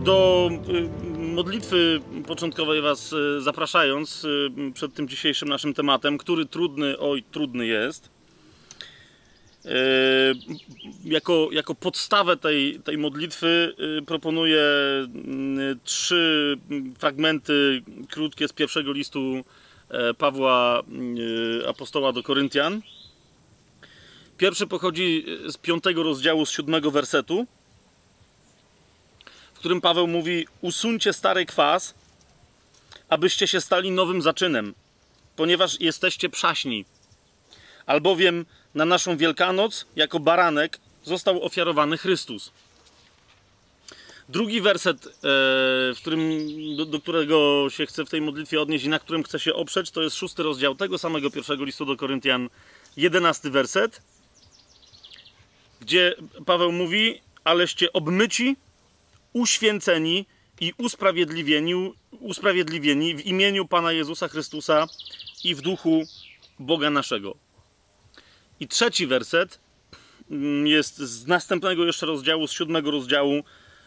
Do modlitwy początkowej was zapraszając przed tym dzisiejszym naszym tematem, który trudny, oj trudny jest. Jako podstawę tej modlitwy proponuję 3 fragmenty krótkie z pierwszego listu Pawła apostoła do Koryntian. Pierwszy pochodzi z 5 rozdziału, z 7 wersetu, w którym Paweł mówi: usuńcie stary kwas, abyście się stali nowym zaczynem, ponieważ jesteście przaśni. Albowiem na naszą Wielkanoc jako baranek został ofiarowany Chrystus. Drugi werset, do którego się chcę w tej modlitwie odnieść i na którym chcę się oprzeć, to jest 6 rozdział tego samego pierwszego listu do Koryntian, 11 werset, gdzie Paweł mówi: aleście obmyci, uświęceni i usprawiedliwieni w imieniu Pana Jezusa Chrystusa i w duchu Boga naszego. I trzeci werset jest z następnego jeszcze rozdziału, z 7 rozdziału,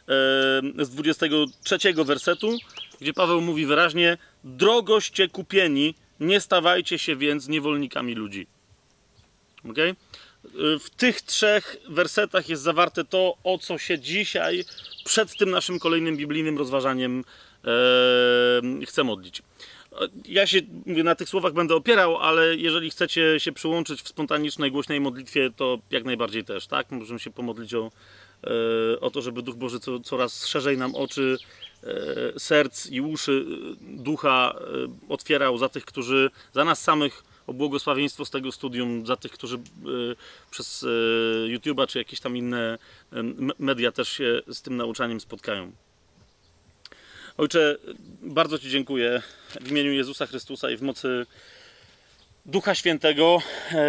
z 23 wersetu, gdzie Paweł mówi wyraźnie: drogoście kupieni, nie stawajcie się więc niewolnikami ludzi. Okay? W tych 3 wersetach jest zawarte to, o co się dzisiaj przed tym naszym kolejnym biblijnym rozważaniem chcę modlić. Ja się na tych słowach będę opierał, ale jeżeli chcecie się przyłączyć w spontanicznej, głośnej modlitwie, to jak najbardziej też, tak? Możemy się pomodlić o to, żeby Duch Boży coraz szerzej nam oczy, serc i uszy ducha otwierał za tych, którzy, za nas samych, o błogosławieństwo z tego studium, za tych, którzy przez YouTube'a czy jakieś tam inne media też się z tym nauczaniem spotkają. Ojcze, bardzo Ci dziękuję w imieniu Jezusa Chrystusa i w mocy Ducha Świętego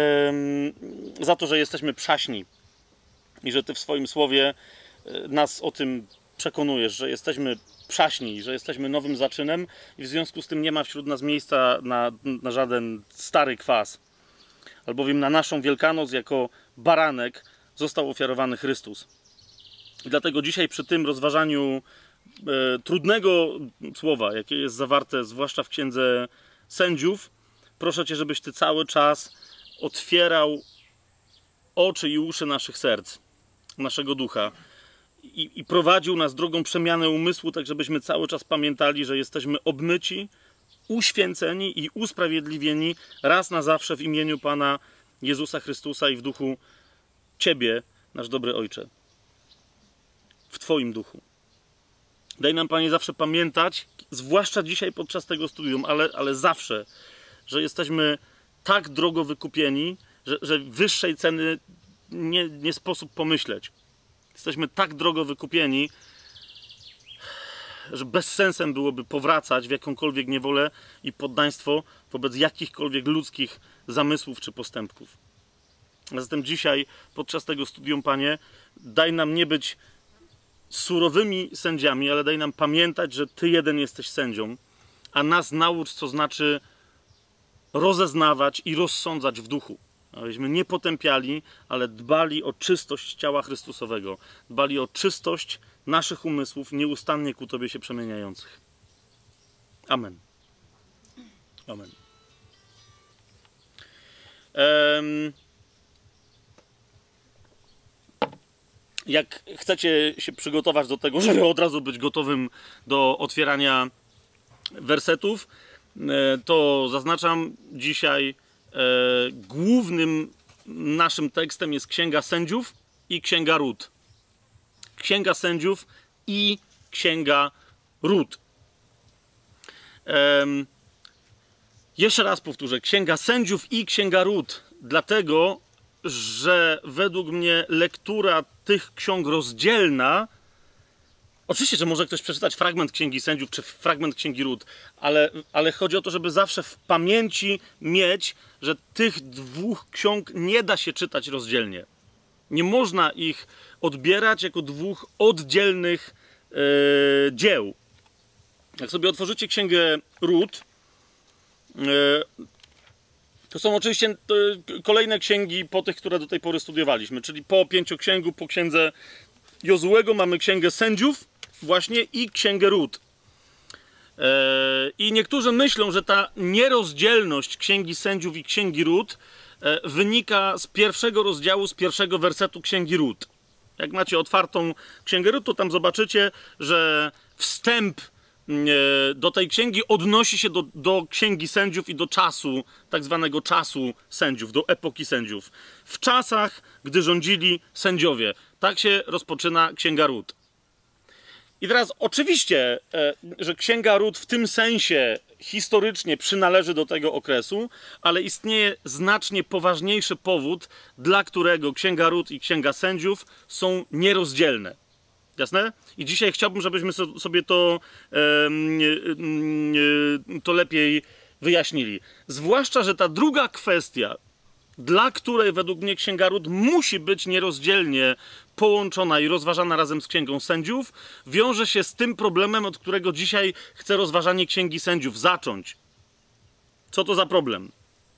za to, że jesteśmy przaśni i że Ty w swoim słowie nas o tym przekonujesz, że jesteśmy przaśni, że jesteśmy nowym zaczynem i w związku z tym nie ma wśród nas miejsca na żaden stary kwas. Albowiem na naszą Wielkanoc jako baranek został ofiarowany Chrystus. I dlatego dzisiaj przy tym rozważaniu trudnego słowa, jakie jest zawarte zwłaszcza w Księdze Sędziów, proszę Cię, żebyś Ty cały czas otwierał oczy i uszy naszych serc, naszego ducha i prowadził nas drogą przemiany umysłu, tak żebyśmy cały czas pamiętali, że jesteśmy obmyci, uświęceni i usprawiedliwieni raz na zawsze w imieniu Pana Jezusa Chrystusa i w duchu Ciebie, nasz dobry Ojcze. W Twoim duchu. Daj nam, Panie, zawsze pamiętać, zwłaszcza dzisiaj podczas tego studium, ale zawsze, że jesteśmy tak drogo wykupieni, że wyższej ceny nie sposób pomyśleć. Jesteśmy tak drogo wykupieni, że bez sensem byłoby powracać w jakąkolwiek niewolę i poddaństwo wobec jakichkolwiek ludzkich zamysłów czy postępków. A zatem dzisiaj, podczas tego studium, Panie, daj nam nie być surowymi sędziami, ale daj nam pamiętać, że Ty jeden jesteś sędzią, a nas naucz, co znaczy rozeznawać i rozsądzać w duchu. Abyśmy nie potępiali, ale dbali o czystość ciała Chrystusowego. Dbali o czystość naszych umysłów, nieustannie ku Tobie się przemieniających. Amen. Amen. Jak chcecie się przygotować do tego, żeby od razu być gotowym do otwierania wersetów, to zaznaczam dzisiaj, głównym naszym tekstem jest Księga Sędziów i Księga Rut. Księga Sędziów i Księga Rut. Jeszcze raz powtórzę. Księga Sędziów i Księga Rut. Dlatego, że według mnie lektura tych ksiąg rozdzielna, oczywiście, że może ktoś przeczytać fragment Księgi Sędziów czy fragment Księgi Rut, ale chodzi o to, żeby zawsze w pamięci mieć, że tych 2 ksiąg nie da się czytać rozdzielnie. Nie można ich odbierać jako 2 oddzielnych dzieł. Jak sobie otworzycie Księgę Rut, to są oczywiście kolejne księgi po tych, które do tej pory studiowaliśmy, czyli po 5księgu, po Księdze Jozułego mamy Księgę Sędziów właśnie i Księgę Rut. I niektórzy myślą, że ta nierozdzielność Księgi Sędziów i Księgi Rut wynika z pierwszego rozdziału, z pierwszego wersetu Księgi Rut. Jak macie otwartą Księgę Rut, to tam zobaczycie, że wstęp do tej księgi odnosi się do Księgi Sędziów i do czasu, tak zwanego czasu sędziów, do epoki sędziów. W czasach, gdy rządzili sędziowie. Tak się rozpoczyna Księga Rut. I teraz oczywiście, że Księga Rut w tym sensie historycznie przynależy do tego okresu, ale istnieje znacznie poważniejszy powód, dla którego Księga Rut i Księga Sędziów są nierozdzielne. Jasne? I dzisiaj chciałbym, żebyśmy sobie to lepiej wyjaśnili. Zwłaszcza, że ta druga kwestia, dla której według mnie Księga Rut musi być nierozdzielnie połączona i rozważana razem z Księgą Sędziów, wiąże się z tym problemem, od którego dzisiaj chcę rozważanie Księgi Sędziów zacząć. Co to za problem?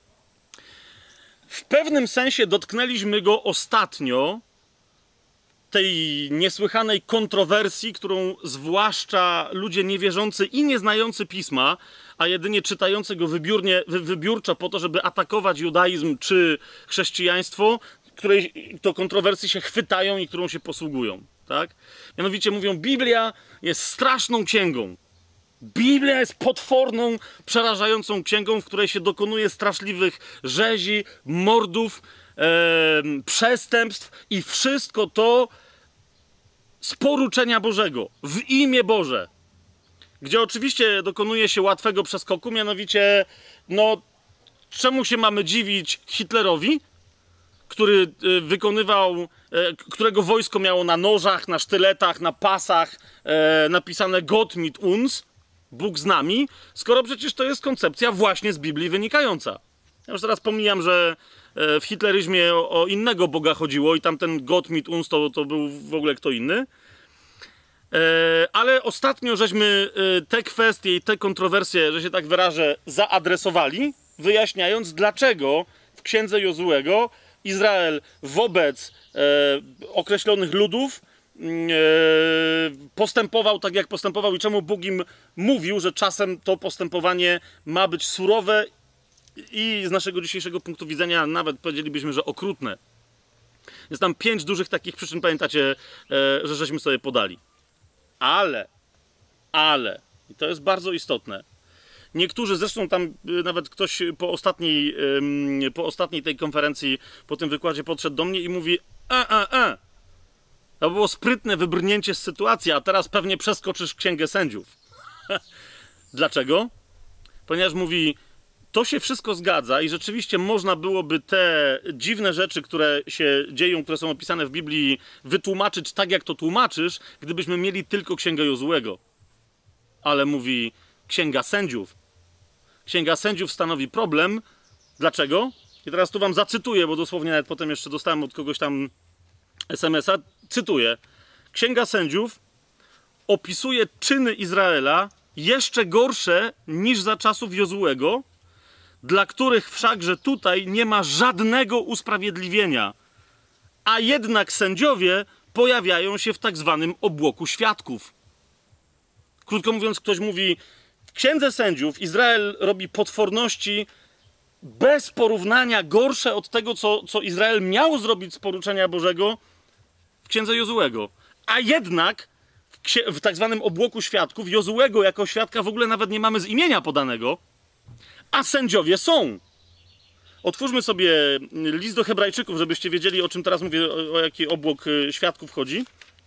W pewnym sensie dotknęliśmy go ostatnio, tej niesłychanej kontrowersji, którą zwłaszcza ludzie niewierzący i nieznający Pisma, a jedynie czytający go wybiórczo po to, żeby atakować judaizm czy chrześcijaństwo, której to kontrowersji się chwytają i którą się posługują. Tak? Mianowicie mówią, Biblia jest straszną księgą. Biblia jest potworną, przerażającą księgą, w której się dokonuje straszliwych rzezi, mordów, przestępstw i wszystko to z poruczenia Bożego, w imię Boże. Gdzie oczywiście dokonuje się łatwego przeskoku, mianowicie, no, czemu się mamy dziwić Hitlerowi, który wykonywał, którego wojsko miało na nożach, na sztyletach, na pasach napisane Gott mit uns, Bóg z nami, skoro przecież to jest koncepcja właśnie z Biblii wynikająca. Ja już teraz pomijam, że w hitleryzmie o innego Boga chodziło i tamten Gott mit uns to był w ogóle kto inny. Ale ostatnio żeśmy te kwestie i te kontrowersje, że się tak wyrażę, zaadresowali, wyjaśniając, dlaczego w Księdze Jozuego Izrael wobec określonych ludów postępował tak, jak postępował i czemu Bóg im mówił, że czasem to postępowanie ma być surowe i z naszego dzisiejszego punktu widzenia nawet powiedzielibyśmy, że okrutne. Jest tam 5 dużych takich przyczyn, pamiętacie, że żeśmy sobie podali. Ale, i to jest bardzo istotne, niektórzy, zresztą tam nawet ktoś po ostatniej tej konferencji, po tym wykładzie podszedł do mnie i mówi to było sprytne wybrnięcie z sytuacji, a teraz pewnie przeskoczysz Księgę Sędziów. Dlaczego? Ponieważ mówi, to się wszystko zgadza i rzeczywiście można byłoby te dziwne rzeczy, które się dzieją, które są opisane w Biblii, wytłumaczyć tak, jak to tłumaczysz, gdybyśmy mieli tylko Księgę Jozuego. Ale mówi Księga Sędziów. Księga Sędziów stanowi problem. Dlaczego? I teraz tu wam zacytuję, bo dosłownie nawet potem jeszcze dostałem od kogoś tam SMS-a. Cytuję. Księga Sędziów opisuje czyny Izraela jeszcze gorsze niż za czasów Jozuego, dla których wszakże tutaj nie ma żadnego usprawiedliwienia, a jednak sędziowie pojawiają się w tak zwanym obłoku świadków. Krótko mówiąc, ktoś mówi, w Księdze Sędziów Izrael robi potworności bez porównania gorsze od tego, co Izrael miał zrobić z poruczenia Bożego w Księdze Jozuego. A jednak w tak zwanym obłoku świadków Jozuego jako świadka w ogóle nawet nie mamy z imienia podanego, a sędziowie są. Otwórzmy sobie list do Hebrajczyków, żebyście wiedzieli, o czym teraz mówię, o jaki obłok świadków chodzi.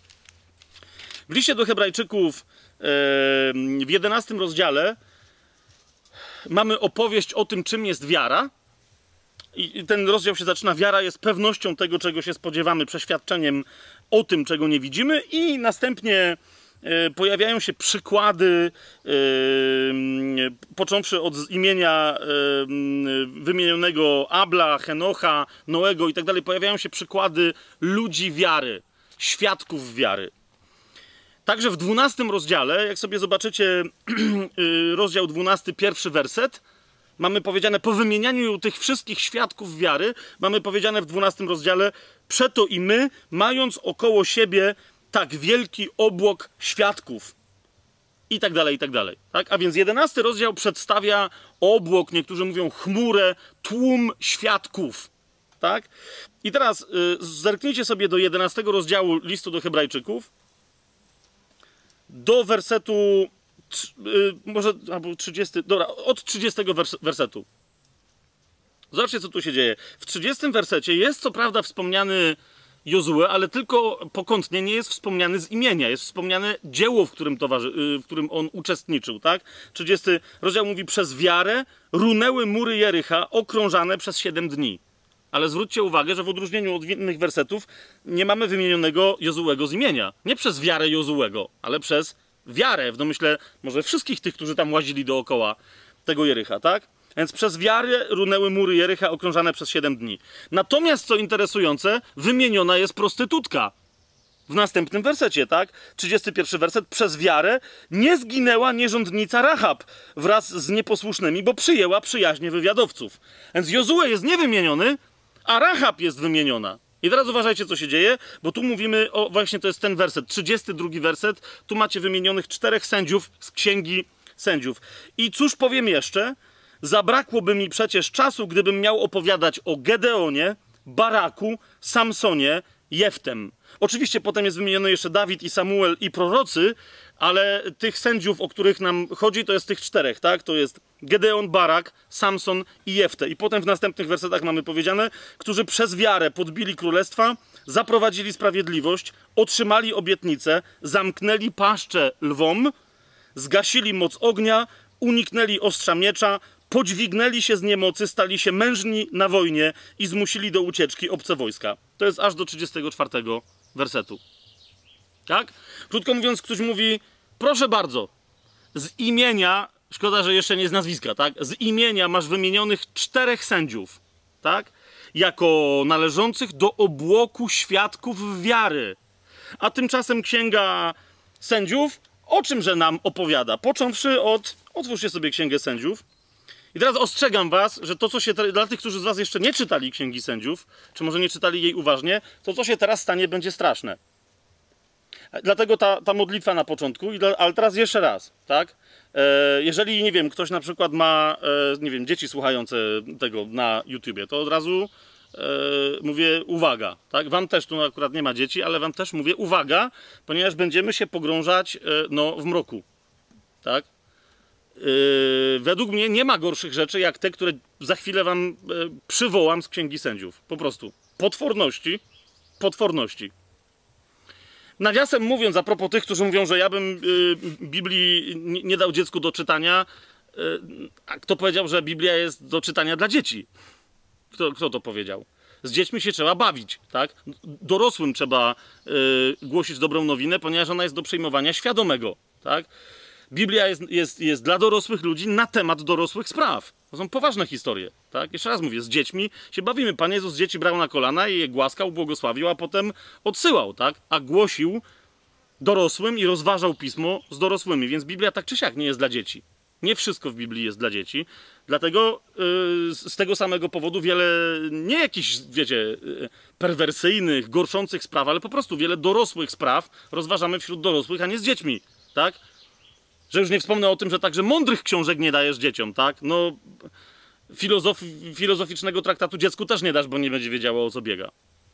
W liście do Hebrajczyków w 11 rozdziale mamy opowieść o tym, czym jest wiara. I ten rozdział się zaczyna. Wiara jest pewnością tego, czego się spodziewamy, przeświadczeniem o tym, czego nie widzimy. I następnie pojawiają się przykłady, począwszy od imienia wymienionego Abla, Henocha, Noego i tak dalej. Pojawiają się przykłady ludzi wiary, świadków wiary. Także w 12 rozdziale, jak sobie zobaczycie rozdział 12, pierwszy werset, mamy powiedziane, po wymienianiu tych wszystkich świadków wiary, mamy powiedziane w 12 rozdziale, przeto i my, mając około siebie tak wielki obłok świadków. I tak dalej, i tak dalej. Tak? A więc 11 rozdział przedstawia obłok, niektórzy mówią chmurę, tłum świadków. Tak? I teraz zerknijcie sobie do 11 rozdziału listu do Hebrajczyków, do wersetu, może, albo 30, dobra, od 30 wersetu. Zobaczcie, co tu się dzieje. W 30 wersecie jest co prawda wspomniany Jozue, ale tylko pokątnie, nie jest wspomniany z imienia. Jest wspomniane dzieło, w którym on uczestniczył. Tak? 30 rozdział mówi: przez wiarę runęły mury Jericha, okrążane przez 7 dni. Ale zwróćcie uwagę, że w odróżnieniu od innych wersetów nie mamy wymienionego Jozuego z imienia. Nie przez wiarę Jozuego, ale przez wiarę, w domyśle może wszystkich tych, którzy tam łazili dookoła tego Jericha, tak? Więc przez wiarę runęły mury Jericha, okrążane przez 7 dni. Natomiast, co interesujące, wymieniona jest prostytutka. W następnym wersecie, tak? 31 werset. Przez wiarę nie zginęła nierządnica Rahab wraz z nieposłusznymi, bo przyjęła przyjaźnie wywiadowców. Więc Jozue jest niewymieniony, a Rahab jest wymieniona. I teraz uważajcie, co się dzieje, bo tu mówimy o, właśnie to jest ten werset, 32 werset. Tu macie wymienionych 4 sędziów z Księgi Sędziów. I cóż powiem jeszcze? Zabrakłoby mi przecież czasu, gdybym miał opowiadać o Gedeonie, Baraku, Samsonie, Jeftem. Oczywiście potem jest wymieniony jeszcze Dawid i Samuel i prorocy, ale tych sędziów, o których nam chodzi, to jest tych 4, tak? To jest Gedeon, Barak, Samson i Jefte. I potem w następnych wersetach mamy powiedziane, którzy przez wiarę podbili królestwa, zaprowadzili sprawiedliwość, otrzymali obietnicę, zamknęli paszczę lwom, zgasili moc ognia, uniknęli ostrza miecza, podźwignęli się z niemocy, stali się mężni na wojnie i zmusili do ucieczki obce wojska. To jest aż do 34 wersetu. Tak? Krótko mówiąc, ktoś mówi: proszę bardzo, z imienia, szkoda, że jeszcze nie z nazwiska, tak? Z imienia masz wymienionych 4 sędziów, tak? Jako należących do obłoku świadków wiary. A tymczasem Księga Sędziów o czymże nam opowiada? Począwszy od... Otwórzcie sobie Księgę Sędziów. I teraz ostrzegam was, że to, co się... Dla tych, którzy z was jeszcze nie czytali Księgi Sędziów, czy może nie czytali jej uważnie, to, co się teraz stanie, będzie straszne. Dlatego ta modlitwa na początku, ale teraz jeszcze raz, tak? Jeżeli, nie wiem, ktoś na przykład ma, nie wiem, dzieci słuchające tego na YouTubie, to od razu mówię uwaga, tak? Wam też, tu akurat nie ma dzieci, ale wam też mówię uwaga, ponieważ będziemy się pogrążać, no, w mroku, tak? Według mnie nie ma gorszych rzeczy, jak te, które za chwilę wam przywołam z Księgi Sędziów. Po prostu. Potworności. Nawiasem mówiąc, a propos tych, którzy mówią, że ja bym Biblii nie dał dziecku do czytania, a kto powiedział, że Biblia jest do czytania dla dzieci? Kto to powiedział? Z dziećmi się trzeba bawić, tak? Dorosłym trzeba głosić dobrą nowinę, ponieważ ona jest do przyjmowania świadomego, tak? Biblia jest dla dorosłych ludzi na temat dorosłych spraw. To są poważne historie, tak? Jeszcze raz mówię, z dziećmi się bawimy. Pan Jezus dzieci brał na kolana i je głaskał, błogosławił, a potem odsyłał, tak? A głosił dorosłym i rozważał pismo z dorosłymi. Więc Biblia tak czy siak nie jest dla dzieci. Nie wszystko w Biblii jest dla dzieci. Dlatego z tego samego powodu wiele, nie jakichś, wiecie, perwersyjnych, gorszących spraw, ale po prostu wiele dorosłych spraw rozważamy wśród dorosłych, a nie z dziećmi, tak? Że już nie wspomnę o tym, że także mądrych książek nie dajesz dzieciom, tak? No, filozoficznego traktatu dziecku też nie dasz, bo nie będzie wiedziało, o co biega.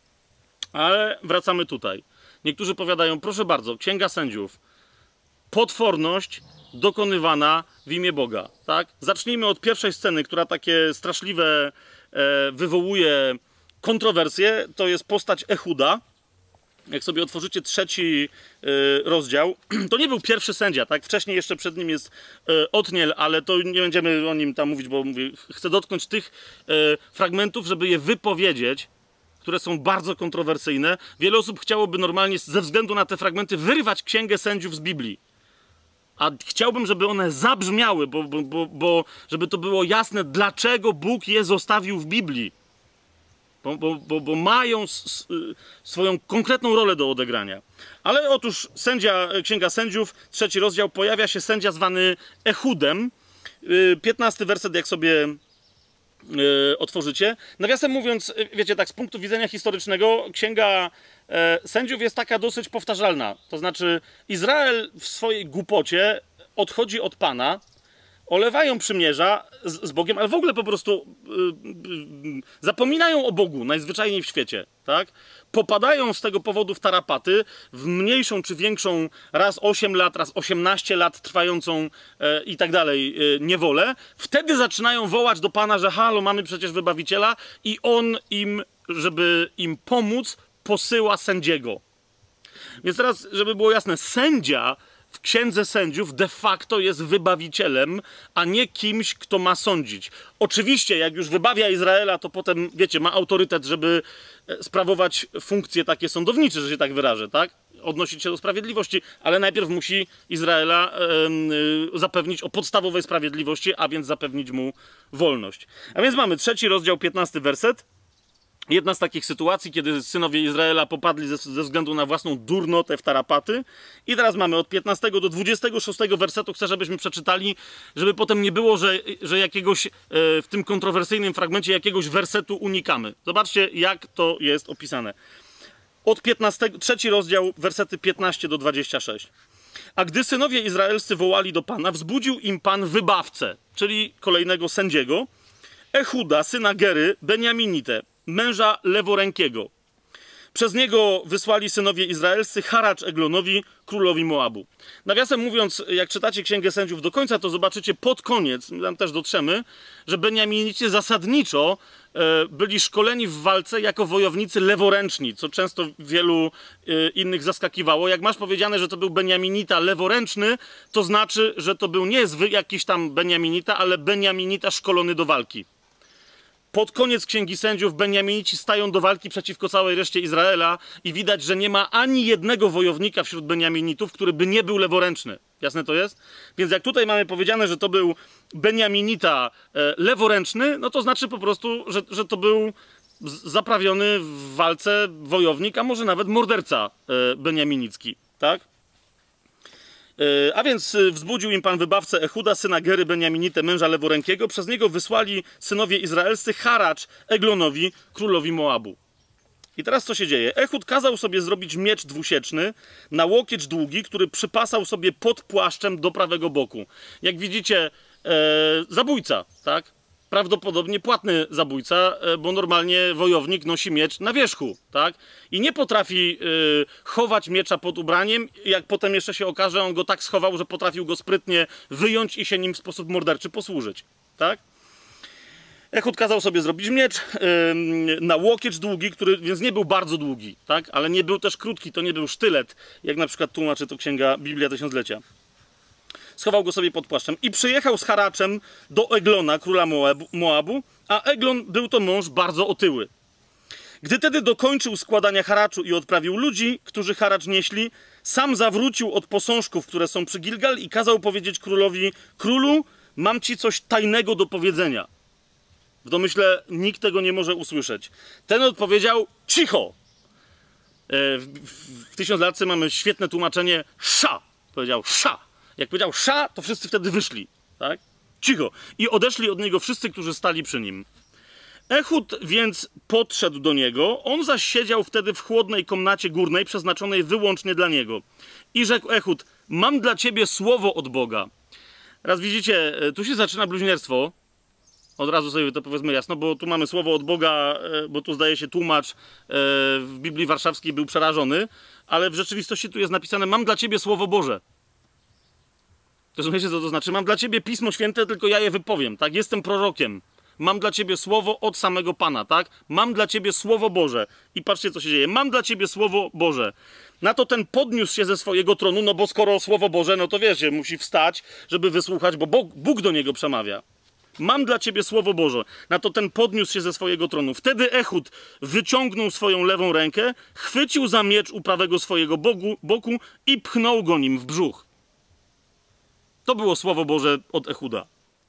Ale wracamy tutaj. Niektórzy powiadają, proszę bardzo, Księga Sędziów, potworność dokonywana w imię Boga, tak? Zacznijmy od pierwszej sceny, która takie straszliwe wywołuje kontrowersje. To jest postać Ehuda. Jak sobie otworzycie 3 rozdział, to nie był pierwszy sędzia, tak? Wcześniej jeszcze przed nim jest Otniel, ale to nie będziemy o nim tam mówić, bo mówię, chcę dotknąć tych fragmentów, żeby je wypowiedzieć, które są bardzo kontrowersyjne. Wiele osób chciałoby normalnie ze względu na te fragmenty wyrywać Księgę Sędziów z Biblii. A chciałbym, żeby one zabrzmiały, bo żeby to było jasne, dlaczego Bóg je zostawił w Biblii. Bo mają swoją konkretną rolę do odegrania. Ale otóż Księga Sędziów, 3 rozdział, pojawia się sędzia zwany Ehudem. 15 werset, jak sobie otworzycie. Nawiasem mówiąc, wiecie, tak z punktu widzenia historycznego, Księga Sędziów jest taka dosyć powtarzalna. To znaczy, Izrael w swojej głupocie odchodzi od Pana, olewają przymierza z Bogiem, ale w ogóle po prostu zapominają o Bogu najzwyczajniej w świecie, tak? Popadają z tego powodu w tarapaty, w mniejszą czy większą, raz 8 lat, raz 18 lat trwającą i tak dalej niewolę. Wtedy zaczynają wołać do Pana, że halo, mamy przecież Wybawiciela i On im, żeby im pomóc, posyła sędziego. Więc teraz, żeby było jasne, sędzia w Księdze Sędziów de facto jest wybawicielem, a nie kimś, kto ma sądzić. Oczywiście, jak już wybawia Izraela, to potem, wiecie, ma autorytet, żeby sprawować funkcje takie sądownicze, że się tak wyrażę, tak? Odnosić się do sprawiedliwości, ale najpierw musi Izraela zapewnić o podstawowej sprawiedliwości, a więc zapewnić mu wolność. A więc mamy 3 rozdział, 15 werset. Jedna z takich sytuacji, kiedy synowie Izraela popadli ze względu na własną durnotę w tarapaty. I teraz mamy od 15 do 26 wersetu. Chcę, żebyśmy przeczytali, żeby potem nie było, że jakiegoś w tym kontrowersyjnym fragmencie jakiegoś wersetu unikamy. Zobaczcie, jak to jest opisane. Od 15, 3 rozdział, wersety 15 do 26. A gdy synowie izraelscy wołali do Pana, wzbudził im Pan wybawcę, czyli kolejnego sędziego, Ehuda, syna Gery, Beniaminitę, męża leworękiego. Przez niego wysłali synowie izraelscy haracz Eglonowi, królowi Moabu. Nawiasem mówiąc, jak czytacie Księgę Sędziów do końca, to zobaczycie pod koniec, tam też dotrzemy, że Beniaminici zasadniczo byli szkoleni w walce jako wojownicy leworęczni, co często wielu innych zaskakiwało. Jak masz powiedziane, że to był Beniaminita leworęczny, to znaczy, że to był nie jakiś tam Beniaminita, ale Beniaminita szkolony do walki. Pod koniec Księgi Sędziów Beniaminici stają do walki przeciwko całej reszcie Izraela i widać, że nie ma ani jednego wojownika wśród Beniaminitów, który by nie był leworęczny. Jasne to jest? Więc jak tutaj mamy powiedziane, że to był Beniaminita leworęczny, no to znaczy po prostu, że to był zaprawiony w walce wojownik, a może nawet morderca beniaminicki, tak? A więc wzbudził im Pan wybawcę Ehuda, syna Gery, Beniaminitę, męża leworękiego. Przez niego wysłali synowie izraelscy haracz Eglonowi, królowi Moabu. I teraz co się dzieje? Ehud kazał sobie zrobić miecz dwusieczny na łokieć długi, który przypasał sobie pod płaszczem do prawego boku. Jak widzicie, zabójca, tak? Prawdopodobnie płatny zabójca, bo normalnie wojownik nosi miecz na wierzchu, tak? I nie potrafi chować miecza pod ubraniem, jak potem jeszcze się okaże, on go tak schował, że potrafił go sprytnie wyjąć i się nim w sposób morderczy posłużyć, tak? Ehud kazał sobie zrobić miecz na łokieć długi, który więc nie był bardzo długi, tak? Ale nie był też krótki, to nie był sztylet, jak na przykład tłumaczy to księga Biblia Tysiąclecia. Schował go sobie pod płaszczem i przyjechał z haraczem do Eglona, króla Moabu, a Eglon był to mąż bardzo otyły. Gdy tedy dokończył składania haraczu i odprawił ludzi, którzy haracz nieśli, sam zawrócił od posążków, które są przy Gilgal i kazał powiedzieć królowi: królu, mam ci coś tajnego do powiedzenia. W domyśle nikt tego nie może usłyszeć. Ten odpowiedział: cicho! W Tysiąclatce mamy świetne tłumaczenie: sza! Powiedział: sza! Jak powiedział sza, to wszyscy wtedy wyszli, tak? Cicho. I odeszli od niego wszyscy, którzy stali przy nim. Ehud więc podszedł do niego, on zaś siedział wtedy w chłodnej komnacie górnej, przeznaczonej wyłącznie dla niego. I rzekł Ehud: mam dla ciebie słowo od Boga. Raz widzicie, tu się zaczyna bluźnierstwo. Od razu sobie to powiedzmy jasno, bo tu mamy słowo od Boga, bo tu zdaje się tłumacz w Biblii Warszawskiej był przerażony, ale w rzeczywistości tu jest napisane: mam dla ciebie słowo Boże. Rozumiecie, co to znaczy? Mam dla ciebie Pismo Święte, tylko ja je wypowiem, tak? Jestem prorokiem. Mam dla ciebie słowo od samego Pana, tak? Mam dla ciebie słowo Boże. I patrzcie, co się dzieje. Mam dla ciebie słowo Boże. Na to ten podniósł się ze swojego tronu, no bo skoro słowo Boże, no to wiecie, musi wstać, żeby wysłuchać, bo Bóg do niego przemawia. Mam dla ciebie słowo Boże. Na to ten podniósł się ze swojego tronu. Wtedy Ehud wyciągnął swoją lewą rękę, chwycił za miecz u prawego swojego boku i pchnął go nim w brzuch. To było słowo Boże od Ehuda.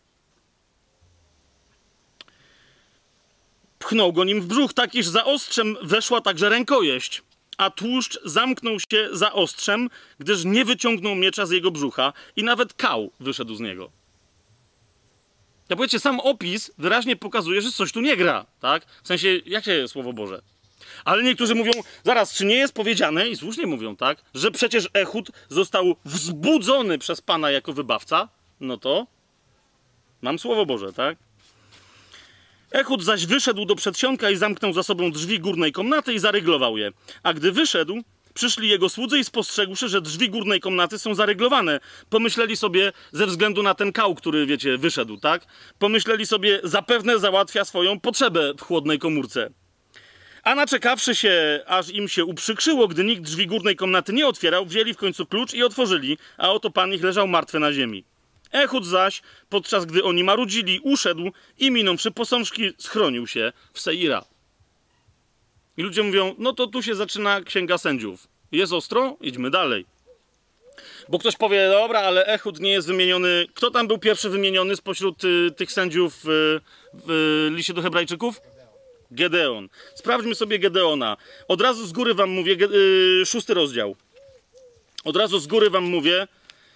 Pchnął go nim w brzuch, tak iż za ostrzem weszła także rękojeść, a tłuszcz zamknął się za ostrzem, gdyż nie wyciągnął miecza z jego brzucha i nawet kał wyszedł z niego. Jak powiecie, sam opis wyraźnie pokazuje, że coś tu nie gra, tak? W sensie, jakie Słowo Boże? Ale niektórzy mówią, zaraz, czy nie jest powiedziane, i słusznie mówią, tak, że przecież Ehud został wzbudzony przez Pana jako wybawca? No to mam Słowo Boże, tak? Ehud zaś wyszedł do przedsionka i zamknął za sobą drzwi górnej komnaty i zaryglował je. A gdy wyszedł, przyszli jego słudzy i spostrzegłszy, że drzwi górnej komnaty są zaryglowane, pomyśleli sobie, ze względu na ten kał, który, wiecie, wyszedł, tak? Pomyśleli sobie, zapewne załatwia swoją potrzebę w chłodnej komórce. A naczekawszy się, aż im się uprzykrzyło, gdy nikt drzwi górnej komnaty nie otwierał, wzięli w końcu klucz i otworzyli, a oto Pan ich leżał martwy na ziemi. Ehud zaś, podczas gdy oni marudzili, uszedł i minąwszy posążki, schronił się w Seira. I ludzie mówią, no to tu się zaczyna Księga Sędziów. Jest ostro? Idźmy dalej. Bo ktoś powie, dobra, ale Ehud nie jest wymieniony. Kto tam był pierwszy wymieniony spośród tych sędziów w liście do Hebrajczyków? Gedeon. Sprawdźmy sobie Gedeona. Od razu z góry wam mówię, 6 rozdział. Od razu z góry wam mówię,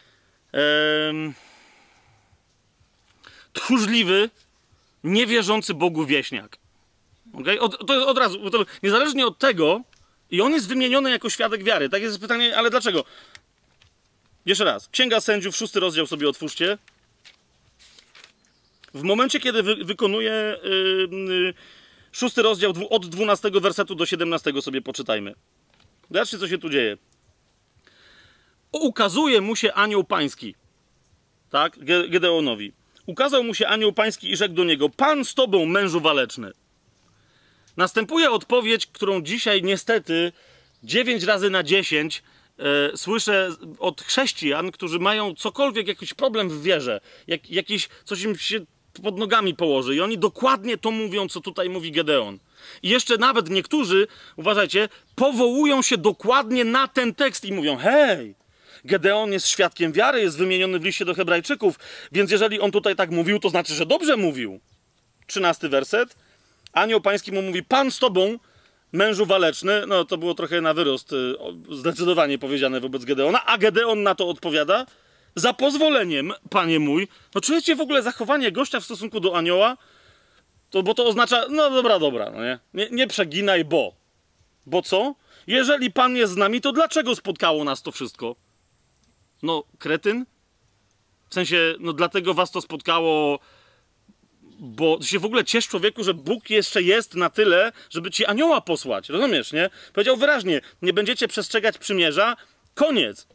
tchórzliwy, niewierzący Bogu wieśniak. Okay? To jest od razu, niezależnie od tego, i on jest wymieniony jako świadek wiary. Tak jest pytanie, ale dlaczego? Jeszcze raz. Księga Sędziów, 6 rozdział sobie otwórzcie. W momencie, kiedy wykonuje 6 rozdział od 12 wersetu do 17 sobie poczytajmy. Zobaczcie, co się tu dzieje. Ukazuje mu się anioł pański. Tak? Gedeonowi. Ukazał mu się anioł pański i rzekł do niego: Pan z tobą, mężu waleczny. Następuje odpowiedź, którą dzisiaj niestety 9 razy na 10 słyszę od chrześcijan, którzy mają cokolwiek, jakiś problem w wierze, coś im się pod nogami położy i oni dokładnie to mówią, co tutaj mówi Gedeon. I jeszcze nawet niektórzy, uważajcie, powołują się dokładnie na ten tekst i mówią: hej, Gedeon jest świadkiem wiary, jest wymieniony w liście do Hebrajczyków, więc jeżeli on tutaj tak mówił, to znaczy, że dobrze mówił. 13 werset. Anioł pański mu mówi: Pan z tobą, mężu waleczny. No to było trochę na wyrost zdecydowanie powiedziane wobec Gedeona, a Gedeon na to odpowiada: za pozwoleniem, panie mój. No czujecie w ogóle zachowanie gościa w stosunku do anioła? Bo to oznacza, no dobra, no nie przeginaj, bo co? Jeżeli Pan jest z nami, to dlaczego spotkało nas to wszystko? No, kretyn? W sensie, no dlatego was to spotkało, bo się w ogóle ciesz, człowieku, że Bóg jeszcze jest na tyle, żeby ci anioła posłać. Rozumiesz, nie? Powiedział wyraźnie: nie będziecie przestrzegać przymierza, koniec.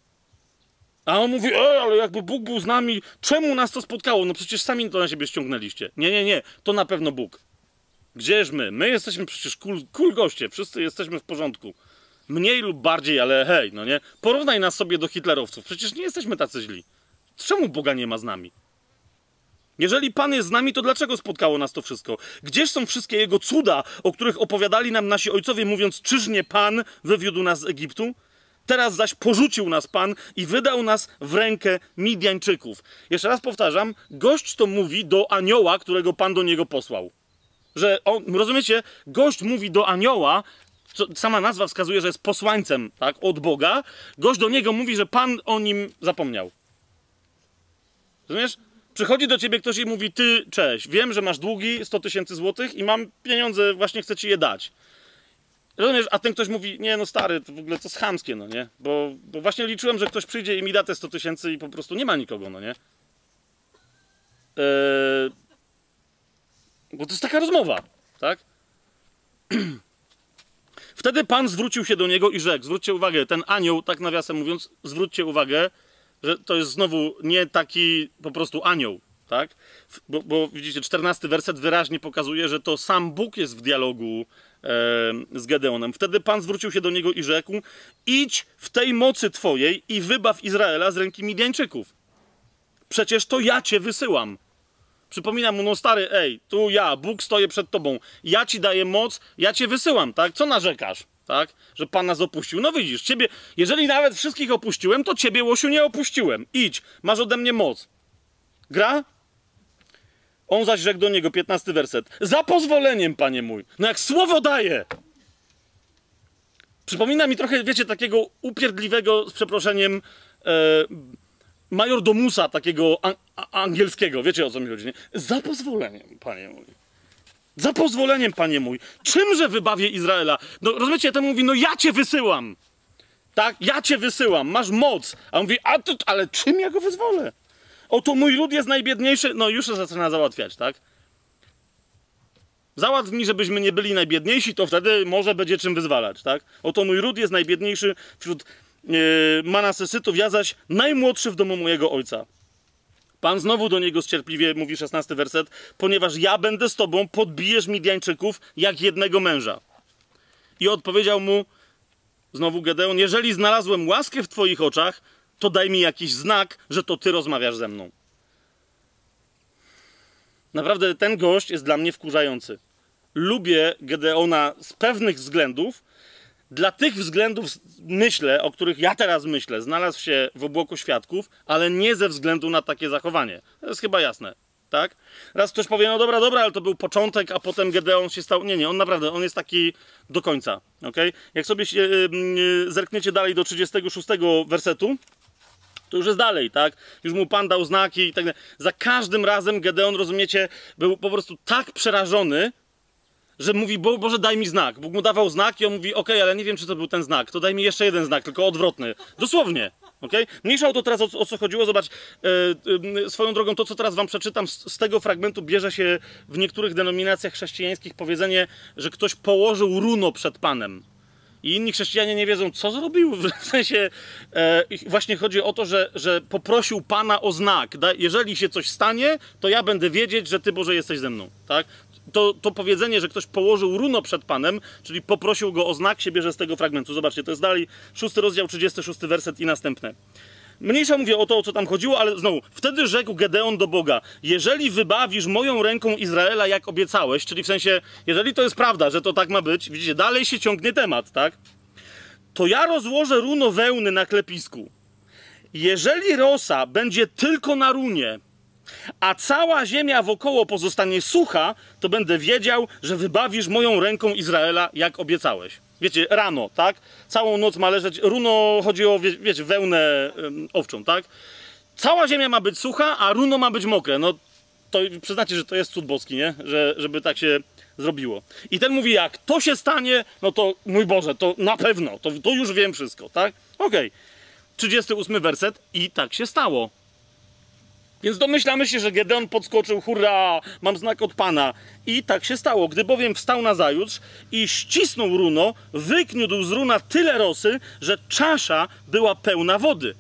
A on mówi: ale jakby Bóg był z nami, czemu nas to spotkało? No przecież sami to na siebie ściągnęliście. Nie, to na pewno Bóg. Gdzież my? My jesteśmy przecież cool goście, wszyscy jesteśmy w porządku. Mniej lub bardziej, ale hej, no nie? Porównaj nas sobie do hitlerowców, przecież nie jesteśmy tacy źli. Czemu Boga nie ma z nami? Jeżeli Pan jest z nami, to dlaczego spotkało nas to wszystko? Gdzież są wszystkie Jego cuda, o których opowiadali nam nasi ojcowie, mówiąc: czyż nie Pan wywiódł nas z Egiptu? Teraz zaś porzucił nas Pan i wydał nas w rękę Midjańczyków. Jeszcze raz powtarzam, gość to mówi do anioła, którego Pan do niego posłał. Że on, rozumiecie, gość mówi do anioła, co sama nazwa wskazuje, że jest posłańcem, tak, od Boga. Gość do niego mówi, że Pan o nim zapomniał. Rozumiesz? Przychodzi do ciebie ktoś i mówi: ty, cześć, wiem, że masz długi 100 000 złotych i mam pieniądze, właśnie chcę ci je dać. Rozumiesz? A ten ktoś mówi: nie, no stary, to w ogóle to jest chamskie, no nie? Bo właśnie liczyłem, że ktoś przyjdzie i mi da te 100 000 i po prostu nie ma nikogo, no nie? Bo to jest taka rozmowa, tak? Wtedy Pan zwrócił się do niego i rzekł, zwróćcie uwagę, ten anioł, tak nawiasem mówiąc, zwróćcie uwagę, że to jest znowu nie taki po prostu anioł, tak? Bo widzicie, 14 werset wyraźnie pokazuje, że to sam Bóg jest w dialogu z Gedeonem. Wtedy Pan zwrócił się do niego i rzekł: idź w tej mocy twojej i wybaw Izraela z ręki Midjańczyków. Przecież to ja cię wysyłam. Przypominam mu: no stary, tu ja, Bóg, stoję przed tobą. Ja ci daję moc, ja cię wysyłam, tak? Co narzekasz, tak? Że Pan nas opuścił. No widzisz, ciebie, jeżeli nawet wszystkich opuściłem, to ciebie, łosiu, nie opuściłem. Idź, masz ode mnie moc. Gra? On zaś rzekł do niego, 15 werset: za pozwoleniem, panie mój. No jak słowo daje. Przypomina mi trochę, wiecie, takiego upierdliwego, z przeproszeniem, majordomusa takiego angielskiego. Wiecie, o co mi chodzi, nie? Za pozwoleniem, panie mój. Za pozwoleniem, panie mój. Czymże wybawię Izraela? No rozumiecie, ten mówi, no ja cię wysyłam. Tak? Ja cię wysyłam, masz moc. A on mówi, ale czym ja go wyzwolę? Oto mój lud jest najbiedniejszy. No już się zaczyna załatwiać, tak? Załatw mi, żebyśmy nie byli najbiedniejsi, to wtedy może będzie czym wyzwalać, tak? Oto mój lud jest najbiedniejszy wśród Manasesytów, ja zaś najmłodszy w domu mojego ojca. Pan znowu do niego ścierpliwie mówi, 16 werset, ponieważ ja będę z tobą, podbijesz Midjańczyków jak jednego męża. I odpowiedział mu znowu Gedeon, jeżeli znalazłem łaskę w twoich oczach, to daj mi jakiś znak, że to ty rozmawiasz ze mną. Naprawdę ten gość jest dla mnie wkurzający. Lubię Gedeona z pewnych względów. Dla tych względów myślę, o których ja teraz myślę, znalazł się w obłoku świadków, ale nie ze względu na takie zachowanie. To jest chyba jasne, tak? Raz ktoś powie, no dobra, ale to był początek, a potem Gedeon się stał... Nie, on naprawdę, on jest taki do końca, okej? Jak sobie zerkniecie dalej do 36 wersetu, to już jest dalej, tak? Już mu Pan dał znaki i tak dalej. Za każdym razem Gedeon, rozumiecie, był po prostu tak przerażony, że mówi, Boże, daj mi znak. Bóg mu dawał znak i on mówi, okej, ale nie wiem, czy to był ten znak. To daj mi jeszcze jeden znak, tylko odwrotny. Dosłownie, okej? Mniejsza o to teraz, o co chodziło. Zobacz, swoją drogą, to, co teraz wam przeczytam, z tego fragmentu bierze się w niektórych denominacjach chrześcijańskich powiedzenie, że ktoś położył runo przed Panem. I inni chrześcijanie nie wiedzą, co zrobił. W sensie właśnie chodzi o to, że poprosił Pana o znak. Jeżeli się coś stanie, to ja będę wiedzieć, że Ty, Boże, jesteś ze mną. Tak? To powiedzenie, że ktoś położył runo przed Panem, czyli poprosił go o znak, się bierze z tego fragmentu. Zobaczcie, to jest dalej 6 rozdział, 36 werset i następne. Mniejsza mówię o to, o co tam chodziło, ale znowu, wtedy rzekł Gedeon do Boga, jeżeli wybawisz moją ręką Izraela, jak obiecałeś, czyli w sensie, jeżeli to jest prawda, że to tak ma być, widzicie, dalej się ciągnie temat, tak? To ja rozłożę runo wełny na klepisku. Jeżeli rosa będzie tylko na runie, a cała ziemia wokoło pozostanie sucha, to będę wiedział, że wybawisz moją ręką Izraela, jak obiecałeś. Wiecie, rano, tak? Całą noc ma leżeć, runo chodzi o, wiecie, wełnę owczą, tak? Cała ziemia ma być sucha, a runo ma być mokre. No, to przyznacie, że to jest cud boski, nie? Żeby tak się zrobiło. I ten mówi, jak to się stanie, no to, mój Boże, to na pewno, to już wiem wszystko, tak? Okej. 38 werset i tak się stało. Więc domyślamy się, że Gedeon podskoczył, hurra, mam znak od Pana. I tak się stało. Gdy bowiem wstał nazajutrz i ścisnął runo, wykniódł z runa tyle rosy, że czasza była pełna wody.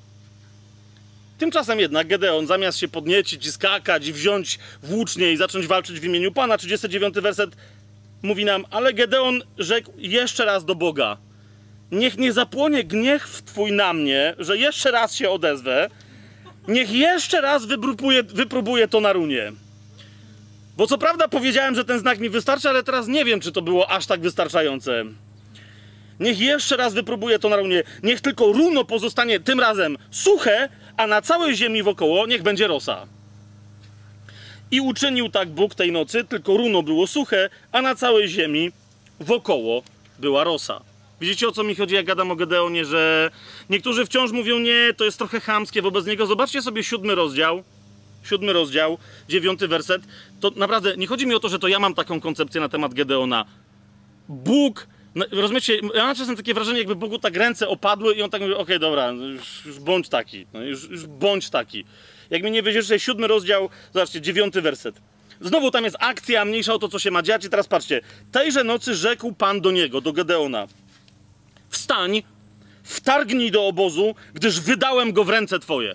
Tymczasem jednak Gedeon, zamiast się podniecić i skakać i wziąć włócznie i zacząć walczyć w imieniu Pana, 39 werset mówi nam, ale Gedeon rzekł jeszcze raz do Boga, niech nie zapłonie gniew Twój na mnie, że jeszcze raz się odezwę, niech jeszcze raz wypróbuję to na runie. Bo co prawda powiedziałem, że ten znak mi wystarczy, ale teraz nie wiem, czy to było aż tak wystarczające. Niech jeszcze raz wypróbuję to na runie. Niech tylko runo pozostanie tym razem suche, a na całej ziemi wokoło niech będzie rosa. I uczynił tak Bóg tej nocy, tylko runo było suche, a na całej ziemi wokoło była rosa. Widzicie, o co mi chodzi, jak gadam o Gedeonie, że niektórzy wciąż mówią, nie, to jest trochę chamskie wobec niego. Zobaczcie sobie 7 rozdział, 9 werset. To naprawdę, nie chodzi mi o to, że to ja mam taką koncepcję na temat Gedeona. Bóg, rozumiecie, ja mam czasem takie wrażenie, jakby Bogu tak ręce opadły i on tak mówi, okej, dobra, już bądź taki, no, już bądź taki. Jak mi nie wyjdziesz, 7 rozdział, zobaczcie, 9 werset. Znowu tam jest akcja, mniejsza o to, co się ma dziać i teraz patrzcie. Tejże nocy rzekł Pan do niego, do Gedeona. Wstań, wtargnij do obozu, gdyż wydałem go w ręce twoje.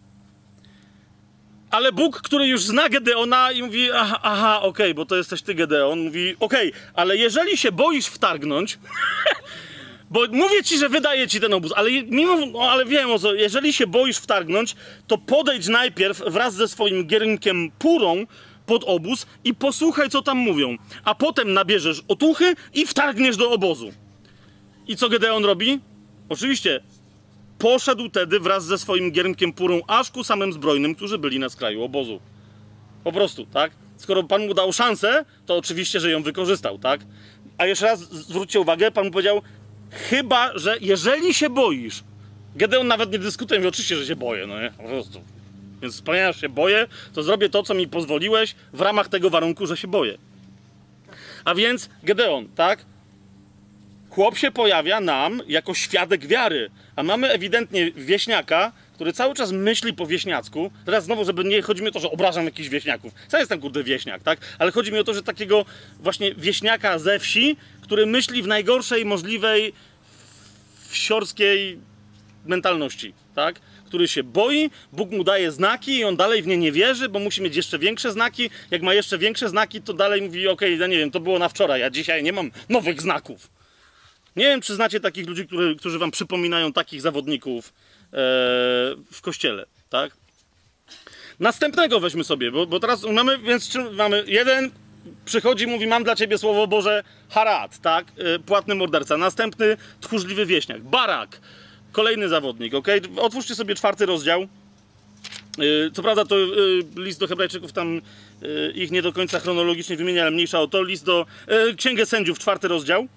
Ale Bóg, który już zna Gedeona i mówi, aha, okej, bo to jesteś ty, Gedeon, mówi, okej, ale jeżeli się boisz wtargnąć, bo mówię ci, że wydaję ci ten obóz, ale ale wiem o co, jeżeli się boisz wtargnąć, to podejdź najpierw wraz ze swoim giermkiem Purą pod obóz i posłuchaj, co tam mówią, a potem nabierzesz otuchy i wtargniesz do obozu. I co Gedeon robi? Oczywiście poszedł tedy wraz ze swoim giermkiem Purą aż ku samym zbrojnym, którzy byli na skraju obozu. Po prostu, tak? Skoro Pan mu dał szansę, to oczywiście, że ją wykorzystał, tak? A jeszcze raz zwróćcie uwagę, Pan mu powiedział, chyba, że jeżeli się boisz, Gedeon nawet nie dyskutuje, mówi, oczywiście, że się boję, no nie? Po prostu. Więc ponieważ się boję, to zrobię to, co mi pozwoliłeś w ramach tego warunku, że się boję. A więc Gedeon, tak? Chłop się pojawia nam jako świadek wiary, a mamy ewidentnie wieśniaka, który cały czas myśli po wieśniacku. Teraz znowu, żeby nie chodzi mi o to, że obrażam jakichś wieśniaków. Sam jestem, kurde, wieśniak, tak? Ale chodzi mi o to, że takiego właśnie wieśniaka ze wsi, który myśli w najgorszej możliwej wsiorskiej mentalności, tak? Który się boi, Bóg mu daje znaki i on dalej w nie nie wierzy, bo musi mieć jeszcze większe znaki. Jak ma jeszcze większe znaki, to dalej mówi, okej, ja nie wiem, to było na wczoraj, ja dzisiaj nie mam nowych znaków. Nie wiem, czy znacie takich ludzi, którzy wam przypominają takich zawodników w kościele, tak? Następnego weźmy sobie, bo teraz mamy, więc mamy jeden, przychodzi, mówi, mam dla ciebie słowo Boże, Harat, tak? Płatny morderca. Następny, tchórzliwy wieśniak. Barak, kolejny zawodnik, ok? Otwórzcie sobie 4 rozdział. Co prawda to list do Hebrajczyków, tam ich nie do końca chronologicznie wymienia, ale mniejsza o to. List do Księgę Sędziów, 4 rozdział.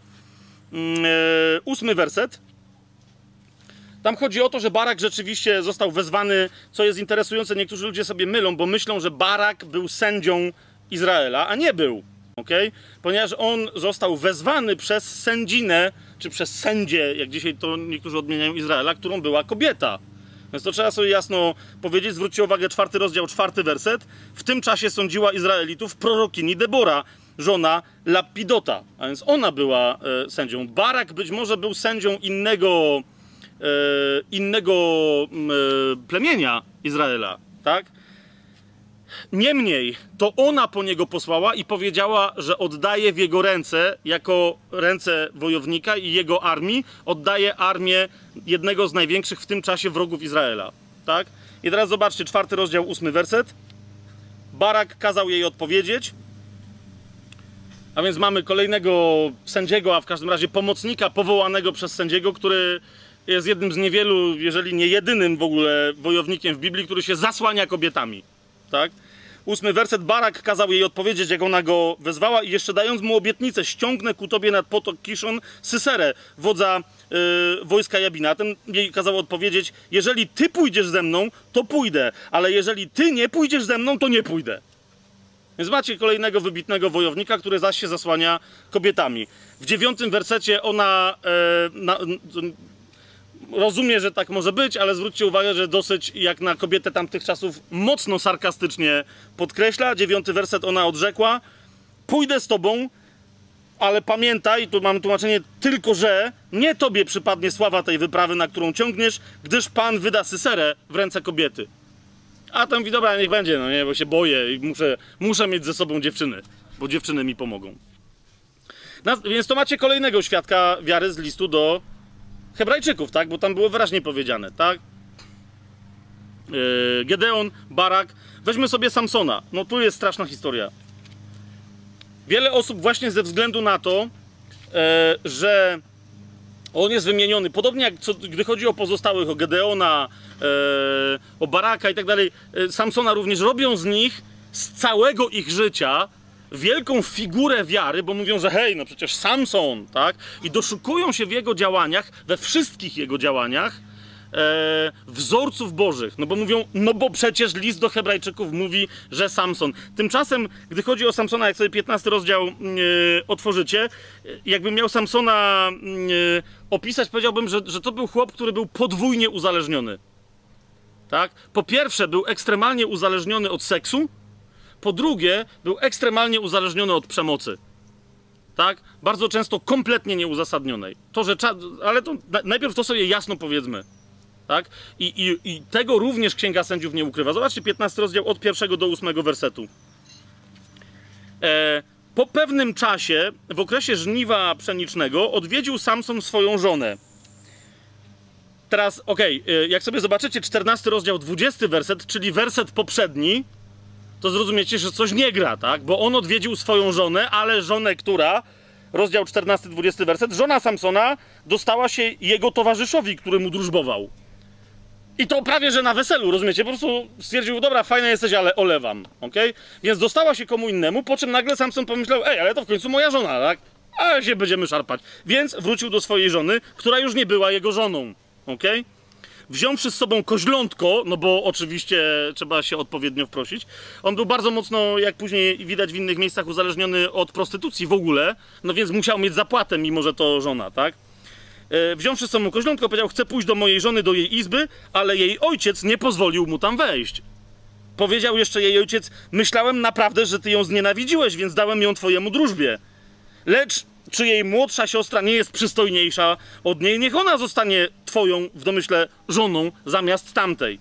8 werset. Tam chodzi o to, że Barak rzeczywiście został wezwany, co jest interesujące, niektórzy ludzie sobie mylą, bo myślą, że Barak był sędzią Izraela, a nie był, okay? Ponieważ on został wezwany przez sędzinę, czy przez sędzię, jak dzisiaj to niektórzy odmieniają, Izraela, którą była kobieta. Więc to trzeba sobie jasno powiedzieć. Zwróćcie uwagę, 4 rozdział, 4 werset. W tym czasie sądziła Izraelitów prorokini Debora, żona Lapidota, a więc ona była sędzią. Barak być może był sędzią innego plemienia Izraela, tak? Niemniej, to ona po niego posłała i powiedziała, że oddaje w jego ręce, jako ręce wojownika i jego armii, oddaje armię jednego z największych w tym czasie wrogów Izraela, tak? I teraz zobaczcie, 4 rozdział, 8 werset. Barak kazał jej odpowiedzieć, a więc mamy kolejnego sędziego, a w każdym razie pomocnika powołanego przez sędziego, który jest jednym z niewielu, jeżeli nie jedynym w ogóle wojownikiem w Biblii, który się zasłania kobietami, tak? 8 werset. Barak kazał jej odpowiedzieć, jak ona go wezwała i jeszcze dając mu obietnicę, ściągnę ku tobie nad potok Kiszon Syserę, wodza wojska Jabina. Ten jej kazał odpowiedzieć, jeżeli ty pójdziesz ze mną, to pójdę, ale jeżeli ty nie pójdziesz ze mną, to nie pójdę. Więc macie kolejnego wybitnego wojownika, który zaś się zasłania kobietami. W 9 wersecie ona rozumie, że tak może być, ale zwróćcie uwagę, że dosyć jak na kobietę tamtych czasów mocno sarkastycznie podkreśla. 9 werset, ona odrzekła, pójdę z tobą, ale pamiętaj, tu mamy tłumaczenie, tylko że nie tobie przypadnie sława tej wyprawy, na którą ciągniesz, gdyż Pan wyda Syserę w ręce kobiety. A tam mówi, dobra, niech będzie, no nie, bo się boję i muszę mieć ze sobą dziewczyny, bo dziewczyny mi pomogą. Więc to macie kolejnego świadka wiary z listu do Hebrajczyków, tak? Bo tam było wyraźnie powiedziane, tak? Gedeon, Barak. Weźmy sobie Samsona. No tu jest straszna historia. Wiele osób właśnie ze względu na to, że on jest wymieniony, podobnie jak gdy chodzi o pozostałych, o Gedeona, o Baraka i tak dalej, Samsona również, robią z nich, z całego ich życia, wielką figurę wiary, bo mówią, że hej, no przecież Samson, tak? I doszukują się w jego działaniach, we wszystkich jego działaniach, wzorców bożych. No bo mówią, no bo przecież list do Hebrajczyków mówi, że Samson. Tymczasem, gdy chodzi o Samsona, jak sobie 15 rozdział otworzycie, jakbym miał Samsona opisać, powiedziałbym, że to był chłop, który był podwójnie uzależniony. Tak? Po pierwsze, był ekstremalnie uzależniony od seksu, po drugie, był ekstremalnie uzależniony od przemocy. Tak? Bardzo często kompletnie nieuzasadnionej. To, że ale to najpierw to sobie jasno powiedzmy. Tak? I tego również Księga Sędziów nie ukrywa. Zobaczcie 15 rozdział od 1 do 8 wersetu. Po pewnym czasie, w okresie żniwa pszenicznego, odwiedził Samson swoją żonę. Teraz, jak sobie zobaczycie 14 rozdział, 20 werset, czyli werset poprzedni, to zrozumiecie, że coś nie gra, tak? Bo on odwiedził swoją żonę, ale żonę, która, rozdział 14, 20 werset, żona Samsona dostała się jego towarzyszowi, który mu drużbował. I to prawie, że na weselu, rozumiecie? Po prostu stwierdził, dobra, fajna jesteś, ale olewam, okej? Więc dostała się komu innemu, po czym nagle Samson pomyślał, ale to w końcu moja żona, tak? A się będziemy szarpać. Więc wrócił do swojej żony, która już nie była jego żoną, okej? wziąwszy z sobą koźlątko, no bo oczywiście trzeba się odpowiednio wprosić, on był bardzo mocno, jak później widać w innych miejscach, uzależniony od prostytucji w ogóle, no więc musiał mieć zapłatę, mimo że to żona, tak? Wziąwszy z sobą koźlątko, powiedział, chcę pójść do mojej żony, do jej izby, ale jej ojciec nie pozwolił mu tam wejść. Powiedział jeszcze jej ojciec, myślałem naprawdę, że ty ją znienawidziłeś, więc dałem ją twojemu drużbie. Lecz czy jej młodsza siostra nie jest przystojniejsza od niej? Niech ona zostanie twoją, w domyśle, żoną zamiast tamtej.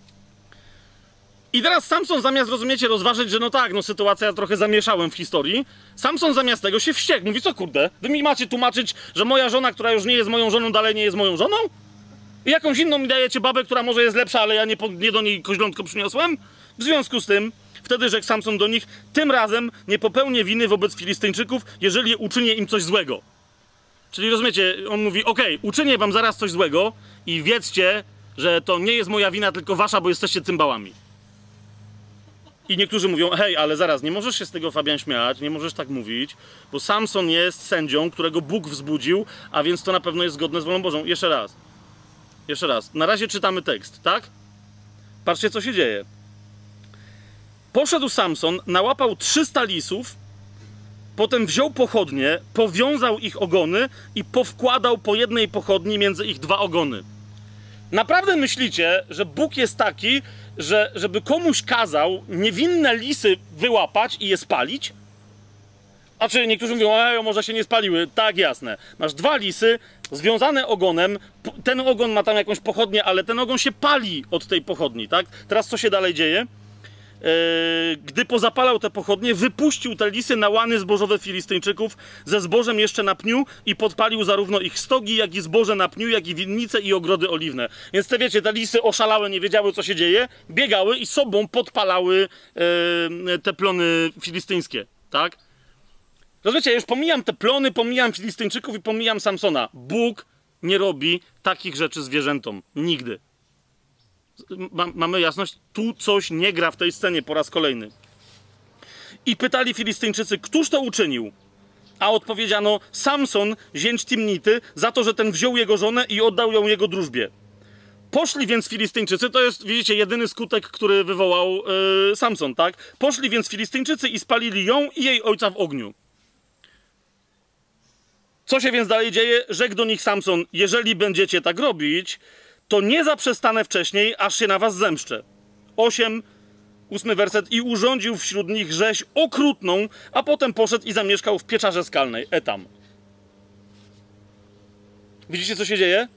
I teraz Samson zamiast, rozumiecie, rozważyć, że no tak, no sytuacja trochę zamieszałem w historii, Samson zamiast tego się wściekł. Mówi, co kurde, wy mi macie tłumaczyć, że moja żona, która już nie jest moją żoną, dalej nie jest moją żoną? I jakąś inną mi dajecie babę, która może jest lepsza, ale ja nie do niej koźlątko przyniosłem? W związku z tym, wtedy rzekł Samson do nich, tym razem nie popełnię winy wobec Filistyńczyków, jeżeli uczynię im coś złego. Czyli rozumiecie, on mówi, okej, uczynię wam zaraz coś złego i wiedzcie, że to nie jest moja wina, tylko wasza, bo jesteście cymbałami. I niektórzy mówią, hej, ale zaraz, nie możesz się z tego, Fabian, śmiać, nie możesz tak mówić, bo Samson jest sędzią, którego Bóg wzbudził, a więc to na pewno jest zgodne z wolą Bożą. Jeszcze raz. Na razie czytamy tekst, tak? Patrzcie, co się dzieje. Poszedł Samson, nałapał 300 lisów, potem wziął pochodnie, powiązał ich ogony i powkładał po jednej pochodni między ich 2 ogony. Naprawdę myślicie, że Bóg jest taki, żeby komuś kazał niewinne lisy wyłapać i je spalić? A czy niektórzy mówią, może się nie spaliły. Tak, jasne. Masz 2 lisy związane ogonem, ten ogon ma tam jakąś pochodnię, ale ten ogon się pali od tej pochodni, tak? Teraz co się dalej dzieje? Gdy pozapalał te pochodnie, wypuścił te lisy na łany zbożowe Filistyńczyków ze zbożem jeszcze na pniu i podpalił zarówno ich stogi, jak i zboże na pniu, jak i winnice i ogrody oliwne. Więc te, wiecie, te lisy oszalałe, nie wiedziały, co się dzieje, biegały i sobą podpalały te plony filistyńskie, tak? Rozumiecie, ja już pomijam te plony, pomijam Filistyńczyków i pomijam Samsona. Bóg nie robi takich rzeczy zwierzętom. Nigdy. Mamy jasność? Tu coś nie gra w tej scenie po raz kolejny. I pytali Filistyńczycy, któż to uczynił? A odpowiedziano, Samson, zięć Timnity, za to, że ten wziął jego żonę i oddał ją jego drużbie. Poszli więc Filistyńczycy, to jest, widzicie, jedyny skutek, który wywołał Samson, tak? Poszli więc Filistyńczycy i spalili ją i jej ojca w ogniu. Co się więc dalej dzieje? Rzekł do nich Samson, jeżeli będziecie tak robić, to nie zaprzestanę wcześniej, aż się na was zemszczę. 8 werset. I urządził wśród nich rzeź okrutną, a potem poszedł i zamieszkał w pieczarze skalnej, Etam. Widzicie, co się dzieje?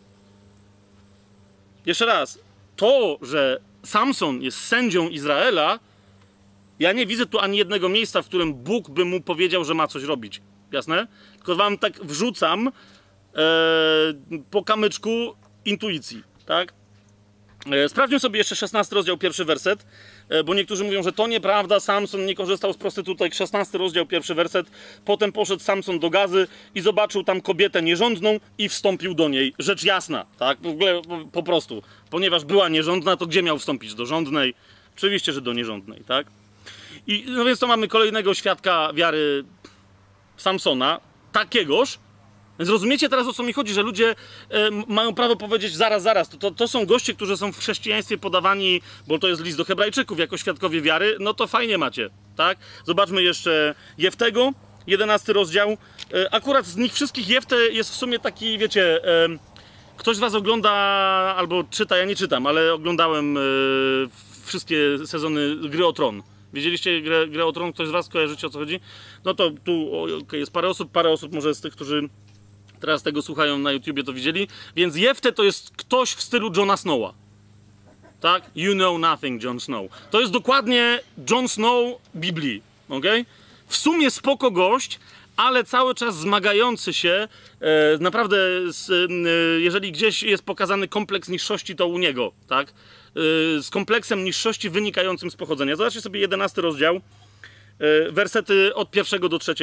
Jeszcze raz. To, że Samson jest sędzią Izraela, ja nie widzę tu ani jednego miejsca, w którym Bóg by mu powiedział, że ma coś robić. Jasne? Tylko wam tak wrzucam po kamyczku intuicji, tak? Sprawdźmy sobie jeszcze 16 rozdział, 1 werset, bo niektórzy mówią, że to nieprawda, Samson nie korzystał z prostytutek. 16 rozdział, 1 werset. Potem poszedł Samson do Gazy i zobaczył tam kobietę nierządną i wstąpił do niej. Rzecz jasna, tak? W ogóle po prostu. Ponieważ była nierządna, to gdzie miał wstąpić? Do rządnej? Oczywiście, że do nierządnej, tak? I no więc to mamy kolejnego świadka wiary Samsona, takiegoż. Więc rozumiecie teraz, o co mi chodzi, że ludzie mają prawo powiedzieć zaraz, to są goście, którzy są w chrześcijaństwie podawani, bo to jest list do Hebrajczyków, jako świadkowie wiary, no to fajnie macie, tak? Zobaczmy jeszcze Jeftego, 11 rozdział. Akurat z nich wszystkich Jefte jest w sumie taki, wiecie, ktoś z was ogląda albo czyta, ja nie czytam, ale oglądałem wszystkie sezony Gry o Tron. Widzieliście grę o Tron? Ktoś z was kojarzycie, o co chodzi? No to tu jest parę osób może z tych, którzy teraz tego słuchają na YouTubie, to widzieli. Więc Jefte to jest ktoś w stylu Johna Snowa. Tak? You know nothing, Jon Snow. To jest dokładnie Jon Snow Biblii. Okay? W sumie spoko gość, ale cały czas zmagający się, naprawdę, jeżeli gdzieś jest pokazany kompleks niższości, to u niego, tak? Z kompleksem niższości wynikającym z pochodzenia. Zobaczcie sobie 11 rozdział, wersety od 1 do 3.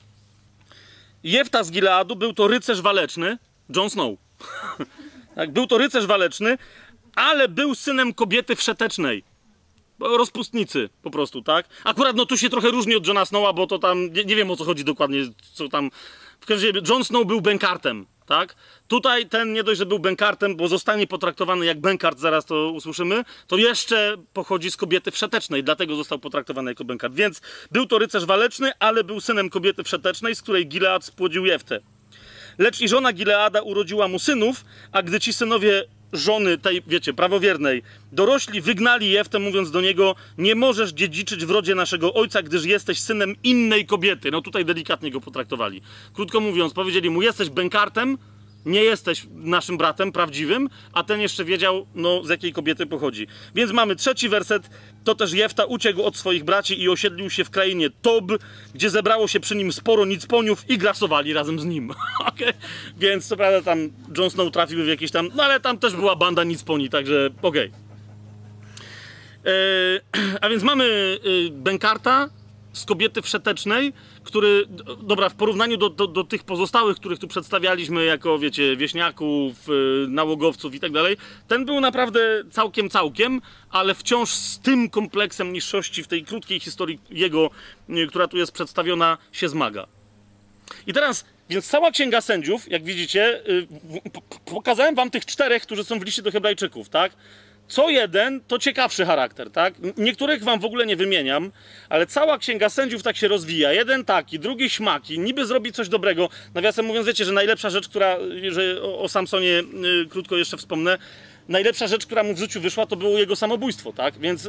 Jefta z Gileadu był to rycerz waleczny, Jon Snow. Tak, był to rycerz waleczny, ale był synem kobiety wszetecznej. Rozpustnicy po prostu, tak? Akurat no tu się trochę różni od Jona Snowa, bo to tam, nie wiem o co chodzi dokładnie, co tam... W każdym razie Jon Snow był bękartem, tak? Tutaj ten nie dość, że był bękartem, bo zostanie potraktowany jak bękart, zaraz to usłyszymy, to jeszcze pochodzi z kobiety wszetecznej, dlatego został potraktowany jako bękart. Więc był to rycerz waleczny, ale był synem kobiety wszetecznej, z której Gilead spłodził Jeftę. Lecz i żona Gileada urodziła mu synów, a gdy ci synowie żony tej, wiecie, prawowiernej, dorośli, wygnali Jeftę, mówiąc do niego: nie możesz dziedziczyć w rodzie naszego ojca, gdyż jesteś synem innej kobiety. No tutaj delikatnie go potraktowali. Krótko mówiąc, powiedzieli mu: jesteś bękartem, nie jesteś naszym bratem prawdziwym, a ten jeszcze wiedział, no, z jakiej kobiety pochodzi. Więc mamy 3 werset. To też Jefta uciekł od swoich braci i osiedlił się w krainie Tob, gdzie zebrało się przy nim sporo nicponiów i grasowali razem z nim. Okay? Więc co prawda tam Jon Snow trafił w jakieś tam, no ale tam też była banda nicponi, także okej. A więc mamy bękarta z kobiety wszetecznej, który, dobra, w porównaniu do tych pozostałych, których tu przedstawialiśmy jako, wiecie, wieśniaków, nałogowców i tak dalej, ten był naprawdę całkiem, ale wciąż z tym kompleksem niższości w tej krótkiej historii jego, która tu jest przedstawiona, się zmaga. I teraz, więc cała Księga Sędziów, jak widzicie, pokazałem wam tych 4, którzy są w liście do Hebrajczyków, tak? Co jeden to ciekawszy charakter, tak? Niektórych wam w ogóle nie wymieniam, ale cała Księga Sędziów tak się rozwija. Jeden taki, drugi śmaki, niby zrobi coś dobrego. Nawiasem mówiąc, wiecie, że najlepsza rzecz, która, że o Samsonie krótko jeszcze wspomnę, najlepsza rzecz, która mu w życiu wyszła, to było jego samobójstwo, tak? Więc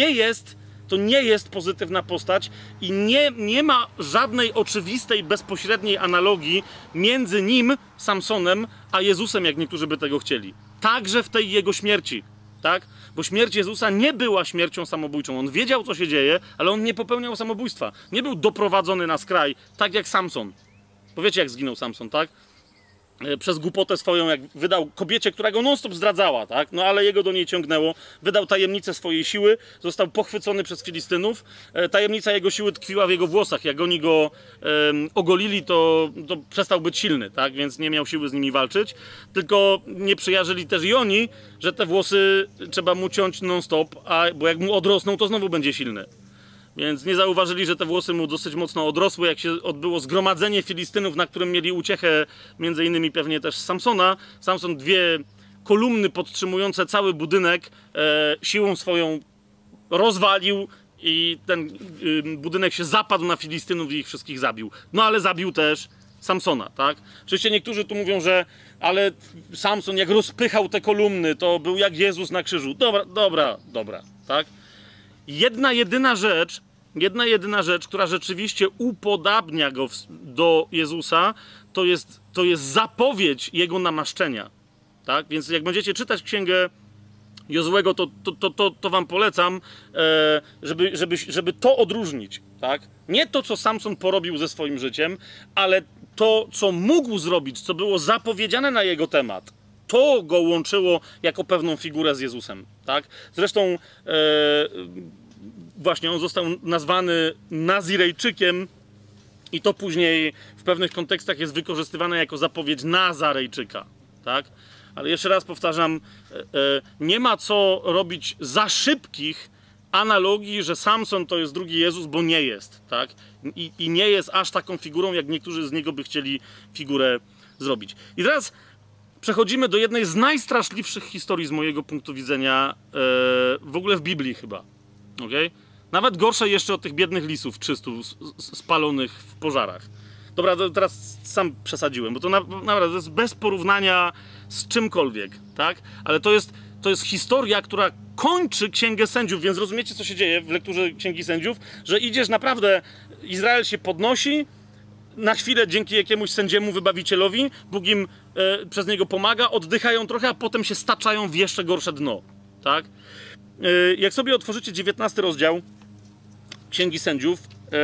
to nie jest pozytywna postać i nie ma żadnej oczywistej, bezpośredniej analogii między nim, Samsonem, a Jezusem, jak niektórzy by tego chcieli. Także w tej jego śmierci. Tak? Bo śmierć Jezusa nie była śmiercią samobójczą. On wiedział, co się dzieje, ale on nie popełniał samobójstwa. Nie był doprowadzony na skraj, tak jak Samson. Bo wiecie, jak zginął Samson, tak? Przez głupotę swoją, jak wydał kobiecie, która go non-stop zdradzała, tak? No ale jego do niej ciągnęło. Wydał tajemnicę swojej siły, został pochwycony przez Filistynów. Tajemnica jego siły tkwiła w jego włosach. Jak oni go ogolili, to przestał być silny, tak? Więc nie miał siły z nimi walczyć. Tylko nie przyjarzyli też i oni, że te włosy trzeba mu ciąć non-stop, bo jak mu odrosną, to znowu będzie silny. Więc nie zauważyli, że te włosy mu dosyć mocno odrosły, jak się odbyło zgromadzenie Filistynów, na którym mieli uciechę, między innymi pewnie też Samsona. Samson 2 kolumny podtrzymujące cały budynek siłą swoją rozwalił i ten budynek się zapadł na Filistynów i ich wszystkich zabił. No ale zabił też Samsona, tak? Oczywiście niektórzy tu mówią, że ale Samson jak rozpychał te kolumny, to był jak Jezus na krzyżu. Dobra, tak? Jedna jedyna rzecz, która rzeczywiście upodabnia go do Jezusa, to jest zapowiedź jego namaszczenia. Tak? Więc jak będziecie czytać księgę Jozłego, to wam polecam, żeby to odróżnić. Tak? Nie to, co Samson porobił ze swoim życiem, ale to, co mógł zrobić, co było zapowiedziane na jego temat. To go łączyło jako pewną figurę z Jezusem, tak? Zresztą właśnie on został nazwany Nazirejczykiem i to później w pewnych kontekstach jest wykorzystywane jako zapowiedź Nazarejczyka, tak? Ale jeszcze raz powtarzam, nie ma co robić za szybkich analogii, że Samson to jest drugi Jezus, bo nie jest, tak? I nie jest aż taką figurą, jak niektórzy z niego by chcieli figurę zrobić. I teraz przechodzimy do jednej z najstraszliwszych historii z mojego punktu widzenia w ogóle w Biblii chyba. Okay? Nawet gorsze jeszcze od tych biednych lisów 300 spalonych w pożarach. Dobra, to teraz sam przesadziłem, bo to naprawdę to jest bez porównania z czymkolwiek, tak? Ale to jest historia, która kończy Księgę Sędziów, więc rozumiecie, co się dzieje w lekturze Księgi Sędziów, że idziesz naprawdę, Izrael się podnosi, na chwilę dzięki jakiemuś sędziemu, wybawicielowi, Bóg im przez niego pomaga, oddychają trochę, a potem się staczają w jeszcze gorsze dno, tak? Jak sobie otworzycie 19 rozdział Księgi Sędziów,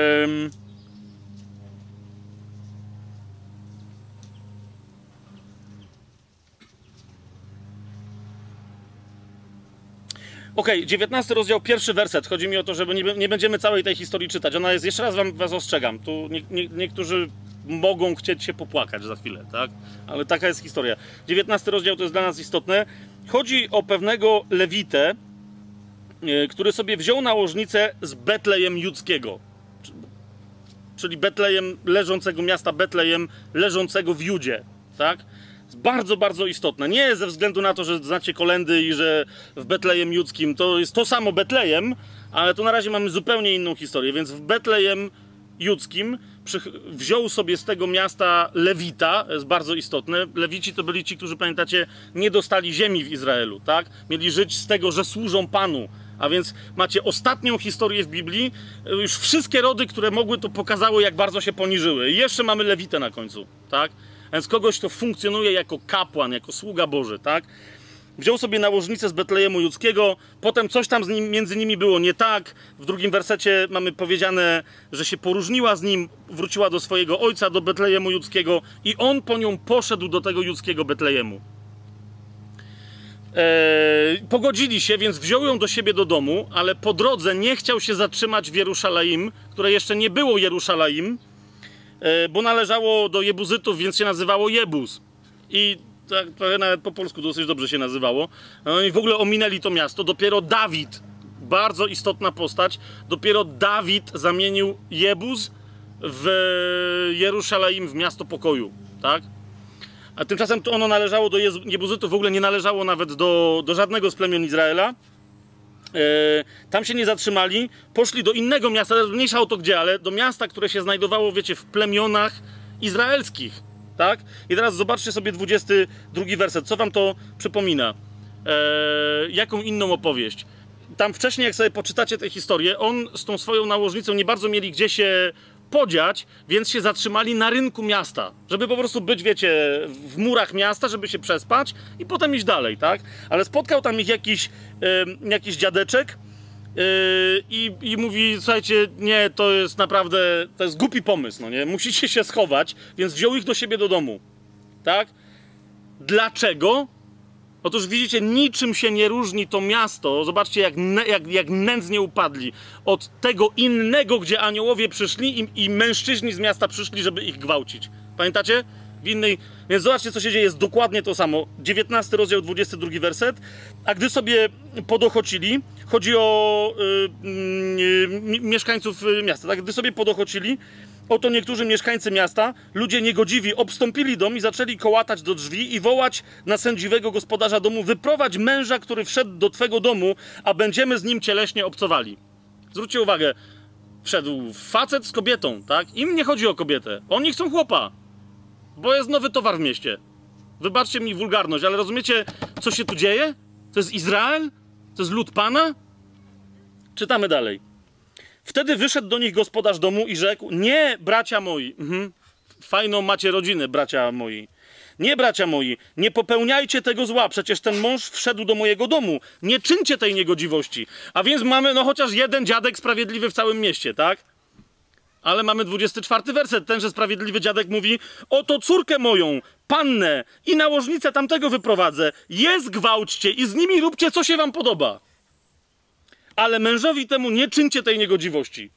Okej, 19 rozdział, 1 werset. Chodzi mi o to, że nie będziemy całej tej historii czytać. Ona jest, jeszcze raz was ostrzegam, tu niektórzy mogą chcieć się popłakać za chwilę, tak? Ale taka jest historia. 19 rozdział to jest dla nas istotne. Chodzi o pewnego Lewitę, który sobie wziął nałożnicę z Betlejem Judzkiego. Czyli Betlejem, leżącego miasta Betlejem, leżącego w Judzie. tak? Jest bardzo, bardzo istotne. Nie ze względu na to, że znacie kolendy i że w Betlejem Judzkim to jest to samo Betlejem, ale tu na razie mamy zupełnie inną historię, więc w Betlejem Judzkim wziął sobie z tego miasta Lewita, jest bardzo istotne. Lewici to byli ci, którzy, pamiętacie, nie dostali ziemi w Izraelu, tak? Mieli żyć z tego, że służą Panu. A więc macie ostatnią historię w Biblii, już wszystkie rody, które mogły, to pokazały, jak bardzo się poniżyły. I jeszcze mamy Lewitę na końcu, tak? A więc kogoś, kto funkcjonuje jako kapłan, jako sługa Boży, tak? Wziął sobie nałożnicę z Betlejemu Judzkiego, potem coś tam między nimi było nie tak. W drugim wersecie mamy powiedziane, że się poróżniła z nim, wróciła do swojego ojca, do Betlejemu Judzkiego i on po nią poszedł do tego judzkiego Betlejemu. Pogodzili się, więc wziął ją do siebie do domu, ale po drodze nie chciał się zatrzymać w Jeruszalaim, które jeszcze nie było Jeruszalaim, bo należało do Jebuzytów, więc się nazywało Jebus. I tak, nawet po polsku dosyć dobrze się nazywało. No i w ogóle ominęli to miasto. Dopiero Dawid, bardzo istotna postać, dopiero Dawid zamienił Jebus w Jeruszalaim, w miasto pokoju, tak? A tymczasem to ono należało do Jebuzytów, w ogóle nie należało nawet do żadnego z plemion Izraela. Tam się nie zatrzymali, poszli do innego miasta, mniejsza o to gdzie, ale do miasta, które się znajdowało, wiecie, w plemionach izraelskich, tak? I teraz zobaczcie sobie 22 werset, co wam to przypomina? Jaką inną opowieść? Tam wcześniej, jak sobie poczytacie tę historię, on z tą swoją nałożnicą nie bardzo mieli gdzie się podziać, więc się zatrzymali na rynku miasta, żeby po prostu być, wiecie, w murach miasta, żeby się przespać i potem iść dalej, tak? Ale spotkał tam ich jakiś dziadeczek i mówi, słuchajcie, nie, to jest naprawdę, to jest głupi pomysł, no nie? Musicie się schować, więc wziął ich do siebie do domu, tak? Dlaczego? Otóż widzicie, niczym się nie różni to miasto, zobaczcie jak nędznie upadli, od tego innego, gdzie aniołowie przyszli i mężczyźni z miasta przyszli, żeby ich gwałcić. Pamiętacie? W innej... Więc zobaczcie, co się dzieje, jest dokładnie to samo. 19 rozdział, 22 werset. A gdy sobie podochocili, chodzi o mieszkańców miasta, tak? Gdy sobie podochocili, oto niektórzy mieszkańcy miasta, ludzie niegodziwi, obstąpili dom i zaczęli kołatać do drzwi i wołać na sędziwego gospodarza domu: wyprowadź męża, który wszedł do twego domu, a będziemy z nim cieleśnie obcowali. Zwróćcie uwagę, wszedł facet z kobietą, tak? Im nie chodzi o kobietę, oni chcą chłopa, bo jest nowy towar w mieście. Wybaczcie mi wulgarność, ale rozumiecie, co się tu dzieje? To jest Izrael? To jest lud Pana? Czytamy dalej. Wtedy wyszedł do nich gospodarz domu i rzekł: nie, bracia moi, fajną macie rodzinę, bracia moi. Nie, bracia moi, nie popełniajcie tego zła, przecież ten mąż wszedł do mojego domu. Nie czyńcie tej niegodziwości. A więc mamy, no chociaż jeden dziadek sprawiedliwy w całym mieście, tak? Ale mamy 24 werset. Tenże sprawiedliwy dziadek mówi: oto córkę moją, pannę i nałożnicę tamtego wyprowadzę. Je zgwałćcie i z nimi róbcie, co się wam podoba. Ale mężowi temu nie czyńcie tej niegodziwości.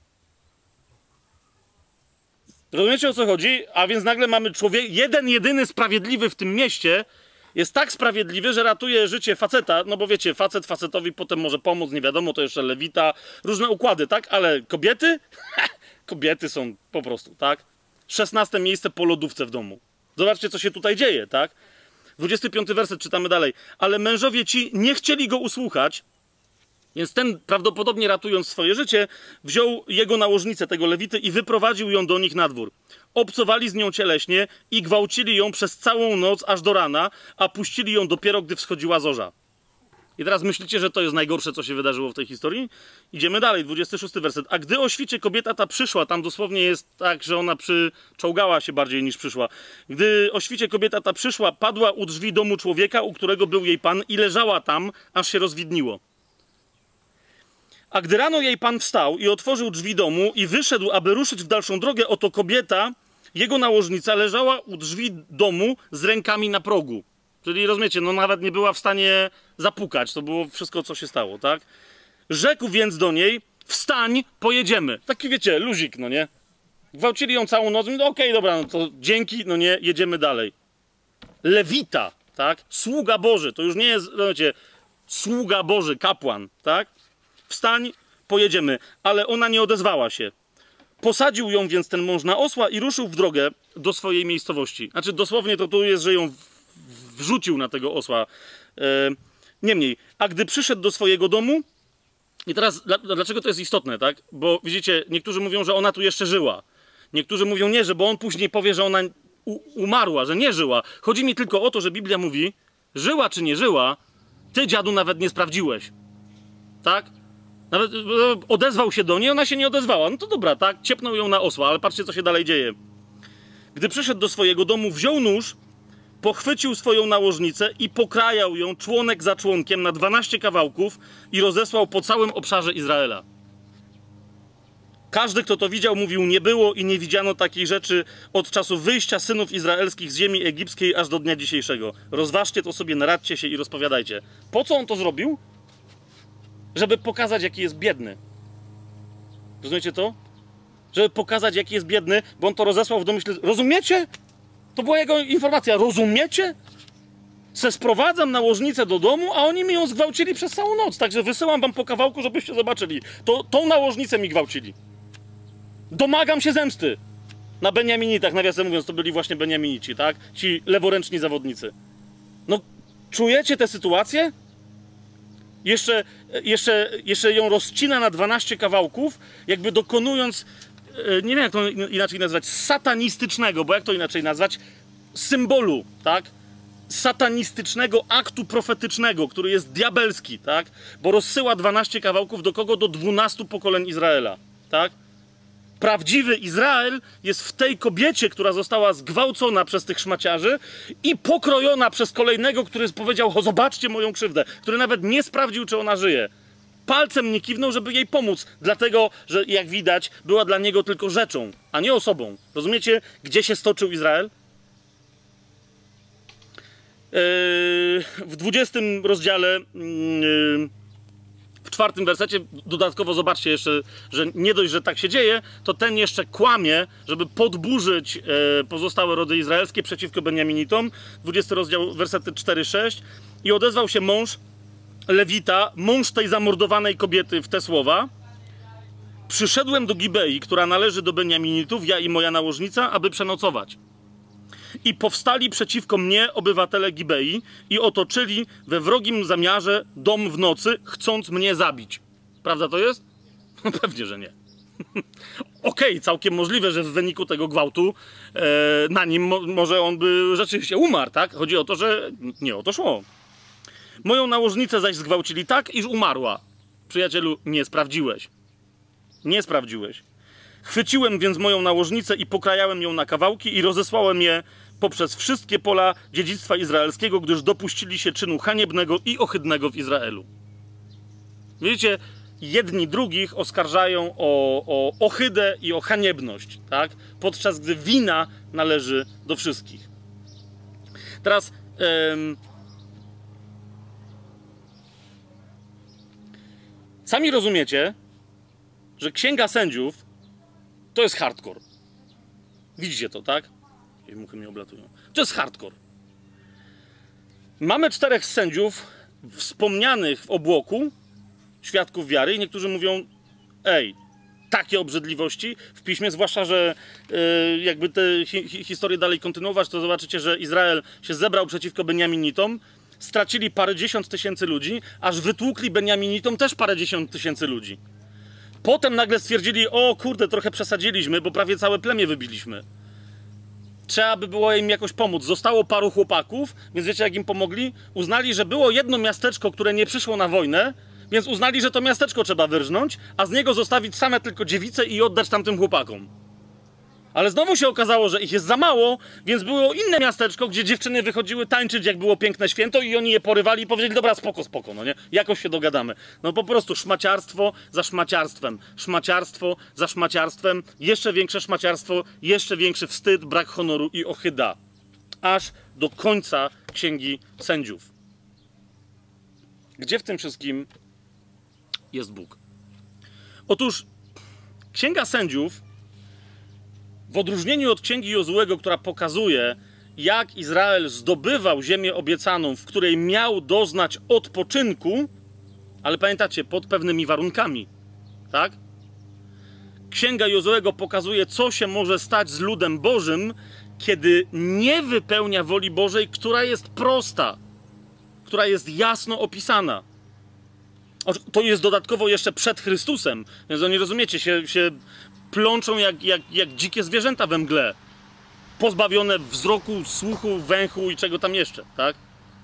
Rozumiecie, o co chodzi? A więc nagle mamy jeden jedyny sprawiedliwy w tym mieście, jest tak sprawiedliwy, że ratuje życie faceta, no bo wiecie, facet facetowi potem może pomóc, nie wiadomo, to jeszcze lewita, różne układy, tak? Ale kobiety? Kobiety są po prostu, tak? 16 miejsce po lodówce w domu. Zobaczcie, co się tutaj dzieje, tak? 25 werset czytamy dalej. Ale mężowie ci nie chcieli go usłuchać, więc ten, prawdopodobnie ratując swoje życie, wziął jego nałożnicę, tego lewity, i wyprowadził ją do nich na dwór. Obcowali z nią cieleśnie i gwałcili ją przez całą noc aż do rana, a puścili ją dopiero, gdy wschodziła zorza. I teraz myślicie, że to jest najgorsze, co się wydarzyło w tej historii? Idziemy dalej, 26 werset. A gdy o świcie kobieta ta przyszła, tam dosłownie jest tak, że ona czołgała się bardziej niż przyszła. Gdy o świcie kobieta ta przyszła, padła u drzwi domu człowieka, u którego był jej pan, i leżała tam, aż się rozwidniło. A gdy rano jej pan wstał i otworzył drzwi domu i wyszedł, aby ruszyć w dalszą drogę, oto kobieta, jego nałożnica, leżała u drzwi domu z rękami na progu. Czyli rozumiecie, no nawet nie była w stanie zapukać. To było wszystko, co się stało, tak? Rzekł więc do niej: wstań, pojedziemy. Taki, wiecie, luzik, no nie? Gwałcili ją całą noc. No okej, dobra, no to dzięki, no nie, jedziemy dalej. Lewita, tak? Sługa Boży. To już nie jest, wiecie, sługa Boży, kapłan, tak? Wstań, pojedziemy. Ale ona nie odezwała się. Posadził ją więc ten mąż na osła i ruszył w drogę do swojej miejscowości. Znaczy dosłownie to tu jest, że ją wrzucił na tego osła. Niemniej, a gdy przyszedł do swojego domu, i teraz dlaczego to jest istotne, tak? Bo widzicie, niektórzy mówią, że ona tu jeszcze żyła. Niektórzy mówią nie, że bo on później powie, że ona umarła, że nie żyła. Chodzi mi tylko o to, że Biblia mówi, żyła czy nie żyła, ty, dziadu, nawet nie sprawdziłeś. Tak? Nawet odezwał się do niej, ona się nie odezwała. No to dobra, tak? Ciepnął ją na osła, ale patrzcie, co się dalej dzieje. Gdy przyszedł do swojego domu, wziął nóż, pochwycił swoją nałożnicę i pokrajał ją członek za członkiem na 12 kawałków i rozesłał po całym obszarze Izraela. Każdy, kto to widział, mówił, nie było i nie widziano takiej rzeczy od czasu wyjścia synów izraelskich z ziemi egipskiej aż do dnia dzisiejszego. Rozważcie to sobie, naradźcie się i rozpowiadajcie. Po co on to zrobił? Żeby pokazać, jaki jest biedny. Rozumiecie to? Żeby pokazać, jaki jest biedny, bo on to rozesłał w domyśle. Rozumiecie? To była jego informacja. Rozumiecie? Se sprowadzam nałożnicę do domu, a oni mi ją zgwałcili przez całą noc. Także wysyłam wam po kawałku, żebyście zobaczyli. Tą nałożnicę mi gwałcili. Domagam się zemsty. Na Beniaminitach, nawiasem mówiąc, to byli właśnie Beniaminici, tak? Ci leworęczni zawodnicy. No, czujecie tę sytuację? Jeszcze ją rozcina na 12 kawałków, jakby dokonując, nie wiem jak to inaczej nazwać, satanistycznego, bo jak to inaczej nazwać, symbolu, tak? Satanistycznego aktu profetycznego, który jest diabelski, tak? Bo rozsyła 12 kawałków do kogo? Do 12 pokoleń Izraela, tak? Prawdziwy Izrael jest w tej kobiecie, która została zgwałcona przez tych szmaciarzy i pokrojona przez kolejnego, który powiedział, o, zobaczcie moją krzywdę, który nawet nie sprawdził, czy ona żyje. Palcem nie kiwnął, żeby jej pomóc, dlatego, że jak widać, była dla niego tylko rzeczą, a nie osobą. Rozumiecie, gdzie się stoczył Izrael? W 20 rozdziale, w 4 wersecie, dodatkowo zobaczcie jeszcze, że nie dość, że tak się dzieje, to ten jeszcze kłamie, żeby podburzyć pozostałe rody izraelskie przeciwko Beniaminitom. 20 rozdział, wersety 4-6. I odezwał się mąż Lewita, mąż tej zamordowanej kobiety w te słowa. Przyszedłem do Gibei, która należy do Beniaminitów, ja i moja nałożnica, aby przenocować. I powstali przeciwko mnie obywatele Gibei i otoczyli we wrogim zamiarze dom w nocy, chcąc mnie zabić. Prawda to jest? No pewnie, że nie. Okej, całkiem możliwe, że w wyniku tego gwałtu na nim może on by rzeczywiście umarł, tak? Chodzi o to, że nie o to szło. Moją nałożnicę zaś zgwałcili tak, iż umarła. Przyjacielu, nie sprawdziłeś. Nie sprawdziłeś. Chwyciłem więc moją nałożnicę i pokrajałem ją na kawałki i rozesłałem je poprzez wszystkie pola dziedzictwa izraelskiego, gdyż dopuścili się czynu haniebnego i ohydnego w Izraelu. Widzicie, jedni drugich oskarżają o ohydę i o haniebność, tak? Podczas gdy wina należy do wszystkich. Teraz sami rozumiecie, że Księga Sędziów to jest hardcore. Widzicie to, tak? Muchy mnie oblatują. To jest hardcore. Mamy 4 sędziów wspomnianych w obłoku, świadków wiary, i niektórzy mówią, ej, takie obrzydliwości w piśmie, zwłaszcza, że jakby te historie dalej kontynuować, to zobaczycie, że Izrael się zebrał przeciwko Beniaminitom, stracili parędziesiąt tysięcy ludzi, aż wytłukli Beniaminitom też parędziesiąt tysięcy ludzi. Potem nagle stwierdzili, o kurde, trochę przesadziliśmy, bo prawie całe plemię wybiliśmy. Trzeba by było im jakoś pomóc. Zostało paru chłopaków, więc wiecie, jak im pomogli? Uznali, że było jedno miasteczko, które nie przyszło na wojnę, więc uznali, że to miasteczko trzeba wyrżnąć, a z niego zostawić same tylko dziewice i oddać tamtym chłopakom. Ale znowu się okazało, że ich jest za mało, więc było inne miasteczko, gdzie dziewczyny wychodziły tańczyć, jak było piękne święto, i oni je porywali i powiedzieli, dobra, spoko, no nie? Jakoś się dogadamy. No po prostu szmaciarstwo za szmaciarstwem. Szmaciarstwo za szmaciarstwem. Jeszcze większe szmaciarstwo, jeszcze większy wstyd, brak honoru i ohyda. Aż do końca Księgi Sędziów. Gdzie w tym wszystkim jest Bóg? Otóż Księga Sędziów, w odróżnieniu od Księgi Jozułego, która pokazuje, jak Izrael zdobywał ziemię obiecaną, w której miał doznać odpoczynku, ale pamiętacie, pod pewnymi warunkami, tak? Księga Jozuego pokazuje, co się może stać z ludem Bożym, kiedy nie wypełnia woli Bożej, która jest prosta, która jest jasno opisana. To jest dodatkowo jeszcze przed Chrystusem, więc oni, rozumiecie, się plączą jak dzikie zwierzęta we mgle, pozbawione wzroku, słuchu, węchu i czego tam jeszcze, tak?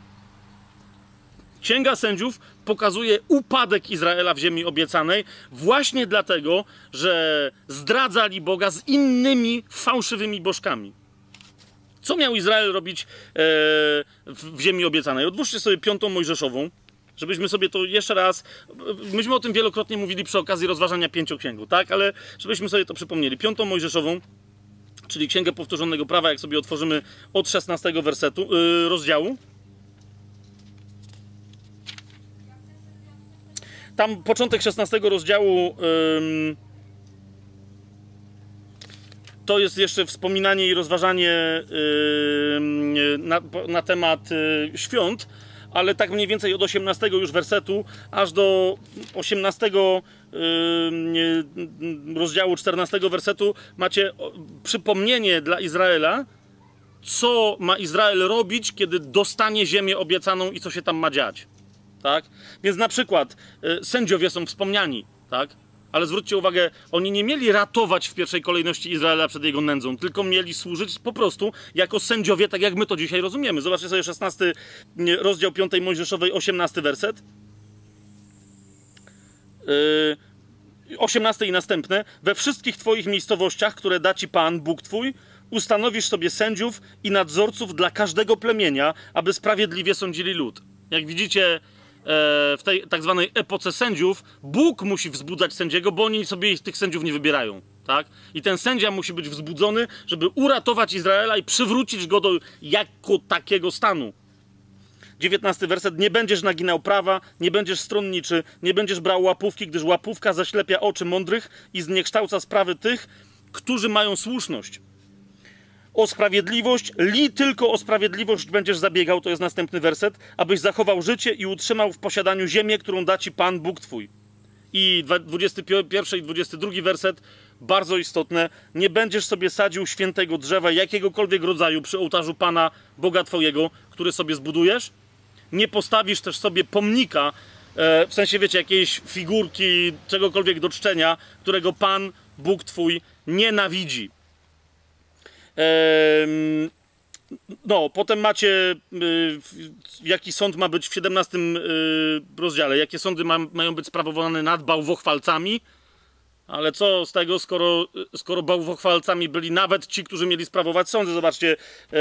Księga Sędziów pokazuje upadek Izraela w ziemi obiecanej właśnie dlatego, że zdradzali Boga z innymi fałszywymi bożkami. Co miał Izrael robić w ziemi obiecanej? Odwróćcie sobie 5. Mojżeszową, żebyśmy sobie to jeszcze raz... Myśmy o tym wielokrotnie mówili przy okazji rozważania Pięcioksięgu, tak? Ale żebyśmy sobie to przypomnieli. 5. Mojżeszową, czyli Księgę Powtórzonego Prawa, jak sobie otworzymy od 16 rozdziału. Tam początek 16 rozdziału to jest jeszcze wspominanie i rozważanie na temat świąt, ale tak mniej więcej od 18 już wersetu aż do 18 rozdziału 14 wersetu macie przypomnienie dla Izraela, co ma Izrael robić, kiedy dostanie ziemię obiecaną i co się tam ma dziać. Tak? Więc na przykład sędziowie są wspomniani, tak? Ale zwróćcie uwagę, oni nie mieli ratować w pierwszej kolejności Izraela przed jego nędzą, tylko mieli służyć po prostu jako sędziowie, tak jak my to dzisiaj rozumiemy. Zobaczcie sobie 16 rozdział 5 Mojżeszowej, 18 werset. 18 i następne. We wszystkich twoich miejscowościach, które da ci Pan, Bóg twój, ustanowisz sobie sędziów i nadzorców dla każdego plemienia, aby sprawiedliwie sądzili lud. Jak widzicie, w tej tak zwanej epoce sędziów, Bóg musi wzbudzać sędziego, bo oni sobie tych sędziów nie wybierają, tak? I ten sędzia musi być wzbudzony, żeby uratować Izraela i przywrócić go do jako takiego stanu. 19 werset. Nie będziesz naginał prawa, nie będziesz stronniczy, nie będziesz brał łapówki, gdyż łapówka zaślepia oczy mądrych i zniekształca sprawy tych, którzy mają słuszność. O sprawiedliwość, tylko o sprawiedliwość będziesz zabiegał, to jest następny werset, abyś zachował życie i utrzymał w posiadaniu ziemię, którą da ci Pan, Bóg twój. I 21 i 22 werset, bardzo istotne. Nie będziesz sobie sadził świętego drzewa jakiegokolwiek rodzaju przy ołtarzu Pana, Boga twojego, który sobie zbudujesz. Nie postawisz też sobie pomnika, w sensie, wiecie, jakiejś figurki, czegokolwiek do czczenia, którego Pan, Bóg twój nienawidzi. No, potem macie, jaki sąd ma być w 17 rozdziale, jakie sądy mają być sprawowane nad bałwochwalcami, ale co z tego, skoro bałwochwalcami byli nawet ci, którzy mieli sprawować sądy. Zobaczcie,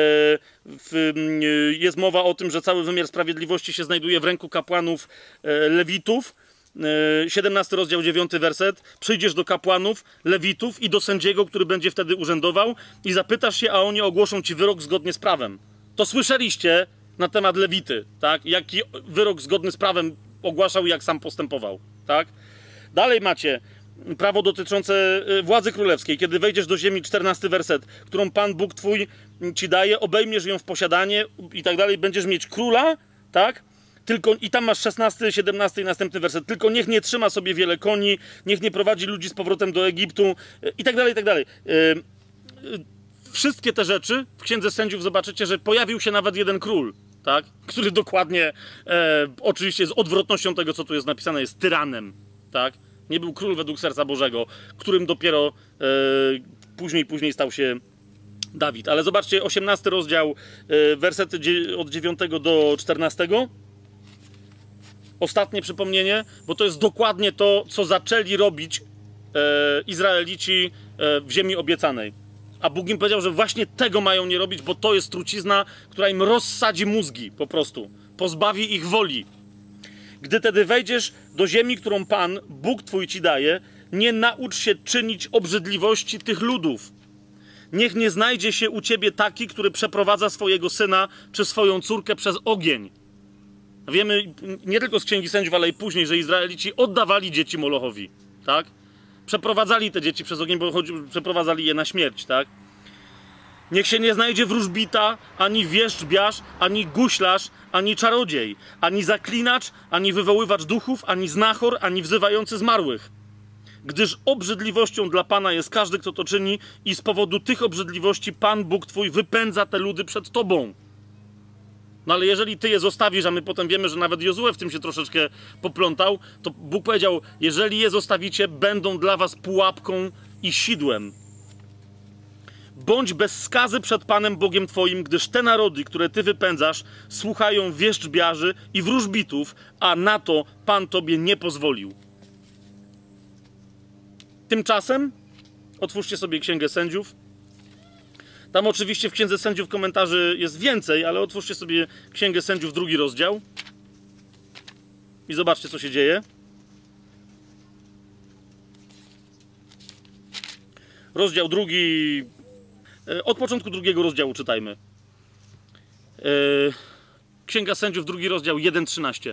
jest mowa o tym, że cały wymiar sprawiedliwości się znajduje w ręku kapłanów lewitów. 17 rozdział 9 werset. Przyjdziesz do kapłanów, lewitów i do sędziego, który będzie wtedy urzędował i zapytasz się, a oni ogłoszą ci wyrok zgodnie z prawem. To słyszeliście na temat lewity, tak? Jaki wyrok zgodny z prawem ogłaszał i jak sam postępował, tak? Dalej macie prawo dotyczące władzy królewskiej. Kiedy wejdziesz do ziemi, 14 werset, którą Pan Bóg twój ci daje, obejmiesz ją w posiadanie i tak dalej, będziesz mieć króla, tak? Tylko, i tam masz 16, 17 i następny werset. Tylko niech nie trzyma sobie wiele koni, niech nie prowadzi ludzi z powrotem do Egiptu i tak dalej, i tak dalej. Wszystkie te rzeczy w Księdze Sędziów zobaczycie, że pojawił się nawet jeden król, tak? Który dokładnie, oczywiście z odwrotnością tego, co tu jest napisane, jest tyranem, tak? Nie był król według serca Bożego, którym dopiero później stał się Dawid. Ale zobaczcie, 18 rozdział, wersety od 9 do 14. Ostatnie przypomnienie, bo to jest dokładnie to, co zaczęli robić Izraelici w ziemi obiecanej. A Bóg im powiedział, że właśnie tego mają nie robić, bo to jest trucizna, która im rozsadzi mózgi po prostu. Pozbawi ich woli. Gdy tedy wejdziesz do ziemi, którą Pan, Bóg twój ci daje, nie naucz się czynić obrzydliwości tych ludów. Niech nie znajdzie się u ciebie taki, który przeprowadza swojego syna czy swoją córkę przez ogień. Wiemy nie tylko z Księgi Sędziów, ale i później, że Izraelici oddawali dzieci Molochowi, tak? Przeprowadzali te dzieci przez ogień, bo przeprowadzali je na śmierć, tak? Niech się nie znajdzie wróżbita, ani wierzbiarz, ani guślarz, ani czarodziej, ani zaklinacz, ani wywoływacz duchów, ani znachor, ani wzywający zmarłych. gdyż obrzydliwością dla Pana jest każdy, kto to czyni i z powodu tych obrzydliwości Pan Bóg twój wypędza te ludy przed tobą. No ale jeżeli ty je zostawisz, a my potem wiemy, że nawet Jozue w tym się troszeczkę poplątał, to Bóg powiedział, jeżeli je zostawicie, będą dla was pułapką i sidłem. Bądź bez skazy przed Panem Bogiem twoim, gdyż te narody, które ty wypędzasz, słuchają wierzchbiarzy i wróżbitów, a na to Pan tobie nie pozwolił. Tymczasem, otwórzcie sobie Księgę Sędziów. Tam oczywiście w Księdze Sędziów komentarzy jest więcej, ale otwórzcie sobie Księgę Sędziów, 2 rozdział. I zobaczcie, co się dzieje. Rozdział 2... Od początku 2 rozdziału czytajmy. Księga Sędziów, 2 rozdział, 1:13.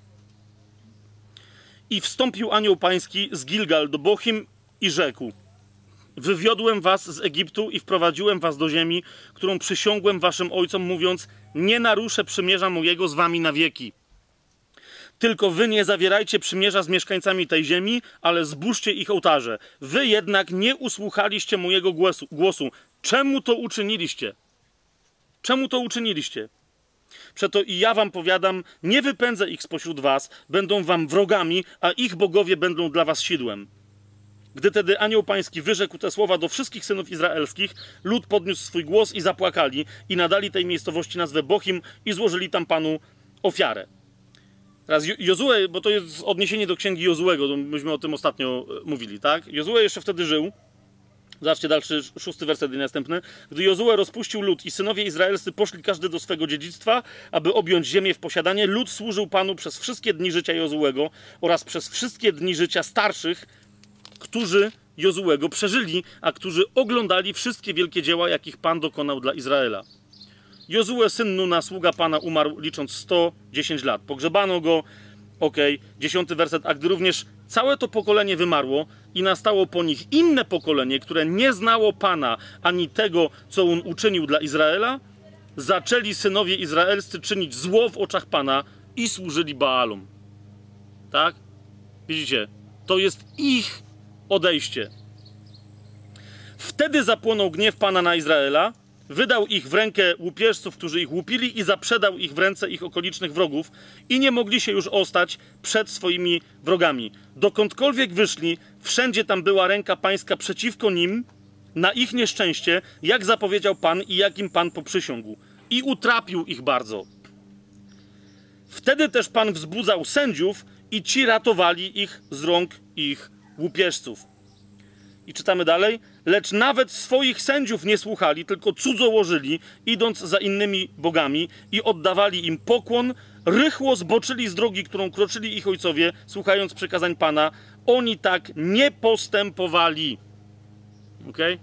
I wstąpił anioł pański z Gilgal do Bochim i rzekł: wywiodłem was z Egiptu i wprowadziłem was do ziemi, którą przysiągłem waszym ojcom, mówiąc: nie naruszę przymierza mojego z wami na wieki. Tylko wy nie zawierajcie przymierza z mieszkańcami tej ziemi, ale zburzcie ich ołtarze. Wy jednak nie usłuchaliście mojego głosu. Czemu to uczyniliście? Czemu to uczyniliście? Przeto i ja wam powiadam, nie wypędzę ich spośród was, będą wam wrogami, a ich bogowie będą dla was sidłem. Gdy tedy anioł pański wyrzekł te słowa do wszystkich synów izraelskich, lud podniósł swój głos i zapłakali i nadali tej miejscowości nazwę Bochim i złożyli tam Panu ofiarę. Teraz Jozue, bo to jest odniesienie do księgi Jozuego, myśmy o tym ostatnio mówili, tak? Jozue jeszcze wtedy żył. Zobaczcie dalszy, 6 werset i następny. Gdy Jozue rozpuścił lud i synowie izraelscy poszli każdy do swego dziedzictwa, aby objąć ziemię w posiadanie, lud służył Panu przez wszystkie dni życia Jozuego oraz przez wszystkie dni życia starszych, którzy Jozuego przeżyli, a którzy oglądali wszystkie wielkie dzieła, jakich Pan dokonał dla Izraela. Jozue, syn Nuna, sługa Pana, umarł licząc 110 lat. Pogrzebano go, 10 werset, a gdy również całe to pokolenie wymarło i nastało po nich inne pokolenie, które nie znało Pana, ani tego, co On uczynił dla Izraela, zaczęli synowie izraelscy czynić zło w oczach Pana i służyli Baalom. Tak? Widzicie? To jest ich odejście. Wtedy zapłonął gniew Pana na Izraela, wydał ich w rękę łupieżców, którzy ich łupili, i zaprzedał ich w ręce ich okolicznych wrogów i nie mogli się już ostać przed swoimi wrogami. Dokądkolwiek wyszli, wszędzie tam była ręka pańska przeciwko nim, na ich nieszczęście, jak zapowiedział Pan i jakim Pan poprzysiągł. I utrapił ich bardzo. Wtedy też Pan wzbudzał sędziów i ci ratowali ich z rąk ich łupieżców. I czytamy dalej. Lecz nawet swoich sędziów nie słuchali, tylko cudzołożyli, idąc za innymi bogami, i oddawali im pokłon, rychło zboczyli z drogi, którą kroczyli ich ojcowie, słuchając przykazań Pana. Oni tak nie postępowali. Okej?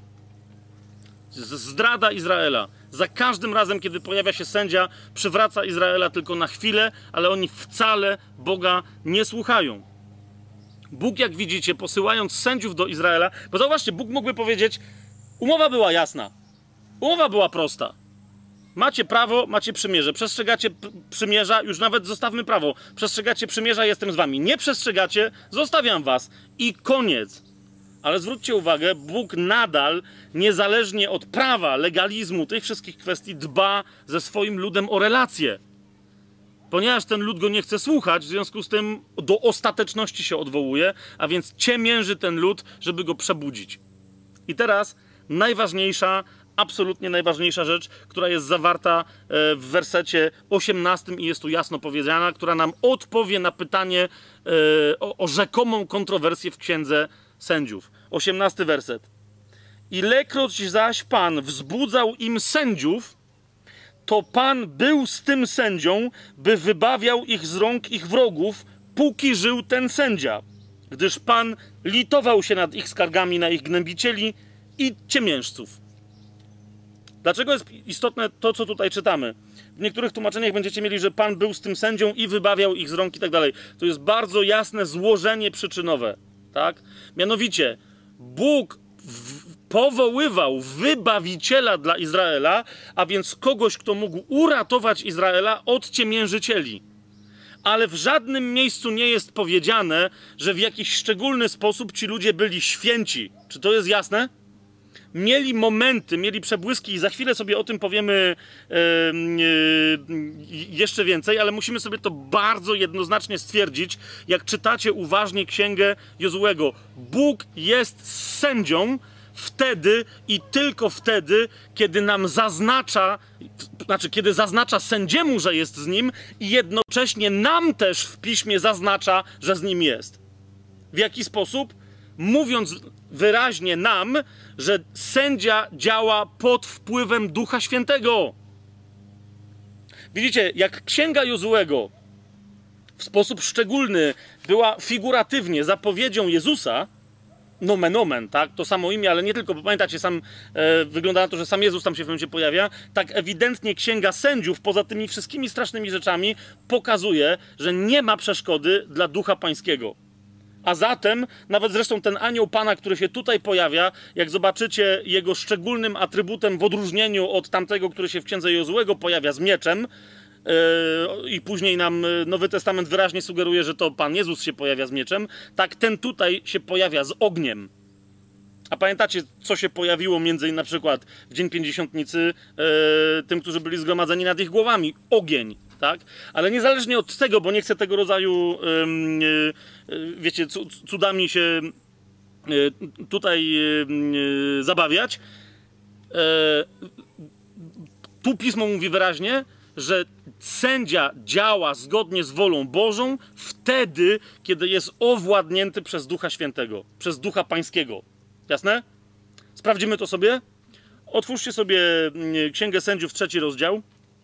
Zdrada Izraela. Za każdym razem, kiedy pojawia się sędzia, przywraca Izraela tylko na chwilę, ale oni wcale Boga nie słuchają. Bóg, jak widzicie, posyłając sędziów do Izraela, bo zauważcie, Bóg mógłby powiedzieć, umowa była jasna, umowa była prosta. Macie prawo, macie przymierze, przestrzegacie przymierza, już nawet zostawmy prawo, przestrzegacie przymierza, jestem z wami. Nie przestrzegacie, zostawiam was i koniec. Ale zwróćcie uwagę, Bóg nadal, niezależnie od prawa, legalizmu, tych wszystkich kwestii, dba ze swoim ludem o relacje. Ponieważ ten lud go nie chce słuchać, w związku z tym do ostateczności się odwołuje, a więc ciemięży ten lud, żeby go przebudzić. I teraz najważniejsza, absolutnie najważniejsza rzecz, która jest zawarta w wersecie 18 i jest tu jasno powiedziana, która nam odpowie na pytanie o rzekomą kontrowersję w Księdze Sędziów. 18 werset. Ilekroć zaś Pan wzbudzał im sędziów, to Pan był z tym sędzią, by wybawiał ich z rąk ich wrogów, póki żył ten sędzia, gdyż Pan litował się nad ich skargami na ich gnębicieli i ciemiężców. Dlaczego jest istotne to, co tutaj czytamy? W niektórych tłumaczeniach będziecie mieli, że Pan był z tym sędzią i wybawiał ich z rąk i tak dalej. To jest bardzo jasne złożenie przyczynowe, tak? Mianowicie, Bóg powoływał wybawiciela dla Izraela, a więc kogoś, kto mógł uratować Izraela od ciemiężycieli. ale w żadnym miejscu nie jest powiedziane, że w jakiś szczególny sposób ci ludzie byli święci. Czy to jest jasne? Mieli momenty, mieli przebłyski i za chwilę sobie o tym powiemy jeszcze więcej, ale musimy sobie to bardzo jednoznacznie stwierdzić, jak czytacie uważnie księgę Jozuego. Bóg jest sędzią wtedy i tylko wtedy, kiedy nam zaznacza, kiedy zaznacza sędziemu, że jest z nim i jednocześnie nam też w piśmie zaznacza, że z nim jest. W jaki sposób? Mówiąc wyraźnie nam, że sędzia działa pod wpływem Ducha Świętego. Widzicie, jak księga Jozuego w sposób szczególny była figuratywnie zapowiedzią Jezusa, nomen omen, tak? To samo imię, ale nie tylko, bo pamiętacie, wygląda na to, że sam Jezus tam się w momencie pojawia, tak ewidentnie księga sędziów, poza tymi wszystkimi strasznymi rzeczami, pokazuje, że nie ma przeszkody dla Ducha Pańskiego. A zatem, nawet zresztą ten anioł Pana, który się tutaj pojawia, jak zobaczycie jego szczególnym atrybutem w odróżnieniu od tamtego, który się w księdze Jozuego pojawia z mieczem, i później nam Nowy Testament wyraźnie sugeruje, że to Pan Jezus się pojawia z mieczem, tak ten tutaj się pojawia z ogniem. A pamiętacie, co się pojawiło między innymi na przykład w Dzień Pięćdziesiątnicy tym, którzy byli zgromadzeni nad ich głowami? Ogień, tak? Ale niezależnie od tego, bo nie chcę tego rodzaju, wiecie, cudami się tutaj zabawiać, tu Pismo mówi wyraźnie, że sędzia działa zgodnie z wolą Bożą wtedy, kiedy jest owładnięty przez Ducha Świętego, przez Ducha Pańskiego. Jasne? Sprawdzimy to sobie? Otwórzcie sobie Księgę Sędziów, 3 rozdział.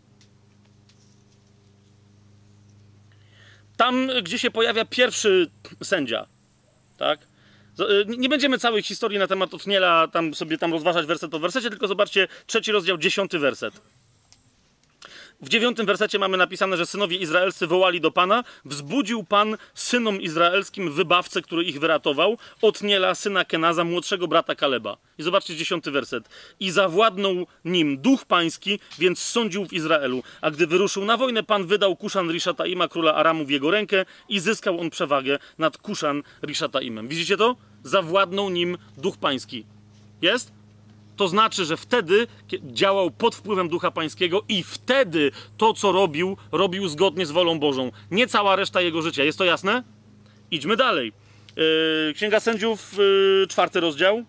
Tam, gdzie się pojawia pierwszy sędzia, tak? Nie będziemy całej historii na temat Otniela tam rozważać werset po wersecie, tylko zobaczcie 3 rozdział, 10 werset. W 9 wersecie mamy napisane, że synowie izraelscy wołali do Pana. Wzbudził Pan synom izraelskim wybawcę, który ich wyratował, Otniela, syna Kenaza, młodszego brata Kaleba. I zobaczcie 10 werset. I zawładnął nim Duch Pański, więc sądził w Izraelu. A gdy wyruszył na wojnę, Pan wydał Kuszan-Riszataima, króla Aramu, w jego rękę i zyskał on przewagę nad Kuszan-Riszataimem. Widzicie to? Zawładnął nim Duch Pański. Jest? To znaczy, że wtedy działał pod wpływem Ducha Pańskiego i wtedy to, co robił zgodnie z wolą Bożą. Nie cała reszta jego życia. Jest to jasne? Idźmy dalej. Księga Sędziów, 4 rozdział.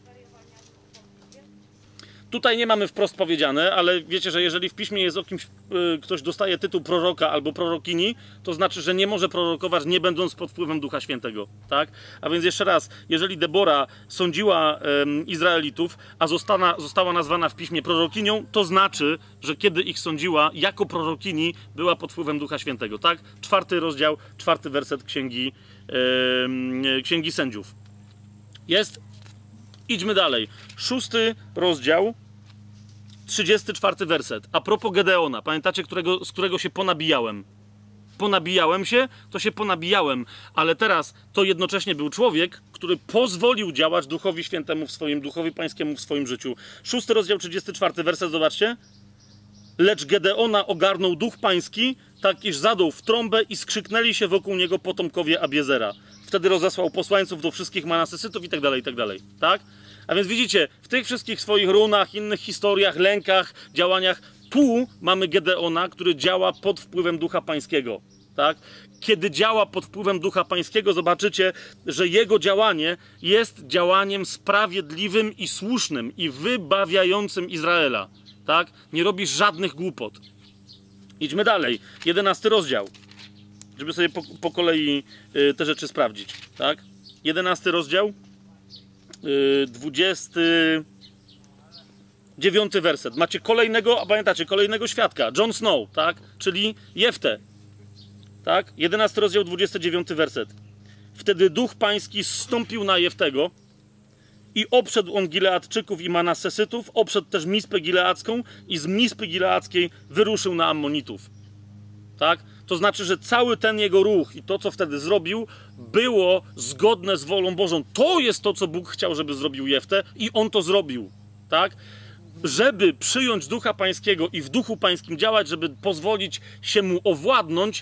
Tutaj nie mamy wprost powiedziane, ale wiecie, że jeżeli w piśmie jest o kimś, ktoś dostaje tytuł proroka albo prorokini, to znaczy, że nie może prorokować, nie będąc pod wpływem Ducha Świętego, tak? A więc jeszcze raz, jeżeli Debora sądziła Izraelitów, a została nazwana w piśmie prorokinią, to znaczy, że kiedy ich sądziła jako prorokini, była pod wpływem Ducha Świętego, tak? 4 rozdział, 4 werset Księgi Sędziów. Jest? Idźmy dalej. 6 rozdział, 34 werset. A propos Gedeona. Pamiętacie, z którego się ponabijałem? Ponabijałem się, to się ponabijałem. Ale teraz to jednocześnie był człowiek, który pozwolił działać Duchowi Świętemu Duchowi Pańskiemu w swoim życiu. 6 rozdział, 34 werset, zobaczcie. Lecz Gedeona ogarnął Duch Pański, tak iż zadął w trąbę i skrzyknęli się wokół niego potomkowie Abiezera. Wtedy rozesłał posłańców do wszystkich Manasesytów i tak dalej, tak? A więc widzicie, w tych wszystkich swoich runach, innych historiach, lękach, działaniach, tu mamy Gedeona, który działa pod wpływem Ducha Pańskiego, tak? Kiedy działa pod wpływem Ducha Pańskiego, zobaczycie, że jego działanie jest działaniem sprawiedliwym i słusznym i wybawiającym Izraela, tak? Nie robi żadnych głupot. Idźmy dalej. 11 rozdział. Żeby sobie po kolei te rzeczy sprawdzić, tak? 11 rozdział, 29 werset. Macie kolejnego, a pamiętacie, kolejnego świadka, Jon Snow, tak? Czyli Jeftę, tak? 11 rozdział, 29 werset. Wtedy Duch Pański zstąpił na Jeftego i obszedł on Gileadczyków i Manasesytów, obszedł też Mispę Gileacką i z Mispy Gileackiej wyruszył na Ammonitów, tak? To znaczy, że cały ten jego ruch i to, co wtedy zrobił, było zgodne z wolą Bożą. To jest to, co Bóg chciał, żeby zrobił Jeftę i on to zrobił, tak? żeby przyjąć Ducha Pańskiego i w Duchu Pańskim działać, żeby pozwolić się mu owładnąć,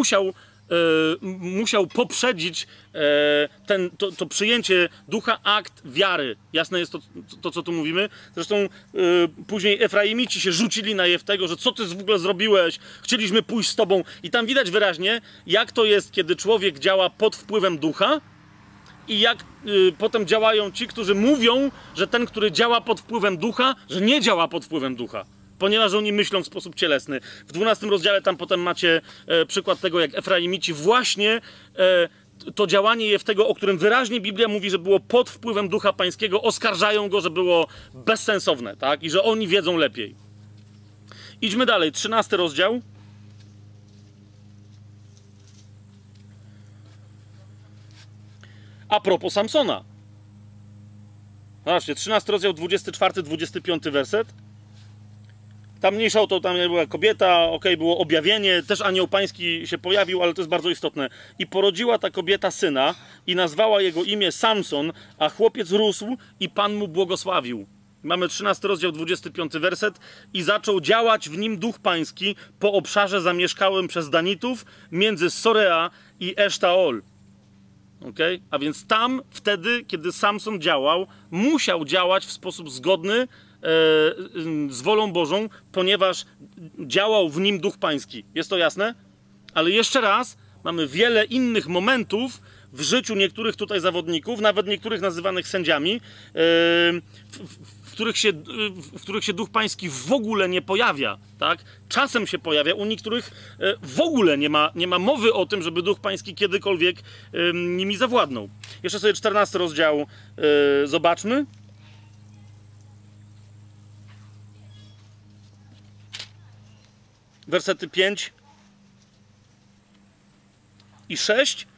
musiał poprzedzić to przyjęcie Ducha akt wiary. Jasne jest to, co tu mówimy? Zresztą później Efraimici się rzucili na Jeftego, że co ty w ogóle zrobiłeś? Chcieliśmy pójść z tobą. I tam widać wyraźnie, jak to jest, kiedy człowiek działa pod wpływem Ducha i jak potem działają ci, którzy mówią, że ten, który działa pod wpływem Ducha, że nie działa pod wpływem Ducha. Ponieważ oni myślą w sposób cielesny. W 12 rozdziale tam potem macie przykład tego, jak Efraimici właśnie to działanie Jeftego, o którym wyraźnie Biblia mówi, że było pod wpływem Ducha Pańskiego, oskarżają go, że było bezsensowne, tak? I że oni wiedzą lepiej. Idźmy dalej. 13 rozdział. A propos Samsona. Zobaczcie, 13 rozdział, 24-25 werset. Tam mniejsza o to, tam była kobieta, było objawienie, też anioł pański się pojawił, ale to jest bardzo istotne. I porodziła ta kobieta syna i nazwała jego imię Samson, a chłopiec rósł i Pan mu błogosławił. Mamy 13 rozdział, 25 werset. I zaczął działać w nim duch pański po obszarze zamieszkałym przez Danitów między Sorea i Esztaol. A więc tam wtedy, kiedy Samson działał, musiał działać w sposób zgodny z wolą Bożą, ponieważ działał w nim Duch Pański. Jest to jasne? Ale jeszcze raz, mamy wiele innych momentów w życiu niektórych tutaj zawodników, nawet niektórych nazywanych sędziami, w których się Duch Pański w ogóle nie pojawia. Tak? Czasem się pojawia, u niektórych w ogóle nie ma mowy o tym, żeby Duch Pański kiedykolwiek nimi zawładnął. Jeszcze sobie 14 rozdział zobaczmy. Wersety 5 i 6.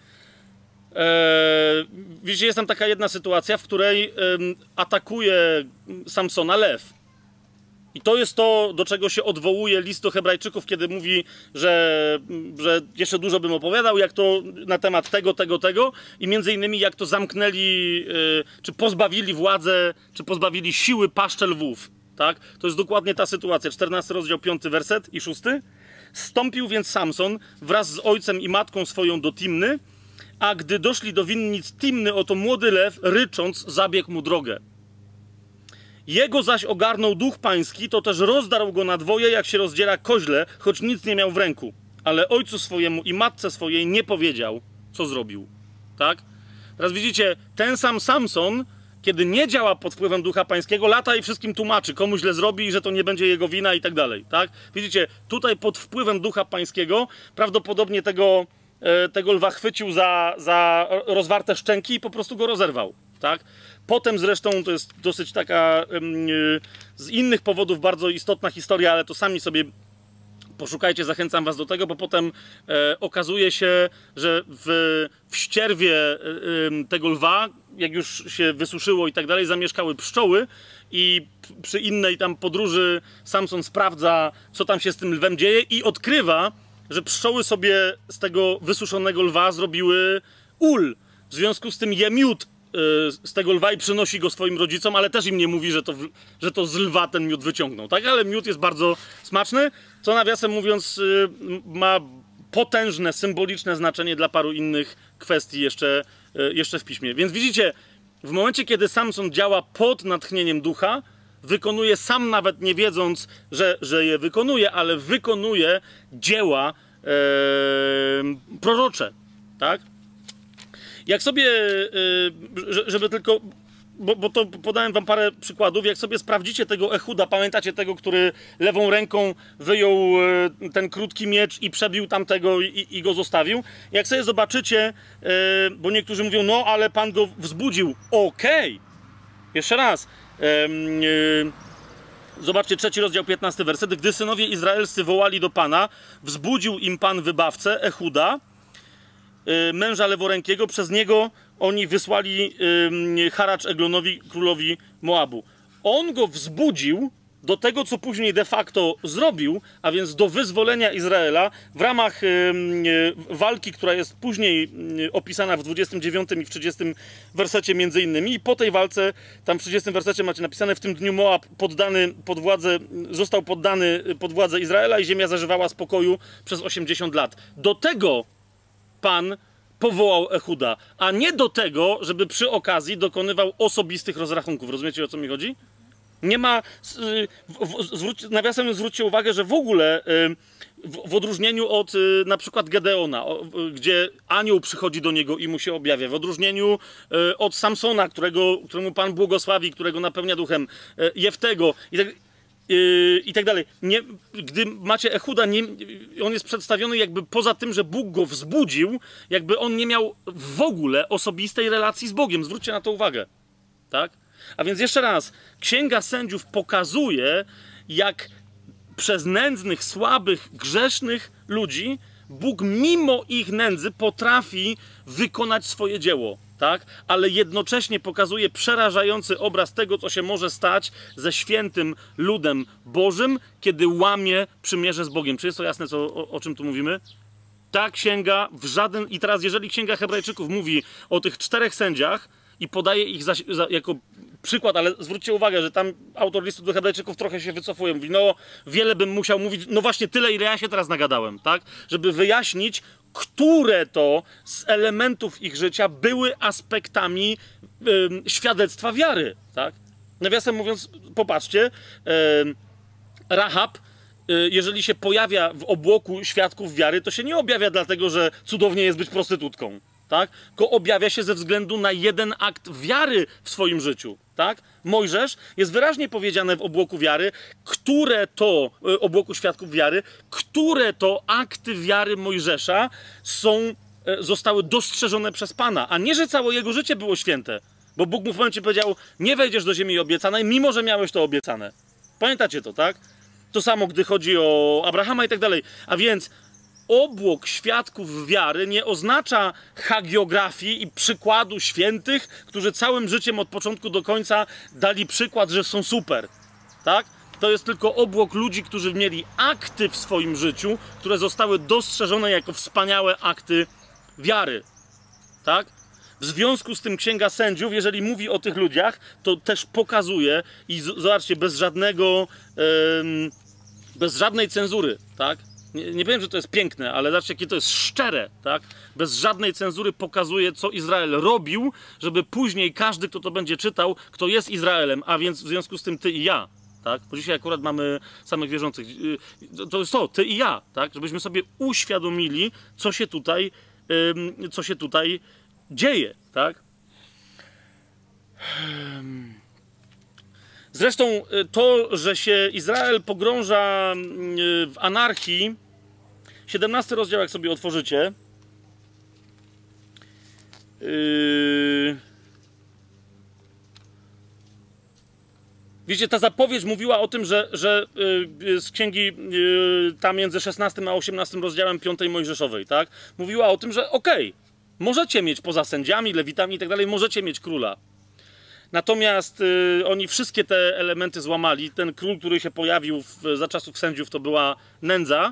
Widzicie, jest tam taka jedna sytuacja, w której atakuje Samsona lew. I to jest to, do czego się odwołuje list do Hebrajczyków, kiedy mówi, że jeszcze dużo bym opowiadał, jak to na temat tego i między innymi jak to zamknęli, czy pozbawili władzę, czy pozbawili siły paszcze lwów. Tak? To jest dokładnie ta sytuacja. 14 rozdział, 5 werset i 6. Stąpił więc Samson wraz z ojcem i matką swoją do Timny, a gdy doszli do winnic Timny, oto młody lew, rycząc, zabiegł mu drogę. Jego zaś ogarnął Duch Pański, to też rozdarł go na dwoje, jak się rozdziera koźle, choć nic nie miał w ręku. Ale ojcu swojemu i matce swojej nie powiedział, co zrobił. Tak? Teraz widzicie, ten sam Samson, kiedy nie działa pod wpływem Ducha Pańskiego, lata i wszystkim tłumaczy, komu źle zrobi i że to nie będzie jego wina i tak dalej. Tak? Widzicie, tutaj pod wpływem Ducha Pańskiego prawdopodobnie tego lwa chwycił za rozwarte szczęki i po prostu go rozerwał. Tak? Potem zresztą, to jest dosyć taka z innych powodów bardzo istotna historia, ale to sami sobie poszukajcie, zachęcam was do tego, bo potem okazuje się, że w ścierwie tego lwa, jak już się wysuszyło i tak dalej, zamieszkały pszczoły i przy innej tam podróży Samson sprawdza, co tam się z tym lwem dzieje i odkrywa, że pszczoły sobie z tego wysuszonego lwa zrobiły ul. W związku z tym je miód z tego lwa i przynosi go swoim rodzicom, ale też im nie mówi, że to z lwa ten miód wyciągnął. Tak? Ale miód jest bardzo smaczny, co nawiasem mówiąc ma potężne, symboliczne znaczenie dla paru innych kwestii jeszcze w piśmie. Więc widzicie, w momencie, kiedy Samson działa pod natchnieniem ducha, wykonuje sam nawet nie wiedząc, że je wykonuje, ale wykonuje dzieła prorocze. Tak? Jak sobie, żeby tylko, bo to podałem wam parę przykładów, jak sobie sprawdzicie tego Ehuda, pamiętacie tego, który lewą ręką wyjął ten krótki miecz i przebił tamtego i go zostawił. Jak sobie zobaczycie, bo niektórzy mówią, no ale Pan go wzbudził. Okej. Jeszcze raz. Zobaczcie, 3 rozdział, 15 werset. Gdy synowie izraelscy wołali do Pana, wzbudził im Pan wybawcę, Ehuda, męża leworękiego, przez niego oni wysłali haracz Eglonowi, królowi Moabu. On go wzbudził do tego, co później de facto zrobił, a więc do wyzwolenia Izraela w ramach walki, która jest później opisana w 29 i w 30 wersecie między innymi. I po tej walce, tam w 30 wersecie macie napisane: w tym dniu Moab został poddany pod władzę Izraela i ziemia zażywała spokoju przez 80 lat. Do tego Pan powołał Ehuda, a nie do tego, żeby przy okazji dokonywał osobistych rozrachunków. Rozumiecie, o co mi chodzi? Nie ma... Nawiasem zwróćcie uwagę, że w ogóle w odróżnieniu od na przykład Gedeona, gdzie anioł przychodzi do niego i mu się objawia, w odróżnieniu od Samsona, któremu Pan błogosławi, którego napełnia duchem, Jeftego i tak dalej. Gdy macie Ehuda, on jest przedstawiony jakby poza tym, że Bóg go wzbudził, jakby on nie miał w ogóle osobistej relacji z Bogiem. Zwróćcie na to uwagę. Tak? A więc jeszcze raz, Księga Sędziów pokazuje, jak przez nędznych, słabych, grzesznych ludzi Bóg mimo ich nędzy potrafi wykonać swoje dzieło. Tak? Ale jednocześnie pokazuje przerażający obraz tego, co się może stać ze świętym ludem Bożym, kiedy łamie przymierze z Bogiem. Czy jest to jasne, o czym tu mówimy? Ta księga I teraz, jeżeli Księga Hebrajczyków mówi o tych 4 sędziach i podaje ich jako przykład, ale zwróćcie uwagę, że tam autor listu do Hebrajczyków trochę się wycofuje. Mówi, no wiele bym musiał mówić, no właśnie tyle, ile ja się teraz nagadałem, tak? Żeby wyjaśnić, które to z elementów ich życia były aspektami świadectwa wiary, tak? Nawiasem mówiąc, popatrzcie, Rahab, jeżeli się pojawia w obłoku świadków wiary, to się nie objawia dlatego, że cudownie jest być prostytutką, tak? Tylko objawia się ze względu na jeden akt wiary w swoim życiu, tak? Mojżesz, jest wyraźnie powiedziane w obłoku wiary, obłoku świadków wiary, które to akty wiary Mojżesza zostały dostrzeżone przez Pana, a nie, że całe jego życie było święte, bo Bóg mu w momencie powiedział: nie wejdziesz do ziemi obiecanej, mimo że miałeś to obiecane. Pamiętacie to, tak? To samo, gdy chodzi o Abrahama i tak dalej. A więc obłok świadków wiary nie oznacza hagiografii i przykładu świętych, którzy całym życiem od początku do końca dali przykład, że są super, tak? To jest tylko obłok ludzi, którzy mieli akty w swoim życiu, które zostały dostrzeżone jako wspaniałe akty wiary, tak? W związku z tym Księga Sędziów, jeżeli mówi o tych ludziach, to też pokazuje i zobaczcie, bez żadnej cenzury, tak? Nie powiem, że to jest piękne, ale zobaczcie, jakie to jest szczere, tak? Bez żadnej cenzury pokazuje, co Izrael robił, żeby później każdy, kto to będzie czytał, kto jest Izraelem, a więc w związku z tym ty i ja, tak? Bo dzisiaj akurat mamy samych wierzących. To jest to, ty i ja, tak? Żebyśmy sobie uświadomili, co się tutaj dzieje, tak? Zresztą to, że się Izrael pogrąża w anarchii, 17 rozdział, jak sobie otworzycie, wiecie, ta zapowiedź mówiła o tym, że z księgi tam między 16 a 18 rozdziałem 5 Mojżeszowej, tak? Mówiła o tym, że okej, możecie mieć poza sędziami, lewitami i tak dalej, możecie mieć króla. Natomiast oni wszystkie te elementy złamali. Ten król, który się pojawił za czasów sędziów, to była nędza.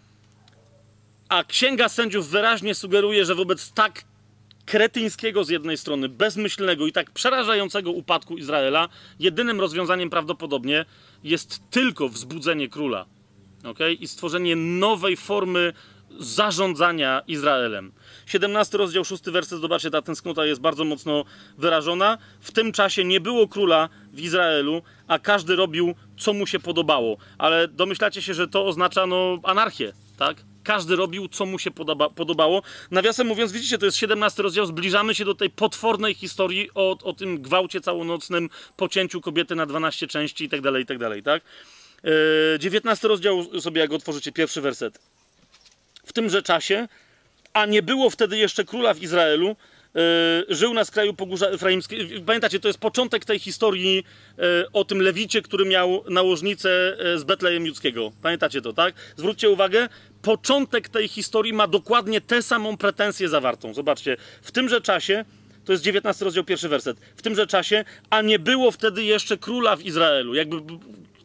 A Księga Sędziów wyraźnie sugeruje, że wobec tak kretyńskiego z jednej strony, bezmyślnego i tak przerażającego upadku Izraela, jedynym rozwiązaniem prawdopodobnie jest tylko wzbudzenie króla. Okay? I stworzenie nowej formy zarządzania Izraelem. 17 rozdział, 6 werset, zobaczcie, ta tęsknota jest bardzo mocno wyrażona. W tym czasie nie było króla w Izraelu, a każdy robił, co mu się podobało. Ale domyślacie się, że to oznacza anarchię, tak? Każdy robił, co mu się podobało. Nawiasem mówiąc, widzicie, to jest 17 rozdział, zbliżamy się do tej potwornej historii o tym gwałcie całonocnym, pocięciu kobiety na 12 części i tak dalej, tak? 19 rozdział sobie, jak otworzycie, pierwszy werset. W tymże czasie, a nie było wtedy jeszcze króla w Izraelu, żył na skraju Pogórza Efraimskiego. Pamiętacie, to jest początek tej historii o tym Lewicie, który miał nałożnicę z Betlejem Judzkiego. Pamiętacie to, tak? Zwróćcie uwagę, początek tej historii ma dokładnie tę samą pretensję zawartą. Zobaczcie, w tymże czasie, to jest 19 rozdział, pierwszy werset, w tymże czasie, a nie było wtedy jeszcze króla w Izraelu. Jakby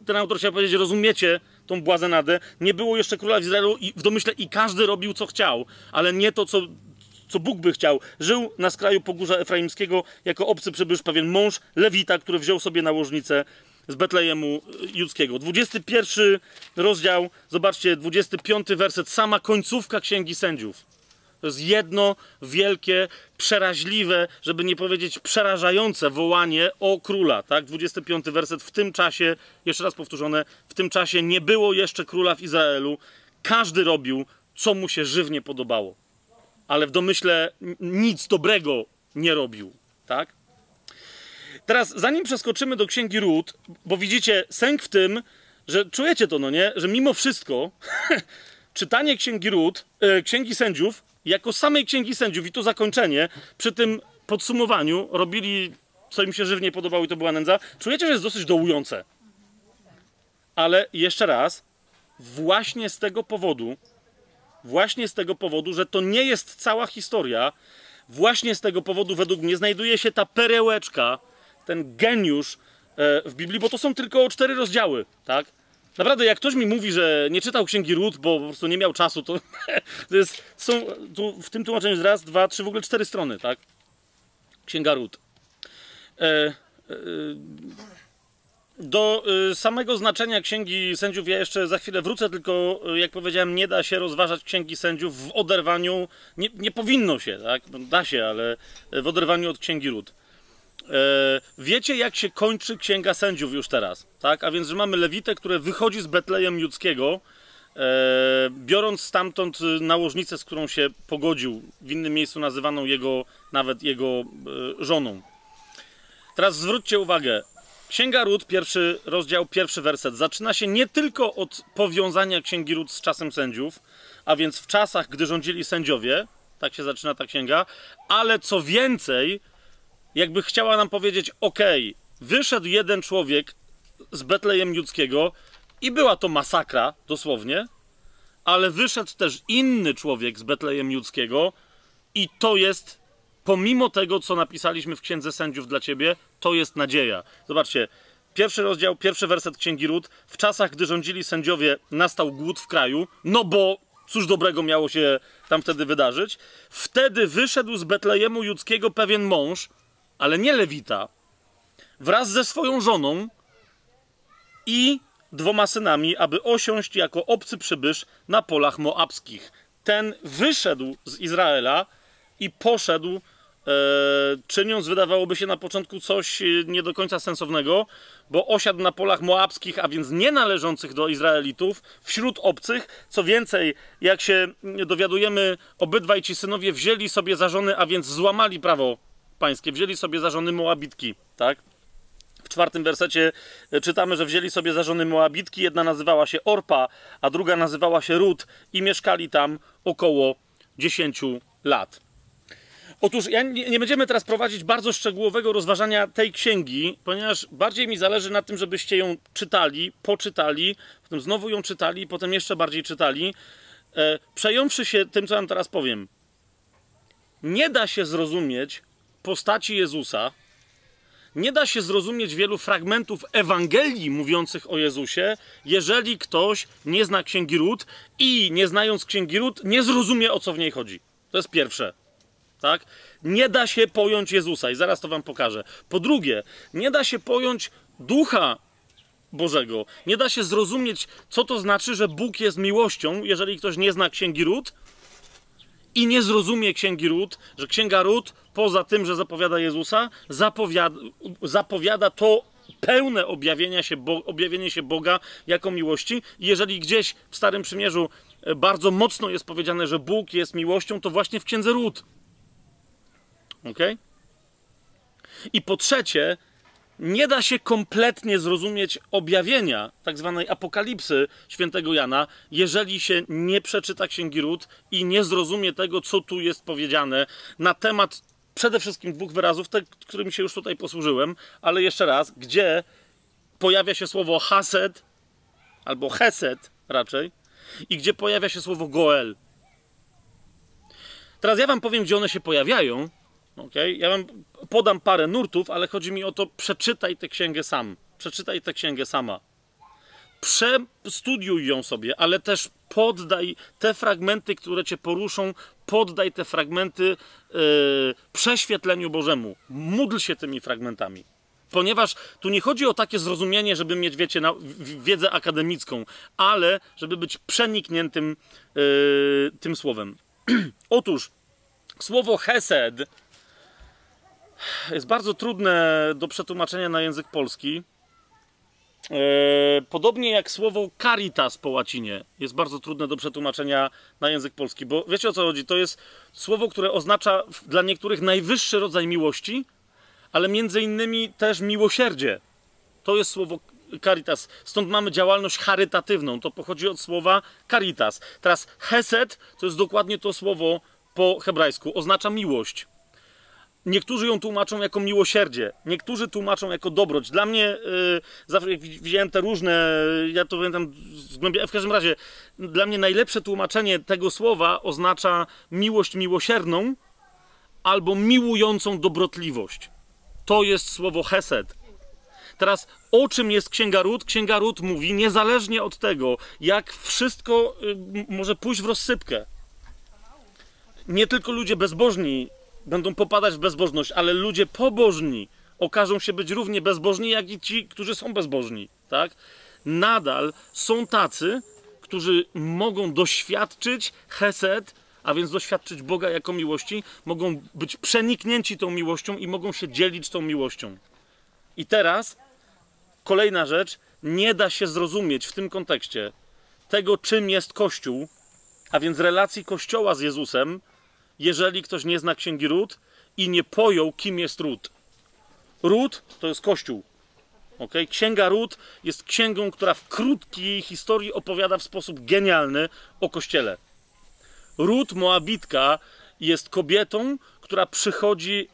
ten autor chciał powiedzieć, rozumiecie tą błazenadę, nie było jeszcze króla w Izraelu i w domyśle i każdy robił co chciał, ale nie to, co Bóg by chciał. Żył na skraju Pogórza Efraimskiego jako obcy przybysz pewien mąż Lewita, który wziął sobie nałożnicę z Betlejemu judzkiego. 21 rozdział, zobaczcie, 25 werset, sama końcówka Księgi Sędziów. To jest jedno wielkie, przeraźliwe, żeby nie powiedzieć przerażające wołanie o króla, tak? 25 werset, w tym czasie, jeszcze raz powtórzone, w tym czasie nie było jeszcze króla w Izraelu, każdy robił, co mu się żywnie podobało. Ale w domyśle nic dobrego nie robił, tak? Teraz, zanim przeskoczymy do Księgi Rut, bo widzicie sęk w tym, że czujecie to, no nie? Że mimo wszystko czytanie Księgi Rut, Księgi Sędziów, jako samej Księgi Sędziów i to zakończenie, przy tym podsumowaniu robili, co im się żywnie podobało i to była nędza, czujecie, że jest dosyć dołujące. Ale jeszcze raz, właśnie z tego powodu, że to nie jest cała historia, właśnie z tego powodu według mnie znajduje się ta perełeczka, ten geniusz w Biblii, bo to są tylko 4 rozdziały, tak? Naprawdę, jak ktoś mi mówi, że nie czytał Księgi Rut, bo po prostu nie miał czasu, to, są tu w tym tłumaczeniu jest 1, 2, 3, w ogóle 4 strony, tak? Księga Rut. Do samego znaczenia Księgi Sędziów ja jeszcze za chwilę wrócę, tylko jak powiedziałem, nie da się rozważać Księgi Sędziów w oderwaniu, nie powinno się, tak? Da się, ale w oderwaniu od Księgi Rut. Wiecie, jak się kończy Księga Sędziów już teraz, tak? A więc, że mamy Lewitę, który wychodzi z Betlejem Judzkiego, biorąc stamtąd nałożnicę, z którą się pogodził, w innym miejscu nazywaną nawet jego żoną. Teraz zwróćcie uwagę, Księga Rut, 1 rozdział, 1 werset, zaczyna się nie tylko od powiązania Księgi Rut z czasem sędziów, a więc w czasach, gdy rządzili sędziowie, tak się zaczyna ta księga, ale co więcej, jakby chciała nam powiedzieć, wyszedł jeden człowiek z Betlejem Judzkiego i była to masakra, dosłownie, ale wyszedł też inny człowiek z Betlejem Judzkiego i to jest, pomimo tego, co napisaliśmy w Księdze Sędziów dla ciebie, to jest nadzieja. Zobaczcie, 1 rozdział, 1 werset Księgi Rut. W czasach, gdy rządzili sędziowie, nastał głód w kraju, no bo cóż dobrego miało się tam wtedy wydarzyć. Wtedy wyszedł z Betlejemu Judzkiego pewien mąż, ale nie Lewita, wraz ze swoją żoną i 2 synami, aby osiąść jako obcy przybysz na polach moabskich. Ten wyszedł z Izraela i poszedł, czyniąc, wydawałoby się na początku coś nie do końca sensownego, bo osiadł na polach moabskich, a więc nie należących do Izraelitów, wśród obcych. Co więcej, jak się dowiadujemy, obydwaj ci synowie wzięli sobie za żony, a więc złamali prawo pańskie, wzięli sobie za żony Moabitki, tak? W 4 wersecie czytamy, że wzięli sobie za żony Moabitki, jedna nazywała się Orpa, a druga nazywała się Rut i mieszkali tam około 10 lat. Otóż nie będziemy teraz prowadzić bardzo szczegółowego rozważania tej księgi, ponieważ bardziej mi zależy na tym, żebyście ją czytali, poczytali, potem znowu ją czytali i potem jeszcze bardziej czytali, przejąwszy się tym, co wam teraz powiem. Nie da się zrozumieć postaci Jezusa, nie da się zrozumieć wielu fragmentów Ewangelii mówiących o Jezusie, jeżeli ktoś nie zna Księgi Rut i nie znając Księgi Rut nie zrozumie, o co w niej chodzi. To jest pierwsze. Tak? Nie da się pojąć Jezusa i zaraz to wam pokażę. Po drugie, nie da się pojąć Ducha Bożego. Nie da się zrozumieć, co to znaczy, że Bóg jest miłością, jeżeli ktoś nie zna Księgi Rut i nie zrozumie Księgi Rut, że Księga Rut, poza tym, że zapowiada Jezusa, zapowiada to pełne objawienie się Boga jako miłości. I jeżeli gdzieś w Starym Przymierzu bardzo mocno jest powiedziane, że Bóg jest miłością, to właśnie w Księdze Rut. I po trzecie, nie da się kompletnie zrozumieć objawienia, tak zwanej apokalipsy świętego Jana, jeżeli się nie przeczyta Księgi Rut i nie zrozumie tego, co tu jest powiedziane na temat przede wszystkim 2 wyrazów, te, którymi się już tutaj posłużyłem, ale jeszcze raz, gdzie pojawia się słowo hased, albo chesed raczej, i gdzie pojawia się słowo goel. Teraz ja wam powiem, gdzie one się pojawiają. Ja wam podam parę nurtów, ale chodzi mi o to, przeczytaj tę księgę sam. Przeczytaj tę księgę sama. Przestudiuj ją sobie, ale też poddaj te fragmenty, które cię poruszą, poddaj te fragmenty prześwietleniu Bożemu. Módl się tymi fragmentami. Ponieważ tu nie chodzi o takie zrozumienie, żeby mieć, wiecie, wiedzę akademicką, ale żeby być przenikniętym tym słowem. Otóż słowo chesed jest bardzo trudne do przetłumaczenia na język polski. Podobnie jak słowo caritas po łacinie jest bardzo trudne do przetłumaczenia na język polski, bo wiecie, o co chodzi? To jest słowo, które oznacza dla niektórych najwyższy rodzaj miłości, ale między innymi też miłosierdzie. To jest słowo caritas. Stąd mamy działalność charytatywną. To pochodzi od słowa caritas. Teraz chesed to jest dokładnie to słowo po hebrajsku. Oznacza miłość. Niektórzy ją tłumaczą jako miłosierdzie, niektórzy tłumaczą jako dobroć. Dla mnie, zawsze jak widziałem te różne, ja to pamiętam w każdym razie, dla mnie najlepsze tłumaczenie tego słowa oznacza miłość miłosierną albo miłującą dobrotliwość. To jest słowo chesed. Teraz o czym jest Księga Rut? Księga Rut mówi, niezależnie od tego, jak wszystko może pójść w rozsypkę. Nie tylko ludzie bezbożni będą popadać w bezbożność, ale ludzie pobożni okażą się być równie bezbożni, jak i ci, którzy są bezbożni, tak? Nadal są tacy, którzy mogą doświadczyć chesed, a więc doświadczyć Boga jako miłości, mogą być przeniknięci tą miłością i mogą się dzielić tą miłością. I teraz kolejna rzecz, nie da się zrozumieć w tym kontekście tego, czym jest Kościół, a więc relacji Kościoła z Jezusem, jeżeli ktoś nie zna Księgi Rut i nie pojął, kim jest Rut. Rut to jest Kościół. Okay? Księga Rut jest księgą, która w krótkiej historii opowiada w sposób genialny o Kościele. Rut, jest kobietą, która przychodzi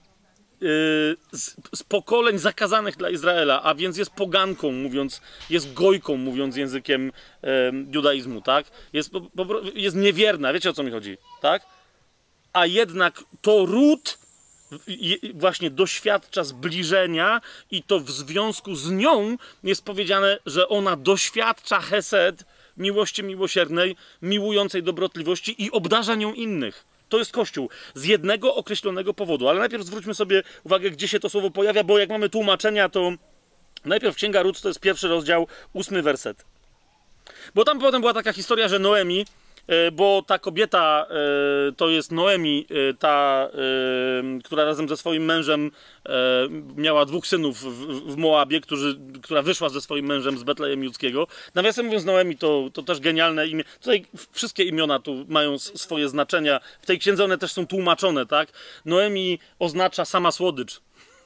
z pokoleń zakazanych dla Izraela, a więc jest poganką, jest gojką, mówiąc językiem judaizmu, tak? Jest niewierna, wiecie, o co mi chodzi, tak? A jednak to Rut właśnie doświadcza zbliżenia i to w związku z nią jest powiedziane, że ona doświadcza chesed, miłości miłosiernej, miłującej dobrotliwości i obdarza nią innych. To jest Kościół. Z jednego określonego powodu. Ale najpierw zwróćmy sobie uwagę, gdzie się to słowo pojawia, bo jak mamy tłumaczenia, to najpierw Księga Rut, to jest 1 rozdział, 8 werset. Bo tam potem była taka historia, że Noemi, bo ta kobieta to jest Noemi, która razem ze swoim mężem miała 2 synów w Moabie, która wyszła ze swoim mężem z Betlejem Judzkiego. Nawiasem mówiąc, Noemi to też genialne imię. Tutaj wszystkie imiona tu mają swoje znaczenia. W tej księdze one też są tłumaczone, tak? Noemi oznacza sama słodycz.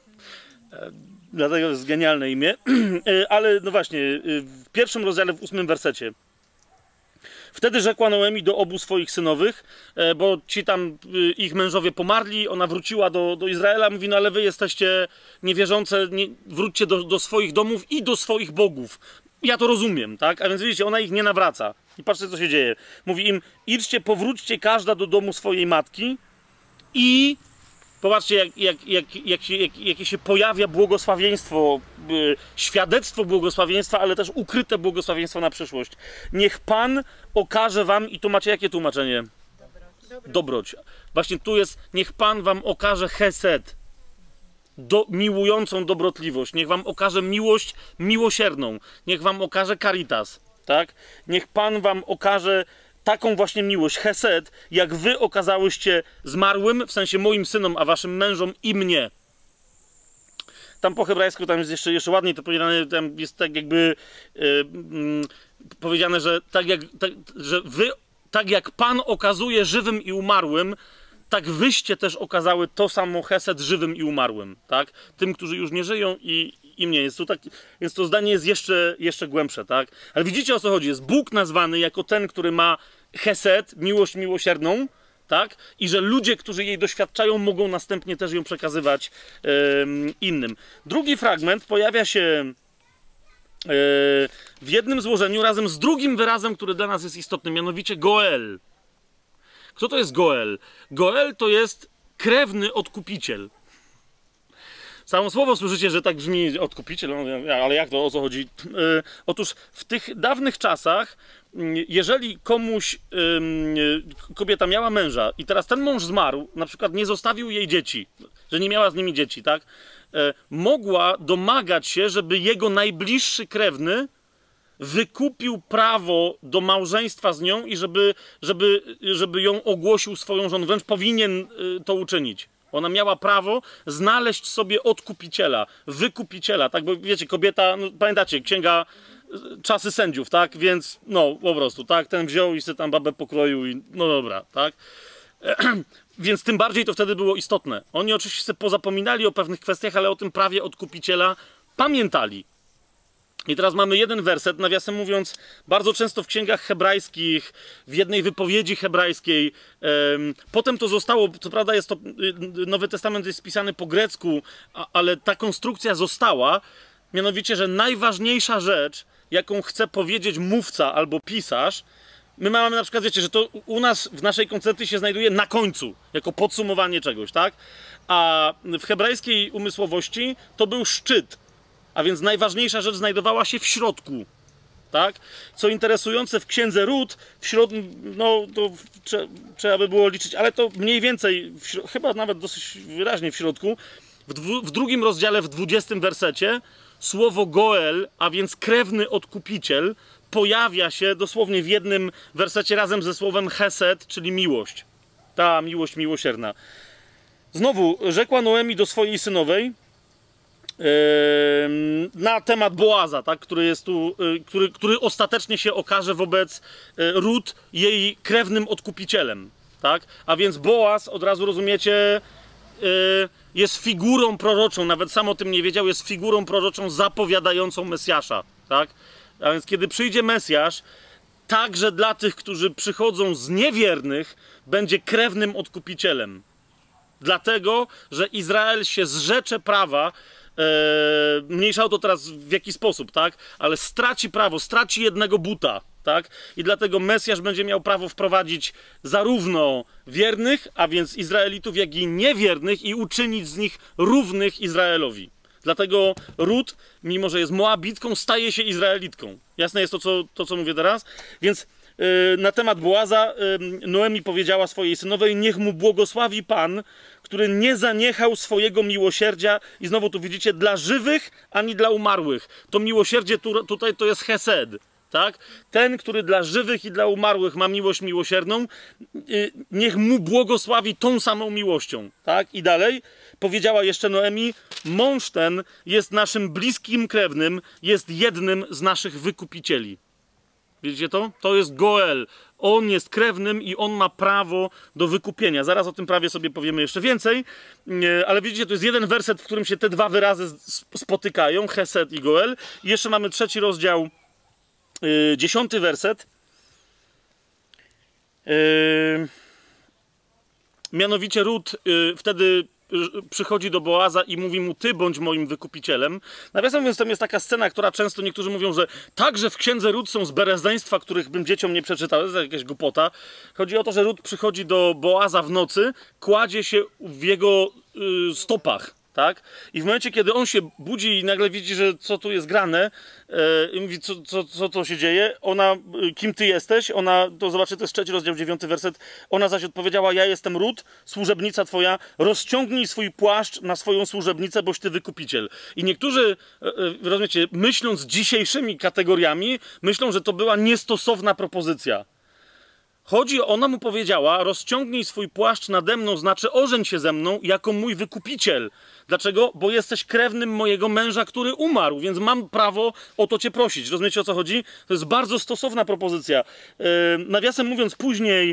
Dlatego jest genialne imię. Ale no właśnie, w 1 rozdziale, w 8 wersecie. Wtedy rzekła Noemi do obu swoich synowych, bo ci tam, ich mężowie pomarli, ona wróciła do Izraela, mówi, no ale wy jesteście niewierzące, wróćcie do swoich domów i do swoich bogów. Ja to rozumiem, tak? A więc widzicie, ona ich nie nawraca. I patrzcie, co się dzieje. Mówi im, idźcie, powróćcie każda do domu swojej matki i popatrzcie, jakie się pojawia błogosławieństwo, świadectwo błogosławieństwa, ale też ukryte błogosławieństwo na przyszłość. Niech Pan okaże wam, i tu macie jakie tłumaczenie? Dobroć. Właśnie tu jest, niech Pan wam okaże chesed, miłującą dobrotliwość. Niech wam okaże miłość miłosierną. Niech wam okaże caritas, tak? Niech Pan wam okaże taką właśnie miłość, chesed, jak wy okazałyście zmarłym, w sensie moim synom, a waszym mężom i mnie. Tam po hebrajsku tam jest jeszcze ładniej to powiedziane, tam jest tak jakby powiedziane, że że wy, tak jak Pan okazuje żywym i umarłym, tak wyście też okazały to samo chesed żywym i umarłym, tak? Tym, którzy już nie żyją i mnie. Więc to zdanie jest jeszcze głębsze, tak? Ale widzicie, o co chodzi? Jest Bóg nazwany jako ten, który ma chesed, miłość miłosierną, tak? I że ludzie, którzy jej doświadczają, mogą następnie też ją przekazywać innym. Drugi fragment pojawia się w jednym złożeniu razem z drugim wyrazem, który dla nas jest istotny, mianowicie Goel. Kto to jest Goel? Goel to jest krewny odkupiciel. Samo słowo słyszycie, że tak brzmi odkupiciel, no, ale jak to, o co chodzi? Otóż w tych dawnych czasach, jeżeli komuś kobieta miała męża i teraz ten mąż zmarł, na przykład nie zostawił jej dzieci, że nie miała z nimi dzieci, tak? Mogła domagać się, żeby jego najbliższy krewny wykupił prawo do małżeństwa z nią i żeby ją ogłosił swoją żoną. Wręcz powinien to uczynić. Ona miała prawo znaleźć sobie odkupiciela, wykupiciela, tak? Bo wiecie, kobieta, no, pamiętacie, księga Czasy Sędziów, tak? Więc, no, po prostu, tak? Ten wziął i sobie tam babę pokroił i no dobra, tak? Więc tym bardziej to wtedy było istotne. Oni oczywiście sobie pozapominali o pewnych kwestiach, ale o tym prawie odkupiciela pamiętali. I teraz mamy jeden werset, nawiasem mówiąc, bardzo często w księgach hebrajskich, w jednej wypowiedzi hebrajskiej. Potem to zostało, co prawda jest to, Nowy Testament jest spisany po grecku, ale ta konstrukcja została, mianowicie, że najważniejsza rzecz, jaką chce powiedzieć mówca albo pisarz, my mamy na przykład, wiecie, że to u nas w naszej koncepcji się znajduje na końcu, jako podsumowanie czegoś, tak? A w hebrajskiej umysłowości to był szczyt. A więc najważniejsza rzecz znajdowała się w środku, tak? Co interesujące, w księdze Rut, w środku, no to trzeba by było liczyć, ale to mniej więcej, chyba nawet dosyć wyraźnie w środku, w drugim rozdziale, w 20 wersecie, słowo Goel, a więc krewny odkupiciel, pojawia się dosłownie w jednym wersecie razem ze słowem Chesed, czyli miłość. Ta miłość miłosierna. Znowu, rzekła Noemi do swojej synowej, na temat Boaza, tak, który jest tu, który ostatecznie się okaże wobec Rut jej krewnym odkupicielem, tak? A więc Boaz, od razu rozumiecie, jest figurą proroczą, nawet sam o tym nie wiedział, jest figurą proroczą zapowiadającą Mesjasza, tak? A więc kiedy przyjdzie Mesjasz, także dla tych, którzy przychodzą z niewiernych, będzie krewnym odkupicielem. Dlatego, że Izrael się zrzecze prawa, mniejsza o to teraz w jaki sposób, tak? Ale straci prawo, straci jednego buta, tak? I dlatego Mesjasz będzie miał prawo wprowadzić zarówno wiernych, a więc Izraelitów, jak i niewiernych i uczynić z nich równych Izraelowi. Dlatego Rut, mimo że jest Moabitką, staje się Izraelitką. Jasne jest to, co mówię teraz? Więc na temat Boaza Noemi powiedziała swojej synowej: niech mu błogosławi Pan, który nie zaniechał swojego miłosierdzia, i znowu tu widzicie, dla żywych, ani dla umarłych. To miłosierdzie tutaj to jest Chesed, tak? Ten, który dla żywych i dla umarłych ma miłość miłosierną, niech mu błogosławi tą samą miłością, tak? I dalej powiedziała jeszcze Noemi: mąż ten jest naszym bliskim krewnym, jest jednym z naszych wykupicieli. Widzicie to? To jest Goel. On jest krewnym i on ma prawo do wykupienia. Zaraz o tym prawie sobie powiemy jeszcze więcej, ale widzicie, to jest jeden werset, w którym się te dwa wyrazy spotykają, Chesed i Goel. I jeszcze mamy 3 rozdział, 10 werset. Mianowicie Rut wtedy przychodzi do Boaza i mówi mu: ty bądź moim wykupicielem. Nawiasem mówiąc, tam jest taka scena, która często niektórzy mówią, że także w księdze Rut są zberezdeństwa, których bym dzieciom nie przeczytał. To jest jakaś głupota. Chodzi o to, że Rut przychodzi do Boaza w nocy, kładzie się w jego stopach, tak? I w momencie, kiedy on się budzi i nagle widzi, że co tu jest grane, i mówi, co to się dzieje, ona: kim ty jesteś? Ona, to zobaczcie, to jest 3 rozdział, 9 werset. Ona zaś odpowiedziała: ja jestem Rut, służebnica twoja, rozciągnij swój płaszcz na swoją służebnicę, boś ty wykupiciel. I niektórzy, rozumiecie, myśląc dzisiejszymi kategoriami, myślą, że to była niestosowna propozycja. Ona mu powiedziała: rozciągnij swój płaszcz nade mną, znaczy ożeń się ze mną jako mój wykupiciel. Dlaczego? Bo jesteś krewnym mojego męża, który umarł, więc mam prawo o to cię prosić. Rozumiecie, o co chodzi? To jest bardzo stosowna propozycja. Nawiasem mówiąc, później,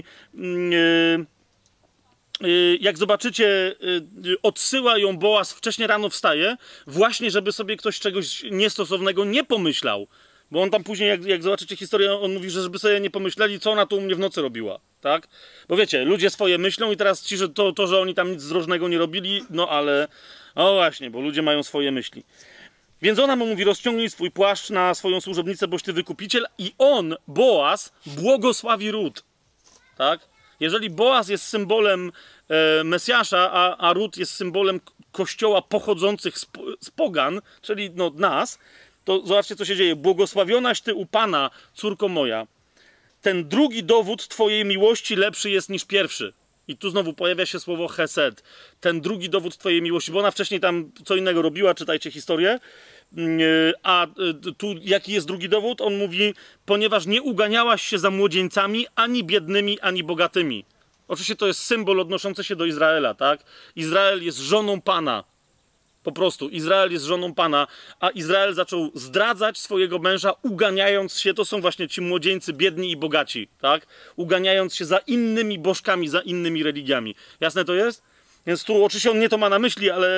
jak zobaczycie, odsyła ją Boaz, wcześnie rano wstaje, właśnie żeby sobie ktoś czegoś niestosownego nie pomyślał. Bo on tam później, jak zobaczycie historię, on mówi, że żeby sobie nie pomyśleli, co ona tu u mnie w nocy robiła, tak? Bo wiecie, ludzie swoje myślą i teraz ci, że to, że oni tam nic zdrożnego nie robili, no ale... O właśnie, bo ludzie mają swoje myśli. Więc ona mu mówi: rozciągnij swój płaszcz na swoją służebnicę, boś ty wykupiciel. I on, Boaz, błogosławi Rut, tak? Jeżeli Boaz jest symbolem Mesjasza, a Rut jest symbolem kościoła pochodzących z pogan, czyli no nas, to zobaczcie, co się dzieje. Błogosławionaś ty u Pana, córko moja. Ten drugi dowód twojej miłości lepszy jest niż pierwszy. I tu znowu pojawia się słowo chesed. Ten drugi dowód twojej miłości, bo ona wcześniej tam co innego robiła, czytajcie historię. A tu jaki jest drugi dowód? On mówi, ponieważ nie uganiałaś się za młodzieńcami, ani biednymi, ani bogatymi. Oczywiście to jest symbol odnoszący się do Izraela, tak? Izrael jest żoną Pana. Po prostu. Izrael jest żoną Pana, a Izrael zaczął zdradzać swojego męża, uganiając się, to są właśnie ci młodzieńcy biedni i bogaci, tak? Uganiając się za innymi bożkami, za innymi religiami. Jasne to jest? Więc tu oczywiście on nie to ma na myśli, ale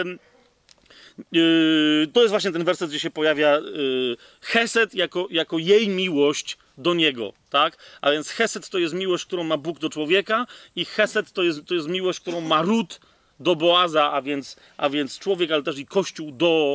to jest właśnie ten werset, gdzie się pojawia chesed jako jej miłość do niego, tak? A więc chesed to jest miłość, którą ma Bóg do człowieka i chesed to jest miłość, którą ma Rut do Boaza, a więc człowiek, ale też i Kościół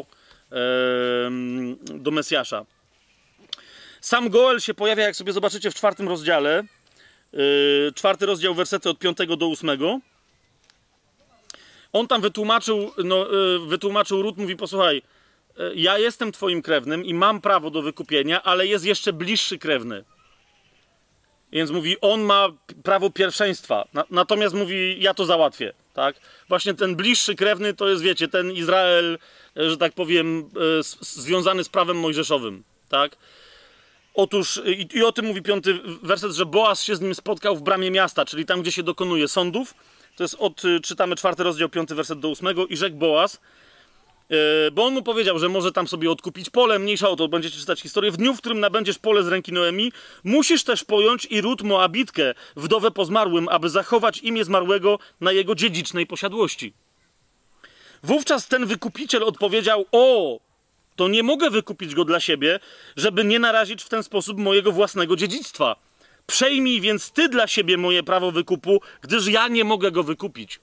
do Mesjasza. Sam Goel się pojawia, jak sobie zobaczycie, w 4 rozdziale. 4 rozdział, wersety od 5 do 8. On tam wytłumaczył Rut, mówi, posłuchaj, ja jestem twoim krewnym i mam prawo do wykupienia, ale jest jeszcze bliższy krewny. Więc mówi, on ma prawo pierwszeństwa. Natomiast mówi, ja to załatwię. Tak? Właśnie ten bliższy krewny to jest, wiecie, ten Izrael, że tak powiem, związany z prawem mojżeszowym. Tak? Otóż, i o tym mówi 5 werset, że Boaz się z nim spotkał w bramie miasta, czyli tam, gdzie się dokonuje sądów. To jest czytamy 4 rozdział, 5 werset do 8. I rzekł Boaz, bo on mu powiedział, że może tam sobie odkupić pole, mniejsza o to, będziecie czytać historię. W dniu, w którym nabędziesz pole z ręki Noemi, musisz też pojąć i Rut Moabitkę, wdowę po zmarłym, aby zachować imię zmarłego na jego dziedzicznej posiadłości. Wówczas ten wykupiciel odpowiedział, to nie mogę wykupić go dla siebie, żeby nie narazić w ten sposób mojego własnego dziedzictwa. Przejmij więc ty dla siebie moje prawo wykupu, gdyż ja nie mogę go wykupić.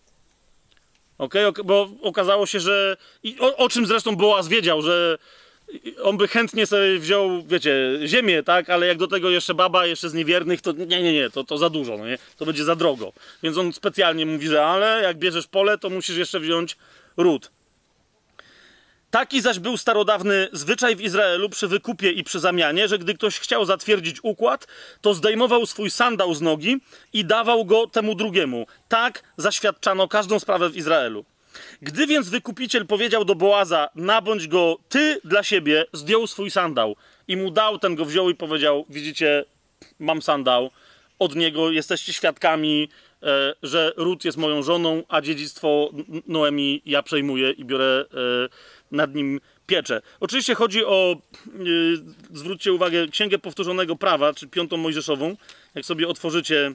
Bo okazało się, że... O czym zresztą Boaz wiedział, że on by chętnie sobie wziął, wiecie, ziemię, tak? Ale jak do tego jeszcze baba, jeszcze z niewiernych, to nie, to za dużo, no nie? To będzie za drogo. Więc on specjalnie mówi, że ale jak bierzesz pole, to musisz jeszcze wziąć Rut. Taki zaś był starodawny zwyczaj w Izraelu przy wykupie i przy zamianie, że gdy ktoś chciał zatwierdzić układ, to zdejmował swój sandał z nogi i dawał go temu drugiemu. Tak zaświadczano każdą sprawę w Izraelu. Gdy więc wykupiciel powiedział do Boaza, nabądź go ty dla siebie, zdjął swój sandał i mu dał, ten go wziął i powiedział, widzicie, mam sandał, od niego jesteście świadkami, że Rut jest moją żoną, a dziedzictwo Noemi ja przejmuję i biorę nad nim pieczę. Oczywiście chodzi o, zwróćcie uwagę, Księgę Powtórzonego Prawa, czy 5 Mojżeszową. Jak sobie otworzycie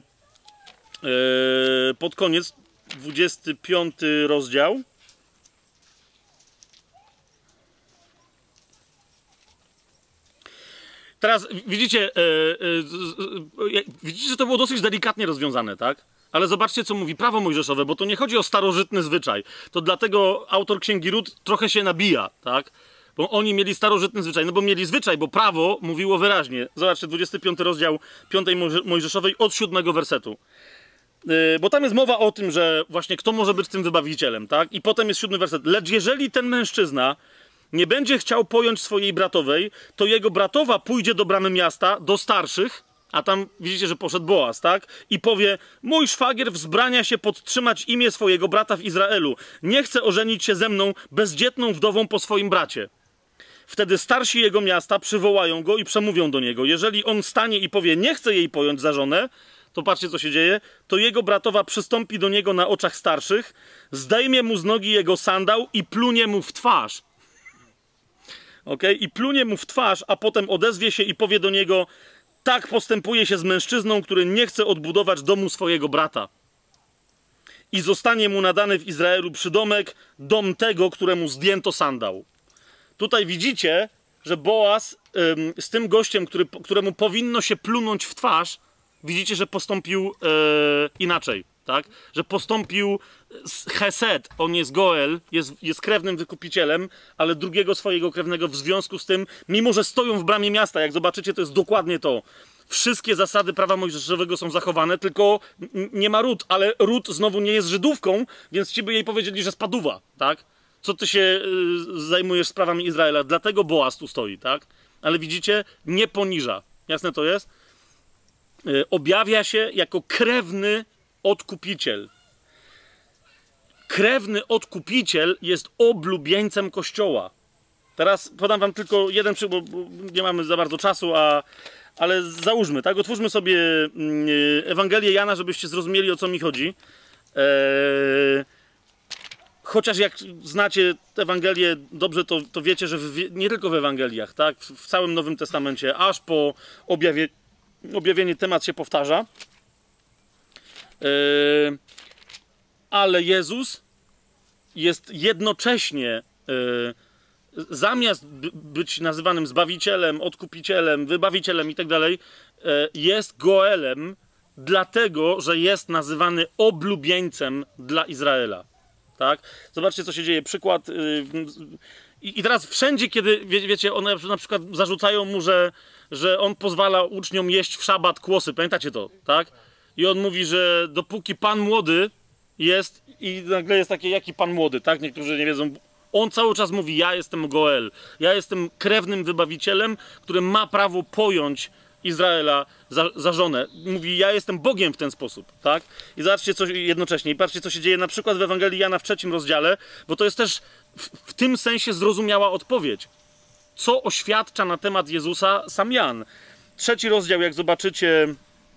pod koniec, 25 rozdział. Teraz widzicie, że to było dosyć delikatnie rozwiązane, tak? Ale zobaczcie, co mówi prawo mojżeszowe, bo to nie chodzi o starożytny zwyczaj. To dlatego autor Księgi Rut trochę się nabija, tak? Bo oni mieli starożytny zwyczaj. No bo mieli zwyczaj, bo prawo mówiło wyraźnie. Zobaczcie, 25 rozdział 5 Mojżeszowej od 7 wersetu. Bo tam jest mowa o tym, że właśnie kto może być tym wybawicielem, tak? I potem jest 7 werset. Lecz jeżeli ten mężczyzna nie będzie chciał pojąć swojej bratowej, to jego bratowa pójdzie do bramy miasta, do starszych, a tam widzicie, że poszedł Boaz, tak? I powie, mój szwagier wzbrania się podtrzymać imię swojego brata w Izraelu. Nie chce ożenić się ze mną bezdzietną wdową po swoim bracie. Wtedy starsi jego miasta przywołają go i przemówią do niego. Jeżeli on stanie i powie, nie chce jej pojąć za żonę, to patrzcie, co się dzieje, to jego bratowa przystąpi do niego na oczach starszych, zdejmie mu z nogi jego sandał i plunie mu w twarz. I plunie mu w twarz, a potem odezwie się i powie do niego, tak postępuje się z mężczyzną, który nie chce odbudować domu swojego brata. I zostanie mu nadany w Izraelu przydomek, dom tego, któremu zdjęto sandał. Tutaj widzicie, że Boaz z tym gościem, któremu powinno się plunąć w twarz, widzicie, że postąpił inaczej, tak? Że postąpił z chesed, on jest Goel, jest krewnym wykupicielem, ale drugiego swojego krewnego w związku z tym, mimo że stoją w bramie miasta, jak zobaczycie, to jest dokładnie to. Wszystkie zasady prawa mojżeszowego są zachowane, tylko nie ma Rut, ale Rut znowu nie jest Żydówką, więc ci by jej powiedzieli, że spaduwa, tak? co ty się zajmujesz sprawami Izraela? Dlatego Boaz tu stoi, tak? Ale widzicie, nie poniża. Jasne to jest? Objawia się jako krewny odkupiciel. Krewny odkupiciel jest oblubieńcem Kościoła. Teraz podam wam tylko jeden przykład, bo nie mamy za bardzo czasu, ale załóżmy, tak? Otwórzmy sobie Ewangelię Jana, żebyście zrozumieli, o co mi chodzi. Chociaż jak znacie Ewangelię dobrze, to wiecie, że nie tylko w Ewangeliach, tak? W całym Nowym Testamencie, aż po objawienie temat się powtarza. Ale Jezus jest jednocześnie, zamiast być nazywanym Zbawicielem, Odkupicielem, Wybawicielem i tak dalej, jest Goelem, dlatego, że jest nazywany oblubieńcem dla Izraela. Tak? Zobaczcie, co się dzieje. Przykład. I teraz wszędzie, kiedy, wiecie, one na przykład zarzucają mu, że on pozwala uczniom jeść w szabat kłosy. Pamiętacie to, tak? I on mówi, że dopóki pan młody jest, i nagle jest takie, jaki pan młody, tak? Niektórzy nie wiedzą. On cały czas mówi, ja jestem Goel. Ja jestem krewnym wybawicielem, który ma prawo pojąć Izraela za żonę. Mówi, ja jestem Bogiem w ten sposób, tak? I zobaczcie, co jednocześnie. I patrzcie, co się dzieje na przykład w Ewangelii Jana w 3 rozdziale, bo to jest też w tym sensie zrozumiała odpowiedź. Co oświadcza na temat Jezusa sam Jan. 3 rozdział, jak zobaczycie,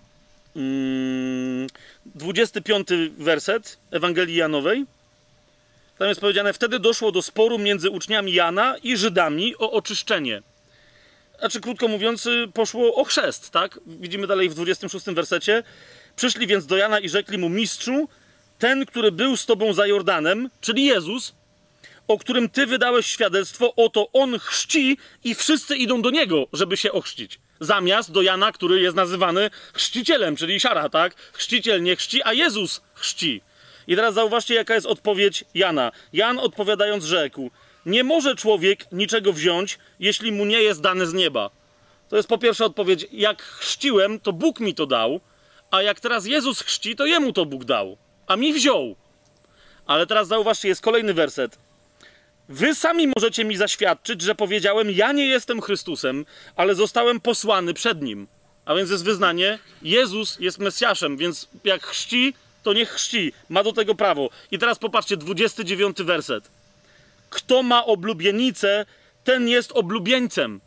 25 werset Ewangelii Janowej. Tam jest powiedziane, wtedy doszło do sporu między uczniami Jana i Żydami o oczyszczenie. Znaczy, krótko mówiąc, poszło o chrzest, tak? Widzimy dalej w 26 wersecie. Przyszli więc do Jana i rzekli mu, mistrzu, ten, który był z tobą za Jordanem, czyli Jezus, o którym ty wydałeś świadectwo, oto on chrzci i wszyscy idą do niego, żeby się ochrzcić. Zamiast do Jana, który jest nazywany chrzcicielem, czyli siara, tak? Chrzciciel nie chrzci, a Jezus chrzci. I teraz zauważcie, jaka jest odpowiedź Jana. Jan odpowiadając rzekł, nie może człowiek niczego wziąć, jeśli mu nie jest dane z nieba. To jest po pierwsze odpowiedź, jak chrzciłem, to Bóg mi to dał, a jak teraz Jezus chrzci, to jemu to Bóg dał, a mi wziął. Ale teraz zauważcie, jest kolejny werset. Wy sami możecie mi zaświadczyć, że powiedziałem, ja nie jestem Chrystusem, ale zostałem posłany przed Nim. A więc jest wyznanie, Jezus jest Mesjaszem, więc jak chrzci, to niech chrzci. Ma do tego prawo. I teraz popatrzcie, 29 werset. Kto ma oblubienicę, ten jest oblubieńcem.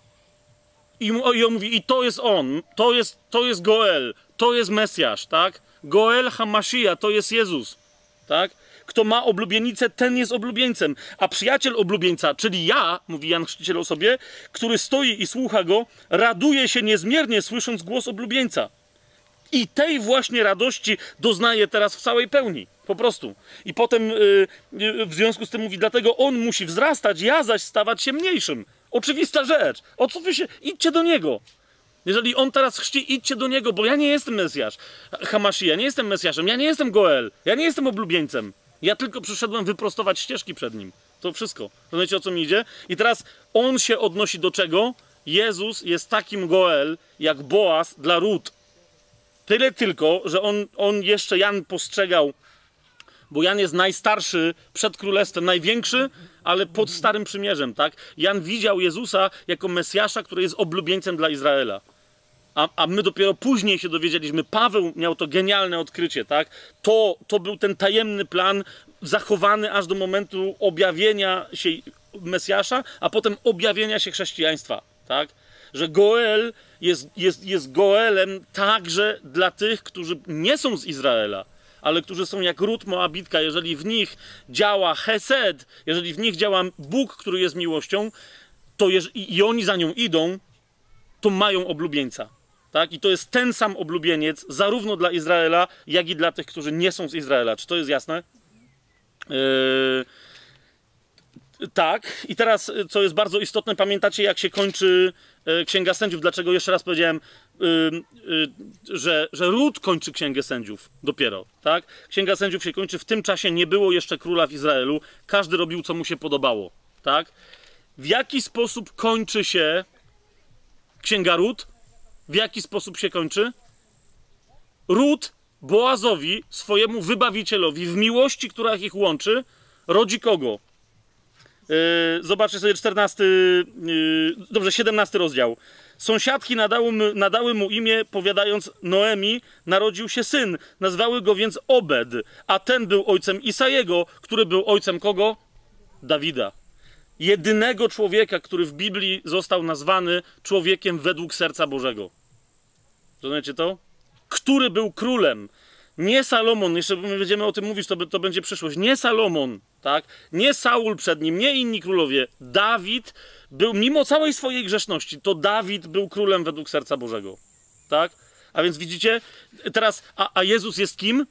I on mówi, i to jest on, to jest Goel, to jest Mesjasz, tak? Goel HaMashiach, to jest Jezus, tak? Kto ma oblubienicę, ten jest oblubieńcem. A przyjaciel oblubieńca, czyli ja, mówi Jan Chrzciciel o sobie, który stoi i słucha go, raduje się niezmiernie, słysząc głos oblubieńca. I tej właśnie radości doznaje teraz w całej pełni. Po prostu. I potem w związku z tym mówi, dlatego on musi wzrastać, ja zaś stawać się mniejszym. Oczywista rzecz. O co wy się... Idźcie do niego. Jeżeli on teraz chrzci, idźcie do niego, bo ja nie jestem Mesjasz. Hamashi, ja nie jestem Mesjaszem, ja nie jestem Goel, ja nie jestem oblubieńcem. Ja tylko przyszedłem wyprostować ścieżki przed nim. To wszystko. Rozumiecie, o co mi idzie? I teraz on się odnosi do czego? Jezus jest takim Goel, jak Boaz dla Rut. Tyle tylko, że on jeszcze, Jan postrzegał, bo Jan jest najstarszy przed królestwem, największy, ale pod Starym Przymierzem, tak? Jan widział Jezusa jako Mesjasza, który jest oblubieńcem dla Izraela. A my dopiero później się dowiedzieliśmy, Paweł miał to genialne odkrycie, tak? To był ten tajemny plan zachowany aż do momentu objawienia się Mesjasza, a potem objawienia się chrześcijaństwa, tak? Że Goel jest Goelem także dla tych, którzy nie są z Izraela, ale którzy są jak Rut Moabitka. Jeżeli w nich działa Hesed, jeżeli w nich działa Bóg, który jest miłością, to i oni za nią idą, to mają oblubieńca. Tak? I to jest ten sam oblubieniec zarówno dla Izraela, jak i dla tych, którzy nie są z Izraela. Czy to jest jasne? Tak. I teraz, co jest bardzo istotne, pamiętacie, jak się kończy Księga Sędziów? Dlaczego jeszcze raz powiedziałem, że Rut kończy Księgę Sędziów dopiero, tak? Księga Sędziów się kończy, w tym czasie nie było jeszcze króla w Izraelu, każdy robił, co mu się podobało, tak? W jaki sposób kończy się Księga Rut? W jaki sposób się kończy? Rut Boazowi, swojemu wybawicielowi, w miłości, która ich łączy, rodzi kogo? Zobaczcie sobie 17 rozdział. Sąsiadki nadały mu imię, powiadając: Noemi narodził się syn. Nazwały go więc Obed, a ten był ojcem Isajego, który był ojcem kogo? Dawida. Jedynego człowieka, który w Biblii został nazwany człowiekiem według serca Bożego. Rozumiecie to? Który był królem. Nie Salomon, jeszcze my będziemy o tym mówić, to będzie przyszłość. Nie Salomon, tak? Nie Saul przed nim, nie inni królowie. Dawid był, mimo całej swojej grzeszności, to Dawid był królem według serca Bożego. Tak? A więc widzicie, teraz, a Jezus jest kim?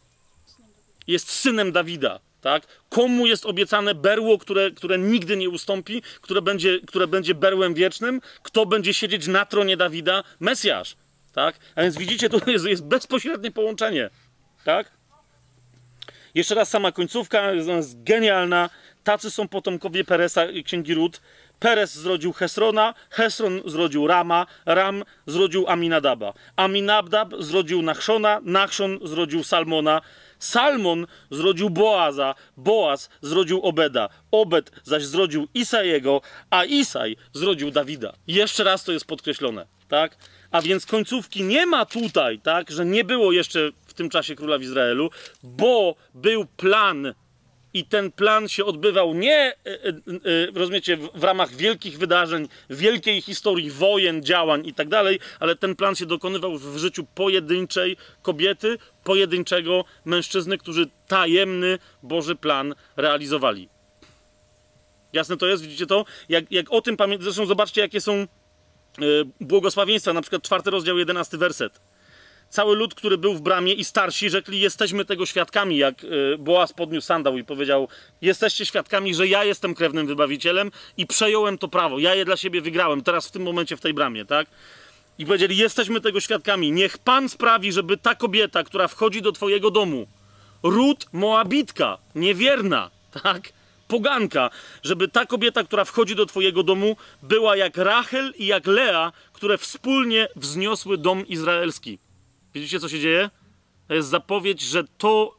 Jest synem Dawida. Tak? Komu jest obiecane berło, które nigdy nie ustąpi, które będzie berłem wiecznym? Kto będzie siedzieć na tronie Dawida? Mesjasz. Tak? A więc widzicie, to jest bezpośrednie połączenie. Tak? Jeszcze raz sama końcówka, jest genialna. Tacy są potomkowie Peresa i księgi Rut. Perez zrodził Hesrona, Hesron zrodził Rama, Ram zrodził Aminadaba. Aminadab zrodził Nachszona, Nachszon zrodził Salmona, Salmon zrodził Boaza, Boaz zrodził Obeda, Obed zaś zrodził Isajego, a Isaj zrodził Dawida. Jeszcze raz to jest podkreślone, tak? A więc końcówki nie ma tutaj, tak? Że nie było jeszcze w tym czasie króla w Izraelu, bo był plan. I ten plan się odbywał nie, rozumiecie, w ramach wielkich wydarzeń, wielkiej historii, wojen, działań i tak dalej, ale ten plan się dokonywał w życiu pojedynczej kobiety, pojedynczego mężczyzny, którzy tajemny Boży plan realizowali. Jasne to jest? Widzicie to? Jak o tym pamiętacie, zresztą zobaczcie, jakie są błogosławieństwa, na przykład 4 rozdział, 11 werset. Cały lud, który był w bramie i starsi rzekli: jesteśmy tego świadkami, jak Boaz podniósł sandał i powiedział: jesteście świadkami, że ja jestem krewnym wybawicielem i przejąłem to prawo, ja je dla siebie wygrałem, teraz w tym momencie w tej bramie, tak? I powiedzieli: jesteśmy tego świadkami, niech Pan sprawi, żeby ta kobieta, która wchodzi do twojego domu, Rut Moabitka, niewierna, tak? Poganka, żeby ta kobieta, która wchodzi do twojego domu, była jak Rachel i jak Lea, które wspólnie wzniosły dom izraelski. Widzicie, co się dzieje? To jest zapowiedź, że to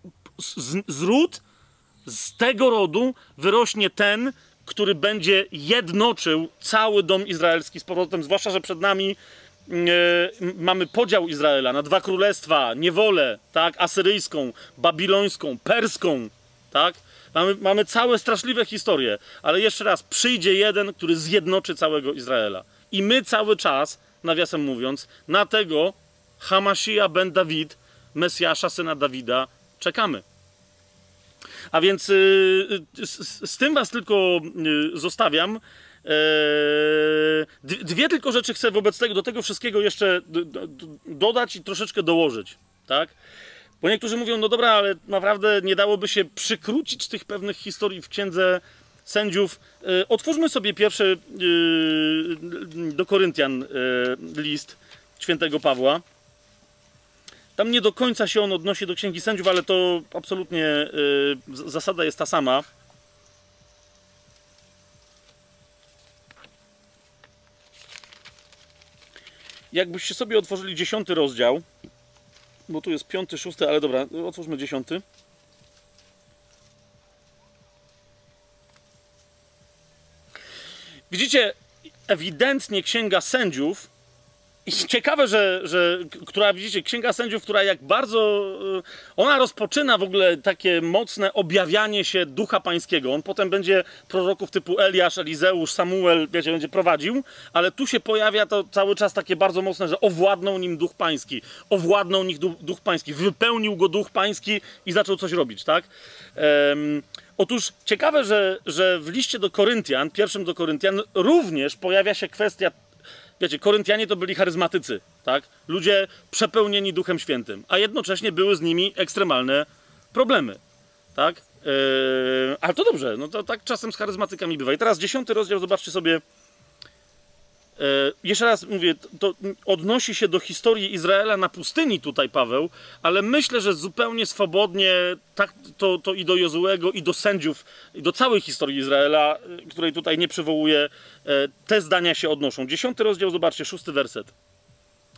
z ród, z tego rodu wyrośnie ten, który będzie jednoczył cały dom izraelski z powrotem, zwłaszcza, że przed nami mamy podział Izraela na 2 królestwa, niewolę, tak? Asyryjską, babilońską, perską, tak? Mamy całe straszliwe historie, ale jeszcze raz, przyjdzie jeden, który zjednoczy całego Izraela. I my cały czas, nawiasem mówiąc, na tego Hamashia ben Dawid, Mesjasza, syna Dawida, czekamy. A więc z tym was tylko zostawiam. Dwie tylko rzeczy chcę wobec tego, do tego wszystkiego jeszcze dodać i troszeczkę dołożyć. Tak? Bo niektórzy mówią: no dobra, ale naprawdę nie dałoby się przykrócić tych pewnych historii w Księdze Sędziów. Otwórzmy sobie pierwszy do Koryntian list świętego Pawła. Tam nie do końca się on odnosi do Księgi Sędziów, ale to absolutnie zasada jest ta sama. Jakbyście sobie otworzyli 10 rozdział, bo tu jest 5, 6, ale dobra, otwórzmy 10. Widzicie, ewidentnie Księga Sędziów. I ciekawe, która, widzicie, Księga Sędziów, która jak bardzo, ona rozpoczyna w ogóle takie mocne objawianie się Ducha Pańskiego. On potem będzie proroków typu Eliasz, Elizeusz, Samuel, wiecie, będzie prowadził, ale tu się pojawia to cały czas takie bardzo mocne, że owładnął nim Duch Pański. Owładnął nim Duch Pański. Wypełnił go Duch Pański i zaczął coś robić, tak? Otóż ciekawe, że w liście do Koryntian, pierwszym do Koryntian, również pojawia się kwestia. Wiecie, Koryntianie to byli charyzmatycy, tak? Ludzie przepełnieni Duchem Świętym, a jednocześnie były z nimi ekstremalne problemy, tak? Ale to dobrze, no to tak czasem z charyzmatykami bywa. I teraz 10 rozdział, zobaczcie sobie. Jeszcze raz mówię, to odnosi się do historii Izraela na pustyni tutaj Paweł, ale myślę, że zupełnie swobodnie tak, to i do Jozuego, i do sędziów, i do całej historii Izraela, której tutaj nie przywołuję, te zdania się odnoszą. 10 rozdział, zobaczcie, 6 werset.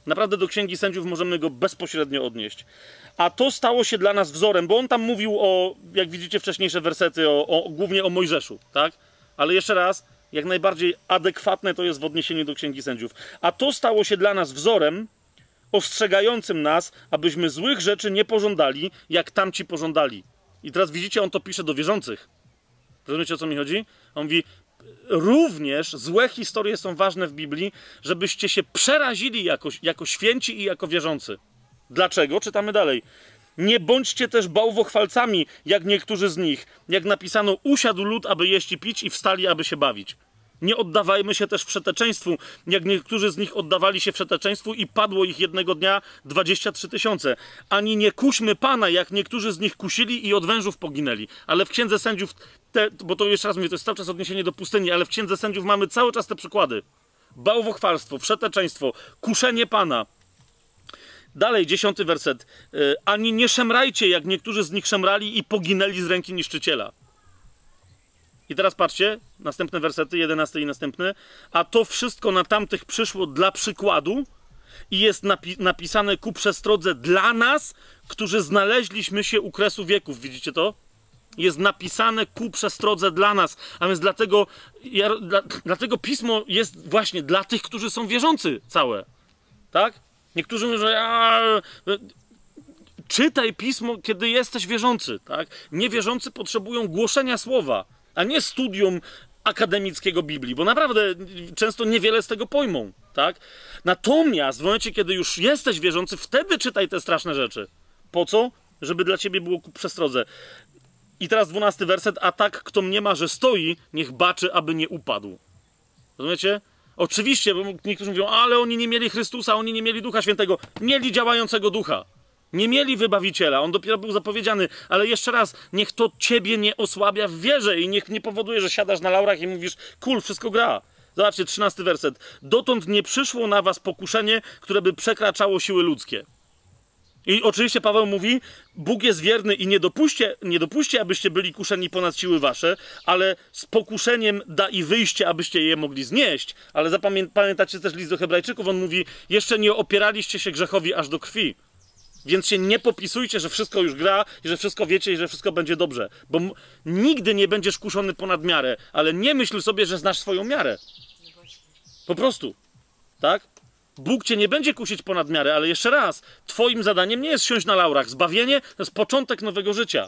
Naprawdę do Księgi Sędziów możemy go bezpośrednio odnieść. A to stało się dla nas wzorem, bo on tam mówił o, jak widzicie wcześniejsze wersety, głównie o Mojżeszu, tak? Ale jeszcze raz, jak najbardziej adekwatne to jest w odniesieniu do Księgi Sędziów. A to stało się dla nas wzorem ostrzegającym nas, abyśmy złych rzeczy nie pożądali, jak tamci pożądali. I teraz widzicie, on to pisze do wierzących. Rozumiecie, o co mi chodzi? On mówi, również złe historie są ważne w Biblii, żebyście się przerazili jako święci i jako wierzący. Dlaczego? Czytamy dalej. Nie bądźcie też bałwochwalcami, jak niektórzy z nich. Jak napisano, usiadł lud, aby jeść i pić, i wstali, aby się bawić. Nie oddawajmy się też wszeteczeństwu, jak niektórzy z nich oddawali się wszeteczeństwu i padło ich jednego dnia 23 000. Ani nie kuśmy Pana, jak niektórzy z nich kusili i od wężów poginęli. Ale w Księdze Sędziów, bo to jeszcze raz mówię, to jest cały czas odniesienie do pustyni, ale w Księdze Sędziów mamy cały czas te przykłady. Bałwochwalstwo, wszeteczeństwo, kuszenie Pana. Dalej, 10 werset. Ani nie szemrajcie, jak niektórzy z nich szemrali i poginęli z ręki niszczyciela. I teraz patrzcie, następne wersety, 11 i następny. A to wszystko na tamtych przyszło dla przykładu i jest napisane ku przestrodze dla nas, którzy znaleźliśmy się u kresu wieków. Widzicie to? Jest napisane ku przestrodze dla nas. A więc dlatego Pismo jest właśnie dla tych, którzy są wierzący całe. Tak? Niektórzy mówią, że czytaj Pismo, kiedy jesteś wierzący. Tak? Niewierzący potrzebują głoszenia słowa, a nie studium akademickiego Biblii, bo naprawdę często niewiele z tego pojmą, tak? Natomiast w momencie, kiedy już jesteś wierzący, wtedy czytaj te straszne rzeczy. Po co? Żeby dla ciebie było ku przestrodze. I teraz 12 werset. A tak, kto mniema, że stoi, niech baczy, aby nie upadł. Rozumiecie? Oczywiście, bo niektórzy mówią, ale oni nie mieli Chrystusa, oni nie mieli Ducha Świętego. Mieli działającego Ducha. Nie mieli wybawiciela, on dopiero był zapowiedziany, ale jeszcze raz, niech to ciebie nie osłabia w wierze i niech nie powoduje, że siadasz na laurach i mówisz, cool, wszystko gra. Zobaczcie, 13 werset. Dotąd nie przyszło na was pokuszenie, które by przekraczało siły ludzkie. I oczywiście Paweł mówi, Bóg jest wierny i nie dopuści, abyście byli kuszeni ponad siły wasze, ale z pokuszeniem da i wyjście, abyście je mogli znieść. Ale pamiętacie też list do Hebrajczyków, on mówi, jeszcze nie opieraliście się grzechowi aż do krwi. Więc się nie popisujcie, że wszystko już gra i że wszystko wiecie i że wszystko będzie dobrze. Bo nigdy nie będziesz kuszony ponad miarę, ale nie myśl sobie, że znasz swoją miarę. Po prostu. Tak? Bóg cię nie będzie kusić ponad miarę, ale jeszcze raz, twoim zadaniem nie jest siąść na laurach. Zbawienie to jest początek nowego życia.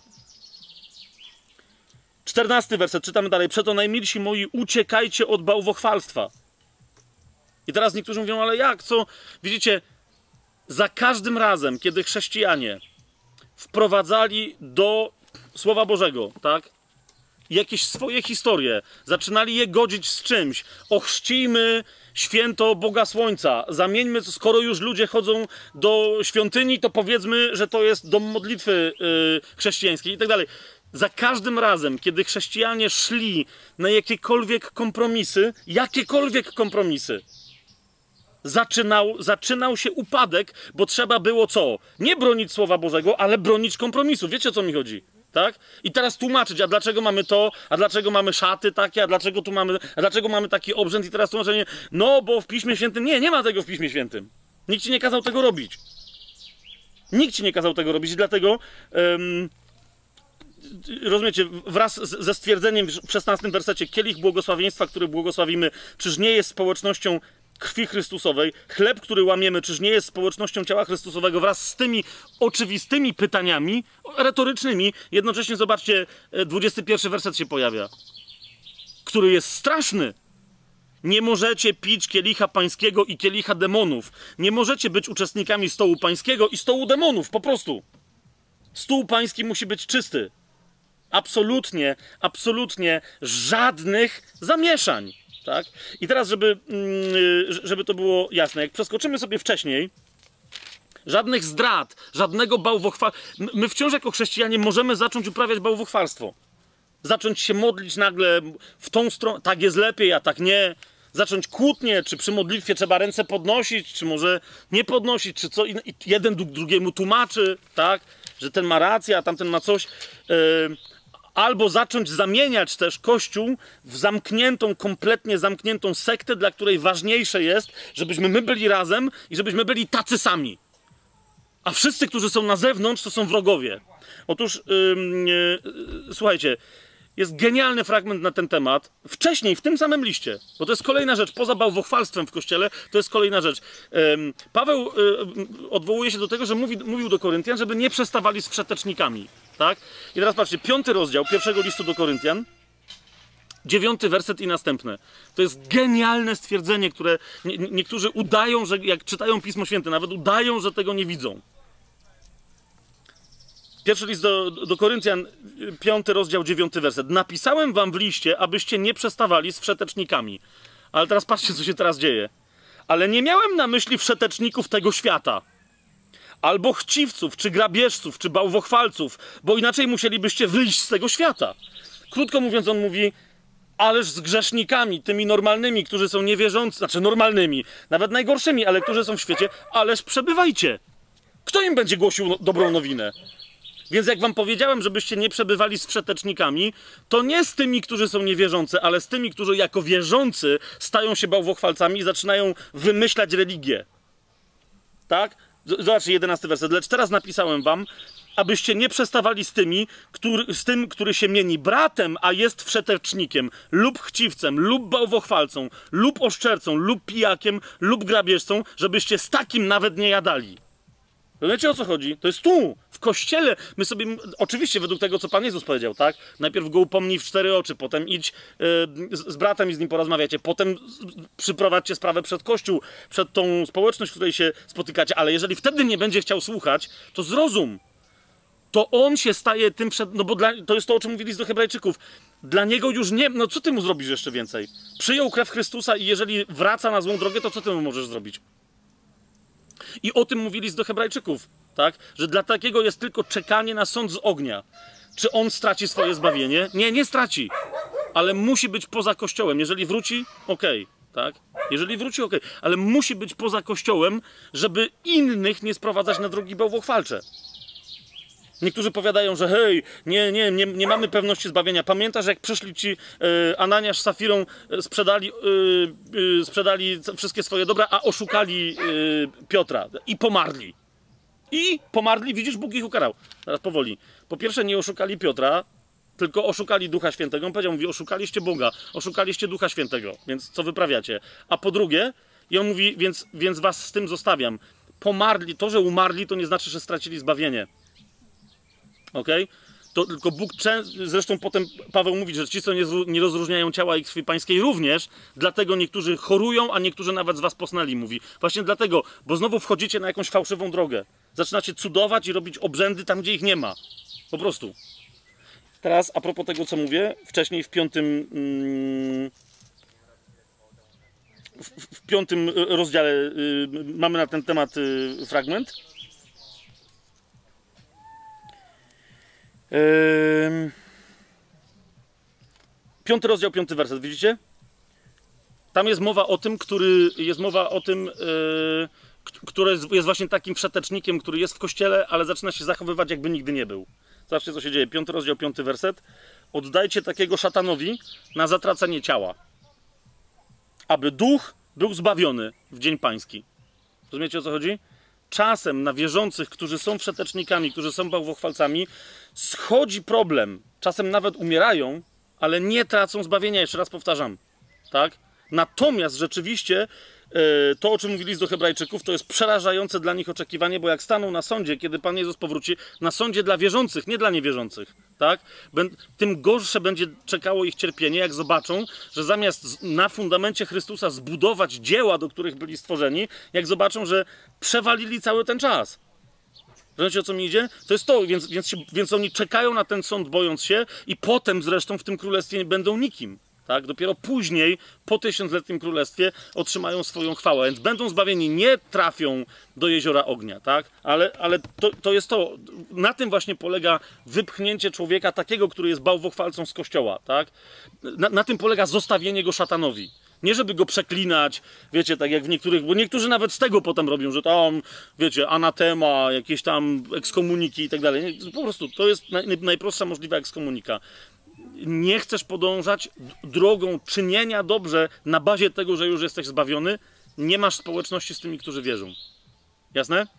14 werset, czytamy dalej. Przeto najmilsi moi, uciekajcie od bałwochwalstwa. I teraz niektórzy mówią, ale jak, co? Widzicie, za każdym razem, kiedy chrześcijanie wprowadzali do Słowa Bożego, tak, jakieś swoje historie, zaczynali je godzić z czymś, ochrzcijmy święto Boga Słońca, zamieńmy, skoro już ludzie chodzą do świątyni, to powiedzmy, że to jest dom modlitwy chrześcijańskiej i tak dalej. Za każdym razem, kiedy chrześcijanie szli na jakiekolwiek kompromisy, zaczynał się upadek, bo trzeba było co? Nie bronić Słowa Bożego, ale bronić kompromisu. Wiecie, o co mi chodzi? Tak? I teraz tłumaczyć, a dlaczego mamy to, a dlaczego mamy szaty takie, a dlaczego mamy taki obrzęd i teraz tłumaczenie, no bo w Piśmie Świętym, nie ma tego w Piśmie Świętym. Nikt ci nie kazał tego robić. Nikt ci nie kazał tego robić i dlatego, rozumiecie, wraz ze stwierdzeniem w 16 wersecie, kielich błogosławieństwa, który błogosławimy, czyż nie jest społecznością krwi Chrystusowej, chleb, który łamiemy, czyż nie jest społecznością ciała Chrystusowego, wraz z tymi oczywistymi pytaniami retorycznymi, jednocześnie zobaczcie, 21 werset się pojawia, który jest straszny. Nie możecie pić kielicha pańskiego i kielicha demonów. Nie możecie być uczestnikami stołu pańskiego i stołu demonów, po prostu. Stół pański musi być czysty. Absolutnie, absolutnie żadnych zamieszań. Tak? I teraz, żeby to było jasne, jak przeskoczymy sobie wcześniej, żadnych zdrad, żadnego bałwochwalstwa. My wciąż jako chrześcijanie możemy zacząć uprawiać bałwochwalstwo. Zacząć się modlić nagle w tą stronę, tak jest lepiej, a tak nie. Zacząć kłótnię, czy przy modlitwie trzeba ręce podnosić, czy może nie podnosić, czy co. I jeden drugiemu tłumaczy, tak, że ten ma rację, a tamten ma coś. albo zacząć zamieniać też Kościół w zamkniętą, kompletnie zamkniętą sektę, dla której ważniejsze jest, żebyśmy my byli razem i żebyśmy byli tacy sami. A wszyscy, którzy są na zewnątrz, to są wrogowie. Otóż, słuchajcie, jest genialny fragment na ten temat. Wcześniej, w tym samym liście, bo to jest kolejna rzecz, poza bałwochwalstwem w Kościele, to jest kolejna rzecz. Paweł odwołuje się do tego, że mówił do Koryntian, żeby nie przestawali z wszetecznikami. Tak? I teraz patrzcie, 5 rozdział pierwszego listu do Koryntian, 9 werset i następne. To jest genialne stwierdzenie, które niektórzy udają, że jak czytają Pismo Święte, nawet udają, że tego nie widzą. Pierwszy list do Koryntian, 5 rozdział, 9 werset. Napisałem wam w liście, abyście nie przestawali z wszetecznikami. Ale teraz patrzcie, co się teraz dzieje. Ale nie miałem na myśli wszeteczników tego świata. Albo chciwców, czy grabieżców, czy bałwochwalców, bo inaczej musielibyście wyjść z tego świata. Krótko mówiąc, on mówi, ależ z grzesznikami, tymi normalnymi, którzy są niewierzący, znaczy normalnymi, nawet najgorszymi, ale którzy są w świecie, ależ przebywajcie. Kto im będzie głosił dobrą nowinę? Więc jak wam powiedziałem, żebyście nie przebywali z wszetecznikami, to nie z tymi, którzy są niewierzący, ale z tymi, którzy jako wierzący stają się bałwochwalcami i zaczynają wymyślać religię. Tak? Zobaczcie, 11 werset. Lecz teraz napisałem wam, abyście nie przestawali z tym, który się mieni bratem, a jest wszetecznikiem, lub chciwcem, lub bałwochwalcą, lub oszczercą, lub pijakiem, lub grabieżcą, żebyście z takim nawet nie jadali. Wiecie, o co chodzi? To jest tu, w Kościele. My sobie, oczywiście według tego, co Pan Jezus powiedział, tak? Najpierw go upomnij w 4 oczy, potem idź z bratem i z nim porozmawiacie, potem przyprowadźcie sprawę przed Kościół, przed tą społeczność, w której się spotykacie, ale jeżeli wtedy nie będzie chciał słuchać, to zrozum. To on się staje tym no bo to jest to, o czym mówili do Hebrajczyków. Dla niego już nie, no co ty mu zrobisz jeszcze więcej? Przyjął krew Chrystusa i jeżeli wraca na złą drogę, to co ty mu możesz zrobić? I o tym mówili do Hebrajczyków, tak? Że dla takiego jest tylko czekanie na sąd z ognia. Czy on straci swoje zbawienie? Nie, nie straci. Ale musi być poza Kościołem. Jeżeli wróci, okej, tak? Jeżeli wróci, okej. Ale musi być poza Kościołem, żeby innych nie sprowadzać na drogi bałwochwalcze. Niektórzy powiadają, że hej, nie mamy pewności zbawienia. Pamiętasz, jak przyszli ci Ananiasz z Safirą, sprzedali wszystkie swoje dobra, a oszukali Piotra i pomarli. Widzisz, Bóg ich ukarał. Teraz powoli. Po pierwsze, nie oszukali Piotra, tylko oszukali Ducha Świętego. On powiedział, mówi, oszukaliście Boga, oszukaliście Ducha Świętego, więc co wyprawiacie? A po drugie, i on mówi, więc was z tym zostawiam. Pomarli, to, że umarli, to nie znaczy, że stracili zbawienie. Okej? To tylko Bóg, zresztą potem Paweł mówi, że ci, co nie rozróżniają ciała i krwi pańskiej również, dlatego niektórzy chorują, a niektórzy nawet z was posnęli, mówi. Właśnie dlatego, bo znowu wchodzicie na jakąś fałszywą drogę. Zaczynacie cudować i robić obrzędy tam, gdzie ich nie ma. Po prostu. Teraz, a propos tego, co mówię, wcześniej w 5 rozdziale mamy na ten temat fragment. 5 rozdział, 5 werset, widzicie? Tam jest mowa o tym, który jest właśnie takim wszetecznikiem, który jest w Kościele, ale zaczyna się zachowywać, jakby nigdy nie był. Zobaczcie, co się dzieje. 5 rozdział, 5 werset. Oddajcie takiego szatanowi na zatracenie ciała, aby duch był zbawiony w dzień pański. Rozumiecie, o co chodzi? Czasem na wierzących, którzy są wszetecznikami, którzy są bałwochwalcami, schodzi problem. Czasem nawet umierają, ale nie tracą zbawienia. Jeszcze raz powtarzam. Tak? Natomiast rzeczywiście to, o czym mówili do Hebrajczyków, to jest przerażające dla nich oczekiwanie, bo jak staną na sądzie, kiedy Pan Jezus powróci, na sądzie dla wierzących, nie dla niewierzących, tak? Tym gorsze będzie czekało ich cierpienie, jak zobaczą, że zamiast na fundamencie Chrystusa zbudować dzieła, do których byli stworzeni, jak zobaczą, że przewalili cały ten czas. Rozumiecie, o co mi idzie? To jest to, więc oni czekają na ten sąd, bojąc się, i potem zresztą w tym królestwie nie będą nikim. Tak? Dopiero później, po 1000-letnim królestwie, otrzymają swoją chwałę. Więc będą zbawieni, nie trafią do jeziora ognia. Tak? Ale to jest to. Na tym właśnie polega wypchnięcie człowieka takiego, który jest bałwochwalcą z kościoła. Tak? Na tym polega zostawienie go szatanowi. Nie żeby go przeklinać, wiecie, tak jak w niektórych, bo niektórzy nawet z tego potem robią, że tam, wiecie, anatema, jakieś tam ekskomuniki i tak dalej. Po prostu to jest najprostsza możliwa ekskomunika. Nie chcesz podążać drogą czynienia dobrze na bazie tego, że już jesteś zbawiony, nie masz społeczności z tymi, którzy wierzą. Jasne?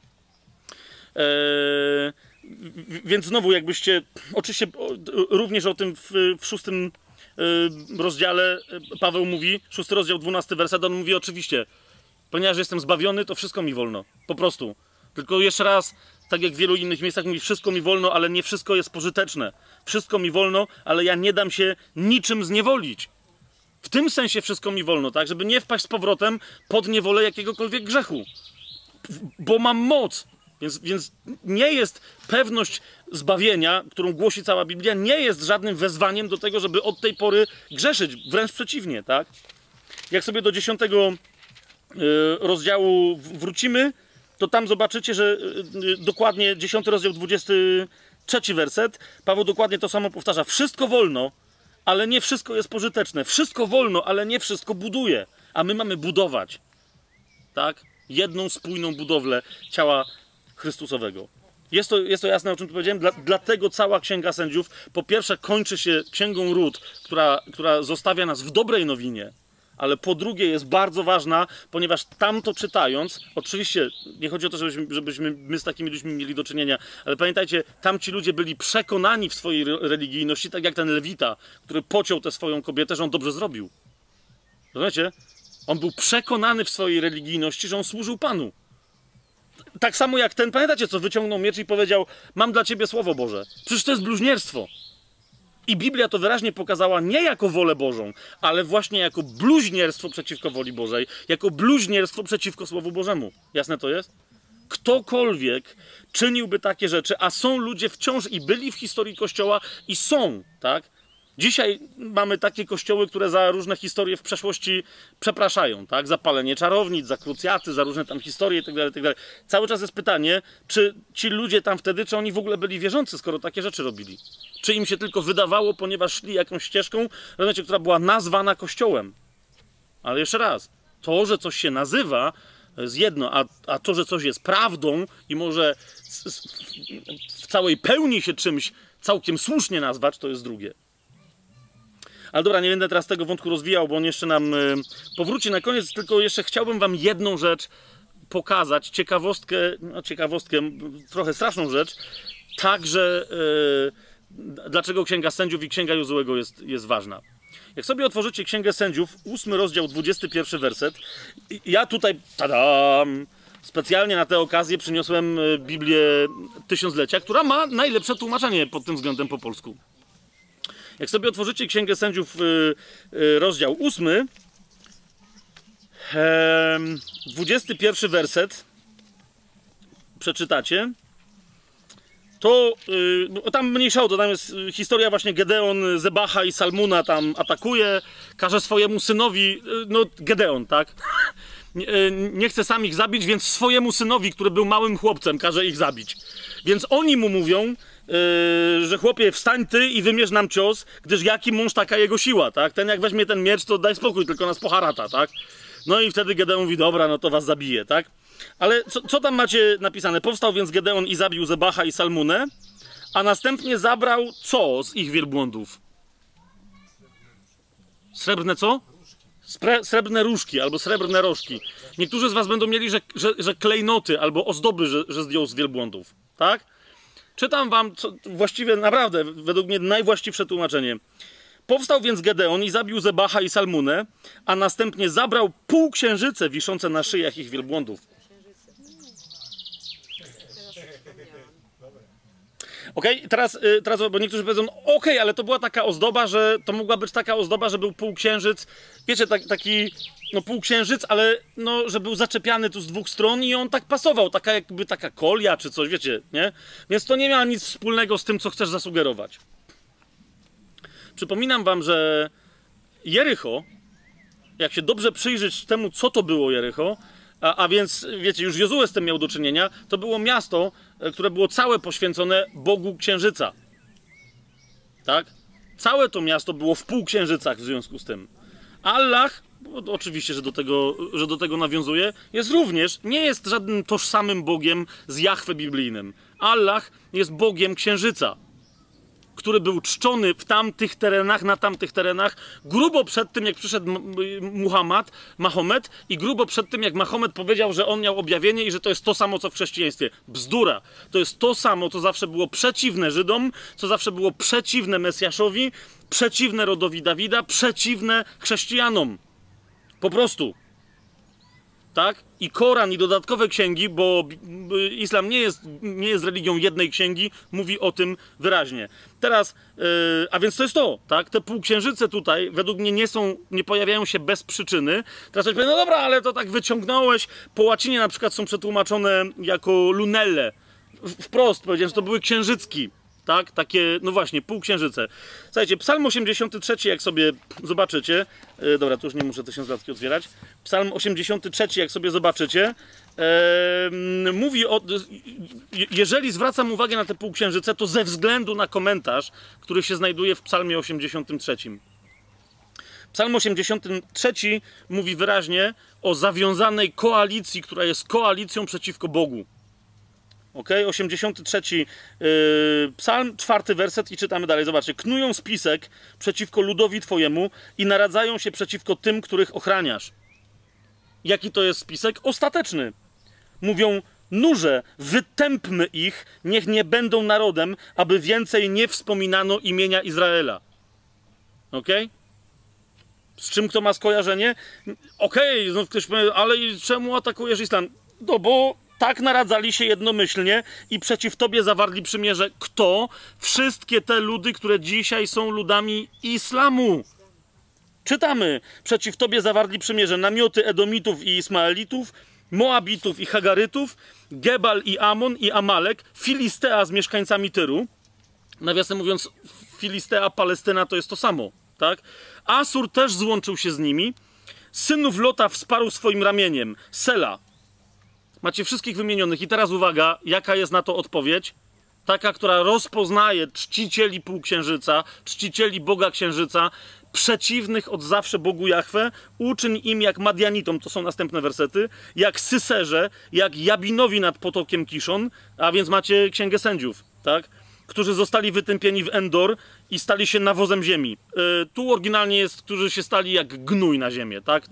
Więc znowu, jakbyście, oczywiście również o tym w 6 rozdziale Paweł mówi, 6 rozdział, 12 werset, on mówi oczywiście, ponieważ jestem zbawiony, to wszystko mi wolno. Po prostu. Tylko jeszcze raz, tak jak w wielu innych miejscach mówi, wszystko mi wolno, ale nie wszystko jest pożyteczne. Wszystko mi wolno, ale ja nie dam się niczym zniewolić. W tym sensie wszystko mi wolno, tak? Żeby nie wpaść z powrotem pod niewolę jakiegokolwiek grzechu. Bo mam moc. Więc nie jest pewność zbawienia, którą głosi cała Biblia, nie jest żadnym wezwaniem do tego, żeby od tej pory grzeszyć. Wręcz przeciwnie, tak? Jak sobie do 10 rozdziału wrócimy, to tam zobaczycie, że dokładnie 10 rozdział, 23 werset, Paweł dokładnie to samo powtarza. Wszystko wolno, ale nie wszystko jest pożyteczne. Wszystko wolno, ale nie wszystko buduje. A my mamy budować, tak? Jedną spójną budowlę ciała Chrystusowego. Jest to jasne, o czym tu powiedziałem? Dlatego cała Księga Sędziów po pierwsze kończy się Księgą Ród, która zostawia nas w dobrej nowinie, ale po drugie jest bardzo ważna, ponieważ tamto czytając, oczywiście nie chodzi o to, żebyśmy my z takimi ludźmi mieli do czynienia, ale pamiętajcie, tamci ludzie byli przekonani w swojej religijności, tak jak ten Lewita, który pociął tę swoją kobietę, że on dobrze zrobił. Rozumiecie? On był przekonany w swojej religijności, że on służył Panu. Tak samo jak ten, pamiętacie, co wyciągnął miecz i powiedział, mam dla ciebie Słowo Boże. Przecież to jest bluźnierstwo. I Biblia to wyraźnie pokazała nie jako wolę Bożą, ale właśnie jako bluźnierstwo przeciwko woli Bożej, jako bluźnierstwo przeciwko Słowu Bożemu. Jasne to jest? Ktokolwiek czyniłby takie rzeczy, a są ludzie wciąż i byli w historii Kościoła i są, tak? Dzisiaj mamy takie kościoły, które za różne historie w przeszłości przepraszają, tak? Za palenie czarownic, za krucjaty, za różne tam historie itd., itd. Cały czas jest pytanie, czy ci ludzie tam wtedy, czy oni w ogóle byli wierzący, skoro takie rzeczy robili? Czy im się tylko wydawało, ponieważ szli jakąś ścieżką, rozumiecie, która była nazwana kościołem? Ale jeszcze raz, to, że coś się nazywa, jest jedno, a to, że coś jest prawdą i może w całej pełni się czymś całkiem słusznie nazwać, to jest drugie. Ale dobra, nie będę teraz tego wątku rozwijał, bo on jeszcze nam powróci na koniec, tylko jeszcze chciałbym wam jedną rzecz pokazać, ciekawostkę, trochę straszną rzecz, także dlaczego Księga Sędziów i Księga Jozułego jest ważna. Jak sobie otworzycie Księgę Sędziów, 8 rozdział, 21 werset, ja tutaj, tadam, specjalnie na tę okazję przyniosłem Biblię Tysiąclecia, która ma najlepsze tłumaczenie pod tym względem po polsku. Jak sobie otworzycie Księgę Sędziów, rozdział 8, 21 werset, przeczytacie, to tam mniejsza o to, tam jest historia właśnie Gedeon, Zebacha i Salmuna tam atakuje, każe swojemu synowi, no Gedeon, tak? Nie chce sam ich zabić, więc swojemu synowi, który był małym chłopcem, każe ich zabić. Więc oni mu mówią, że chłopie, wstań ty i wymierz nam cios, gdyż jaki mąż, taka jego siła, tak? Ten jak weźmie ten miecz, to daj spokój, tylko nas poharata, tak? No i wtedy Gedeon mówi, dobra, no to was zabije, tak? Ale co tam macie napisane? Powstał więc Gedeon i zabił Zebacha i Salmunę, a następnie zabrał co z ich wielbłądów? Srebrne co? Srebrne różki albo srebrne rożki. Niektórzy z was będą mieli, że klejnoty albo ozdoby, że zdjął z wielbłądów, tak? Czytam wam właściwie naprawdę, według mnie najwłaściwsze tłumaczenie. Powstał więc Gedeon i zabił Zebacha i Salmunę, a następnie zabrał półksiężyce wiszące na szyjach ich wielbłądów. Okej, teraz, bo niektórzy powiedzą, okej, ale to była taka ozdoba, że to mogła być taka ozdoba, że był półksiężyc, wiecie, taki, no półksiężyc, ale no, że był zaczepiany tu z dwóch stron i on tak pasował, taka kolia czy coś, wiecie, nie? Więc to nie miało nic wspólnego z tym, co chcesz zasugerować. Przypominam wam, że Jericho, jak się dobrze przyjrzeć temu, co to było Jericho, a więc, wiecie, już Jozue z tym miał do czynienia, to było miasto, które było całe poświęcone Bogu Księżyca. Tak? Całe to miasto było w półksiężycach w związku z tym. Allah bo oczywiście, że do tego nawiązuje, jest również, nie jest żadnym tożsamym Bogiem z Jahwe biblijnym. Allah jest Bogiem księżyca, który był czczony w tamtych terenach, na tamtych terenach, grubo przed tym, jak przyszedł Mahomet i grubo przed tym, jak Mahomet powiedział, że on miał objawienie i że to jest to samo, co w chrześcijaństwie. Bzdura. To jest to samo, co zawsze było przeciwne Żydom, co zawsze było przeciwne Mesjaszowi, przeciwne rodowi Dawida, przeciwne chrześcijanom. Po prostu. Tak? I Koran, i dodatkowe księgi, bo islam nie jest religią jednej księgi, mówi o tym wyraźnie. Teraz, a więc to jest to, tak? Te półksiężyce tutaj, według mnie, nie pojawiają się bez przyczyny. Teraz ktoś powie, no dobra, ale to tak wyciągnąłeś. Po łacinie na przykład są przetłumaczone jako lunelle. Wprost powiedziałem, że to były księżycki. Tak? Takie, no właśnie, półksiężyce. Słuchajcie, Psalm 83, jak sobie zobaczycie, dobra, tu już nie muszę tysiąclatki otwierać. Psalm 83, jak sobie zobaczycie, mówi o... Jeżeli zwracam uwagę na te półksiężyce, to ze względu na komentarz, który się znajduje w Psalmie 83. Psalm 83 mówi wyraźnie o zawiązanej koalicji, która jest koalicją przeciwko Bogu. Ok, 83 psalm, 4 werset i czytamy dalej. Zobaczcie. Knują spisek przeciwko ludowi Twojemu i naradzają się przeciwko tym, których ochraniasz. Jaki to jest spisek? Ostateczny. Mówią, nurze, wytępmy ich, niech nie będą narodem, aby więcej nie wspominano imienia Izraela. Ok? Z czym to ma skojarzenie? Okej, no ktoś powie, ale czemu atakujesz islam? No bo tak naradzali się jednomyślnie i przeciw Tobie zawarli przymierze. Kto? Wszystkie te ludy, które dzisiaj są ludami islamu. Czytamy. Przeciw Tobie zawarli przymierze namioty Edomitów i Ismaelitów, Moabitów i Hagarytów, Gebal i Amon i Amalek, Filistea z mieszkańcami Tyru. Nawiasem mówiąc, Filistea, Palestyna to jest to samo. Tak? Asur też złączył się z nimi. Synów Lota wsparł swoim ramieniem. Sela. Macie wszystkich wymienionych. I teraz uwaga, jaka jest na to odpowiedź? Taka, która rozpoznaje czcicieli półksiężyca, czcicieli Boga Księżyca, przeciwnych od zawsze Bogu Jahwe, uczyń im jak Madianitom, to są następne wersety, jak Syserze, jak Jabinowi nad potokiem Kiszon, a więc macie Księgę Sędziów, tak? Którzy zostali wytępieni w Endor i stali się nawozem ziemi. Tu oryginalnie jest, którzy się stali jak gnój na ziemię, tak?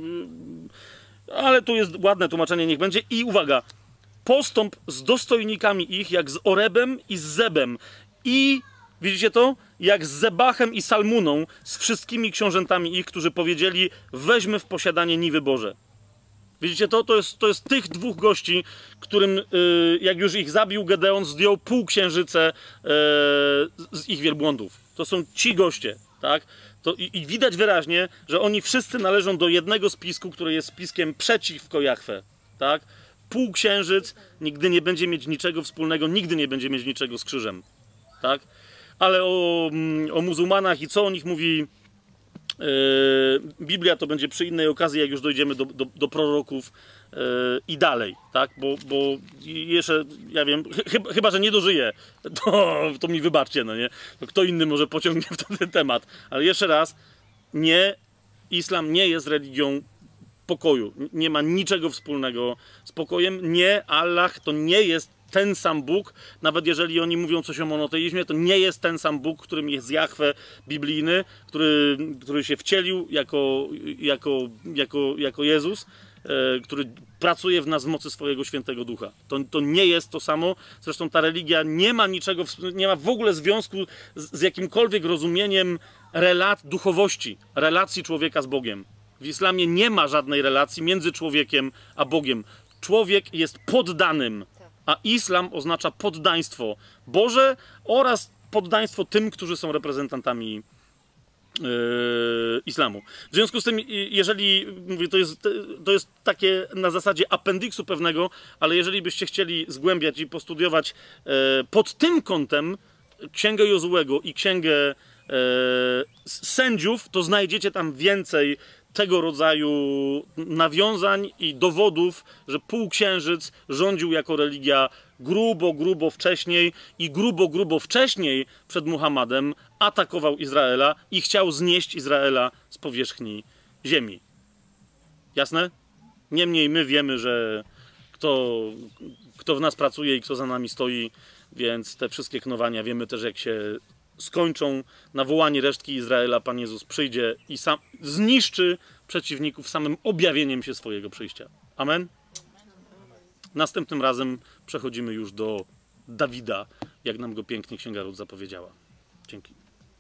Ale tu jest ładne tłumaczenie, niech będzie. I uwaga, postąp z dostojnikami ich, jak z Orebem i z Zebem. I, widzicie to? Jak z Zebachem i Salmuną, z wszystkimi książętami ich, którzy powiedzieli, weźmy w posiadanie Niwy Boże. Widzicie to? To jest tych dwóch gości, którym, jak już ich zabił Gedeon, zdjął półksiężyce z ich wielbłądów. To są ci goście, tak? I widać wyraźnie, że oni wszyscy należą do jednego spisku, który jest spiskiem przeciwko Jahwe, tak? Półksiężyc nigdy nie będzie mieć niczego wspólnego, nigdy nie będzie mieć niczego z krzyżem, tak? Ale o muzułmanach i co o nich mówi Biblia, to będzie przy innej okazji, jak już dojdziemy do proroków i dalej, tak? Bo jeszcze, ja wiem, chyba że nie dożyję, to mi wybaczcie, no nie? To kto inny może pociągnie w ten temat. Ale jeszcze raz, islam nie jest religią pokoju. Nie ma niczego wspólnego z pokojem. Nie, Allah to nie jest ten sam Bóg, nawet jeżeli oni mówią coś o monoteizmie, to nie jest ten sam Bóg, którym jest Jahwe biblijny, który się wcielił jako Jezus, który pracuje w nas w mocy swojego Świętego Ducha. To nie jest to samo. Zresztą ta religia nie ma niczego, nie ma w ogóle związku z jakimkolwiek rozumieniem duchowości, relacji człowieka z Bogiem. W islamie nie ma żadnej relacji między człowiekiem a Bogiem. Człowiek jest poddanym, a islam oznacza poddaństwo Boże oraz poddaństwo tym, którzy są reprezentantami islamu. W związku z tym, jeżeli, mówię, to jest takie na zasadzie appendiksu pewnego, ale jeżeli byście chcieli zgłębiać i postudiować pod tym kątem Księgę Jozułego i Księgę Sędziów, to znajdziecie tam więcej tego rodzaju nawiązań i dowodów, że półksiężyc rządził jako religia grubo wcześniej i grubo wcześniej przed Muhammadem atakował Izraela i chciał znieść Izraela z powierzchni ziemi. Jasne? Niemniej my wiemy, że kto w nas pracuje i kto za nami stoi, więc te wszystkie knowania wiemy też, jak się skończą. Na wołanie resztki Izraela Pan Jezus przyjdzie i sam zniszczy przeciwników samym objawieniem się swojego przyjścia. Amen? Następnym razem przechodzimy już do Dawida, jak nam go pięknie Księga Rut zapowiedziała. Dzięki.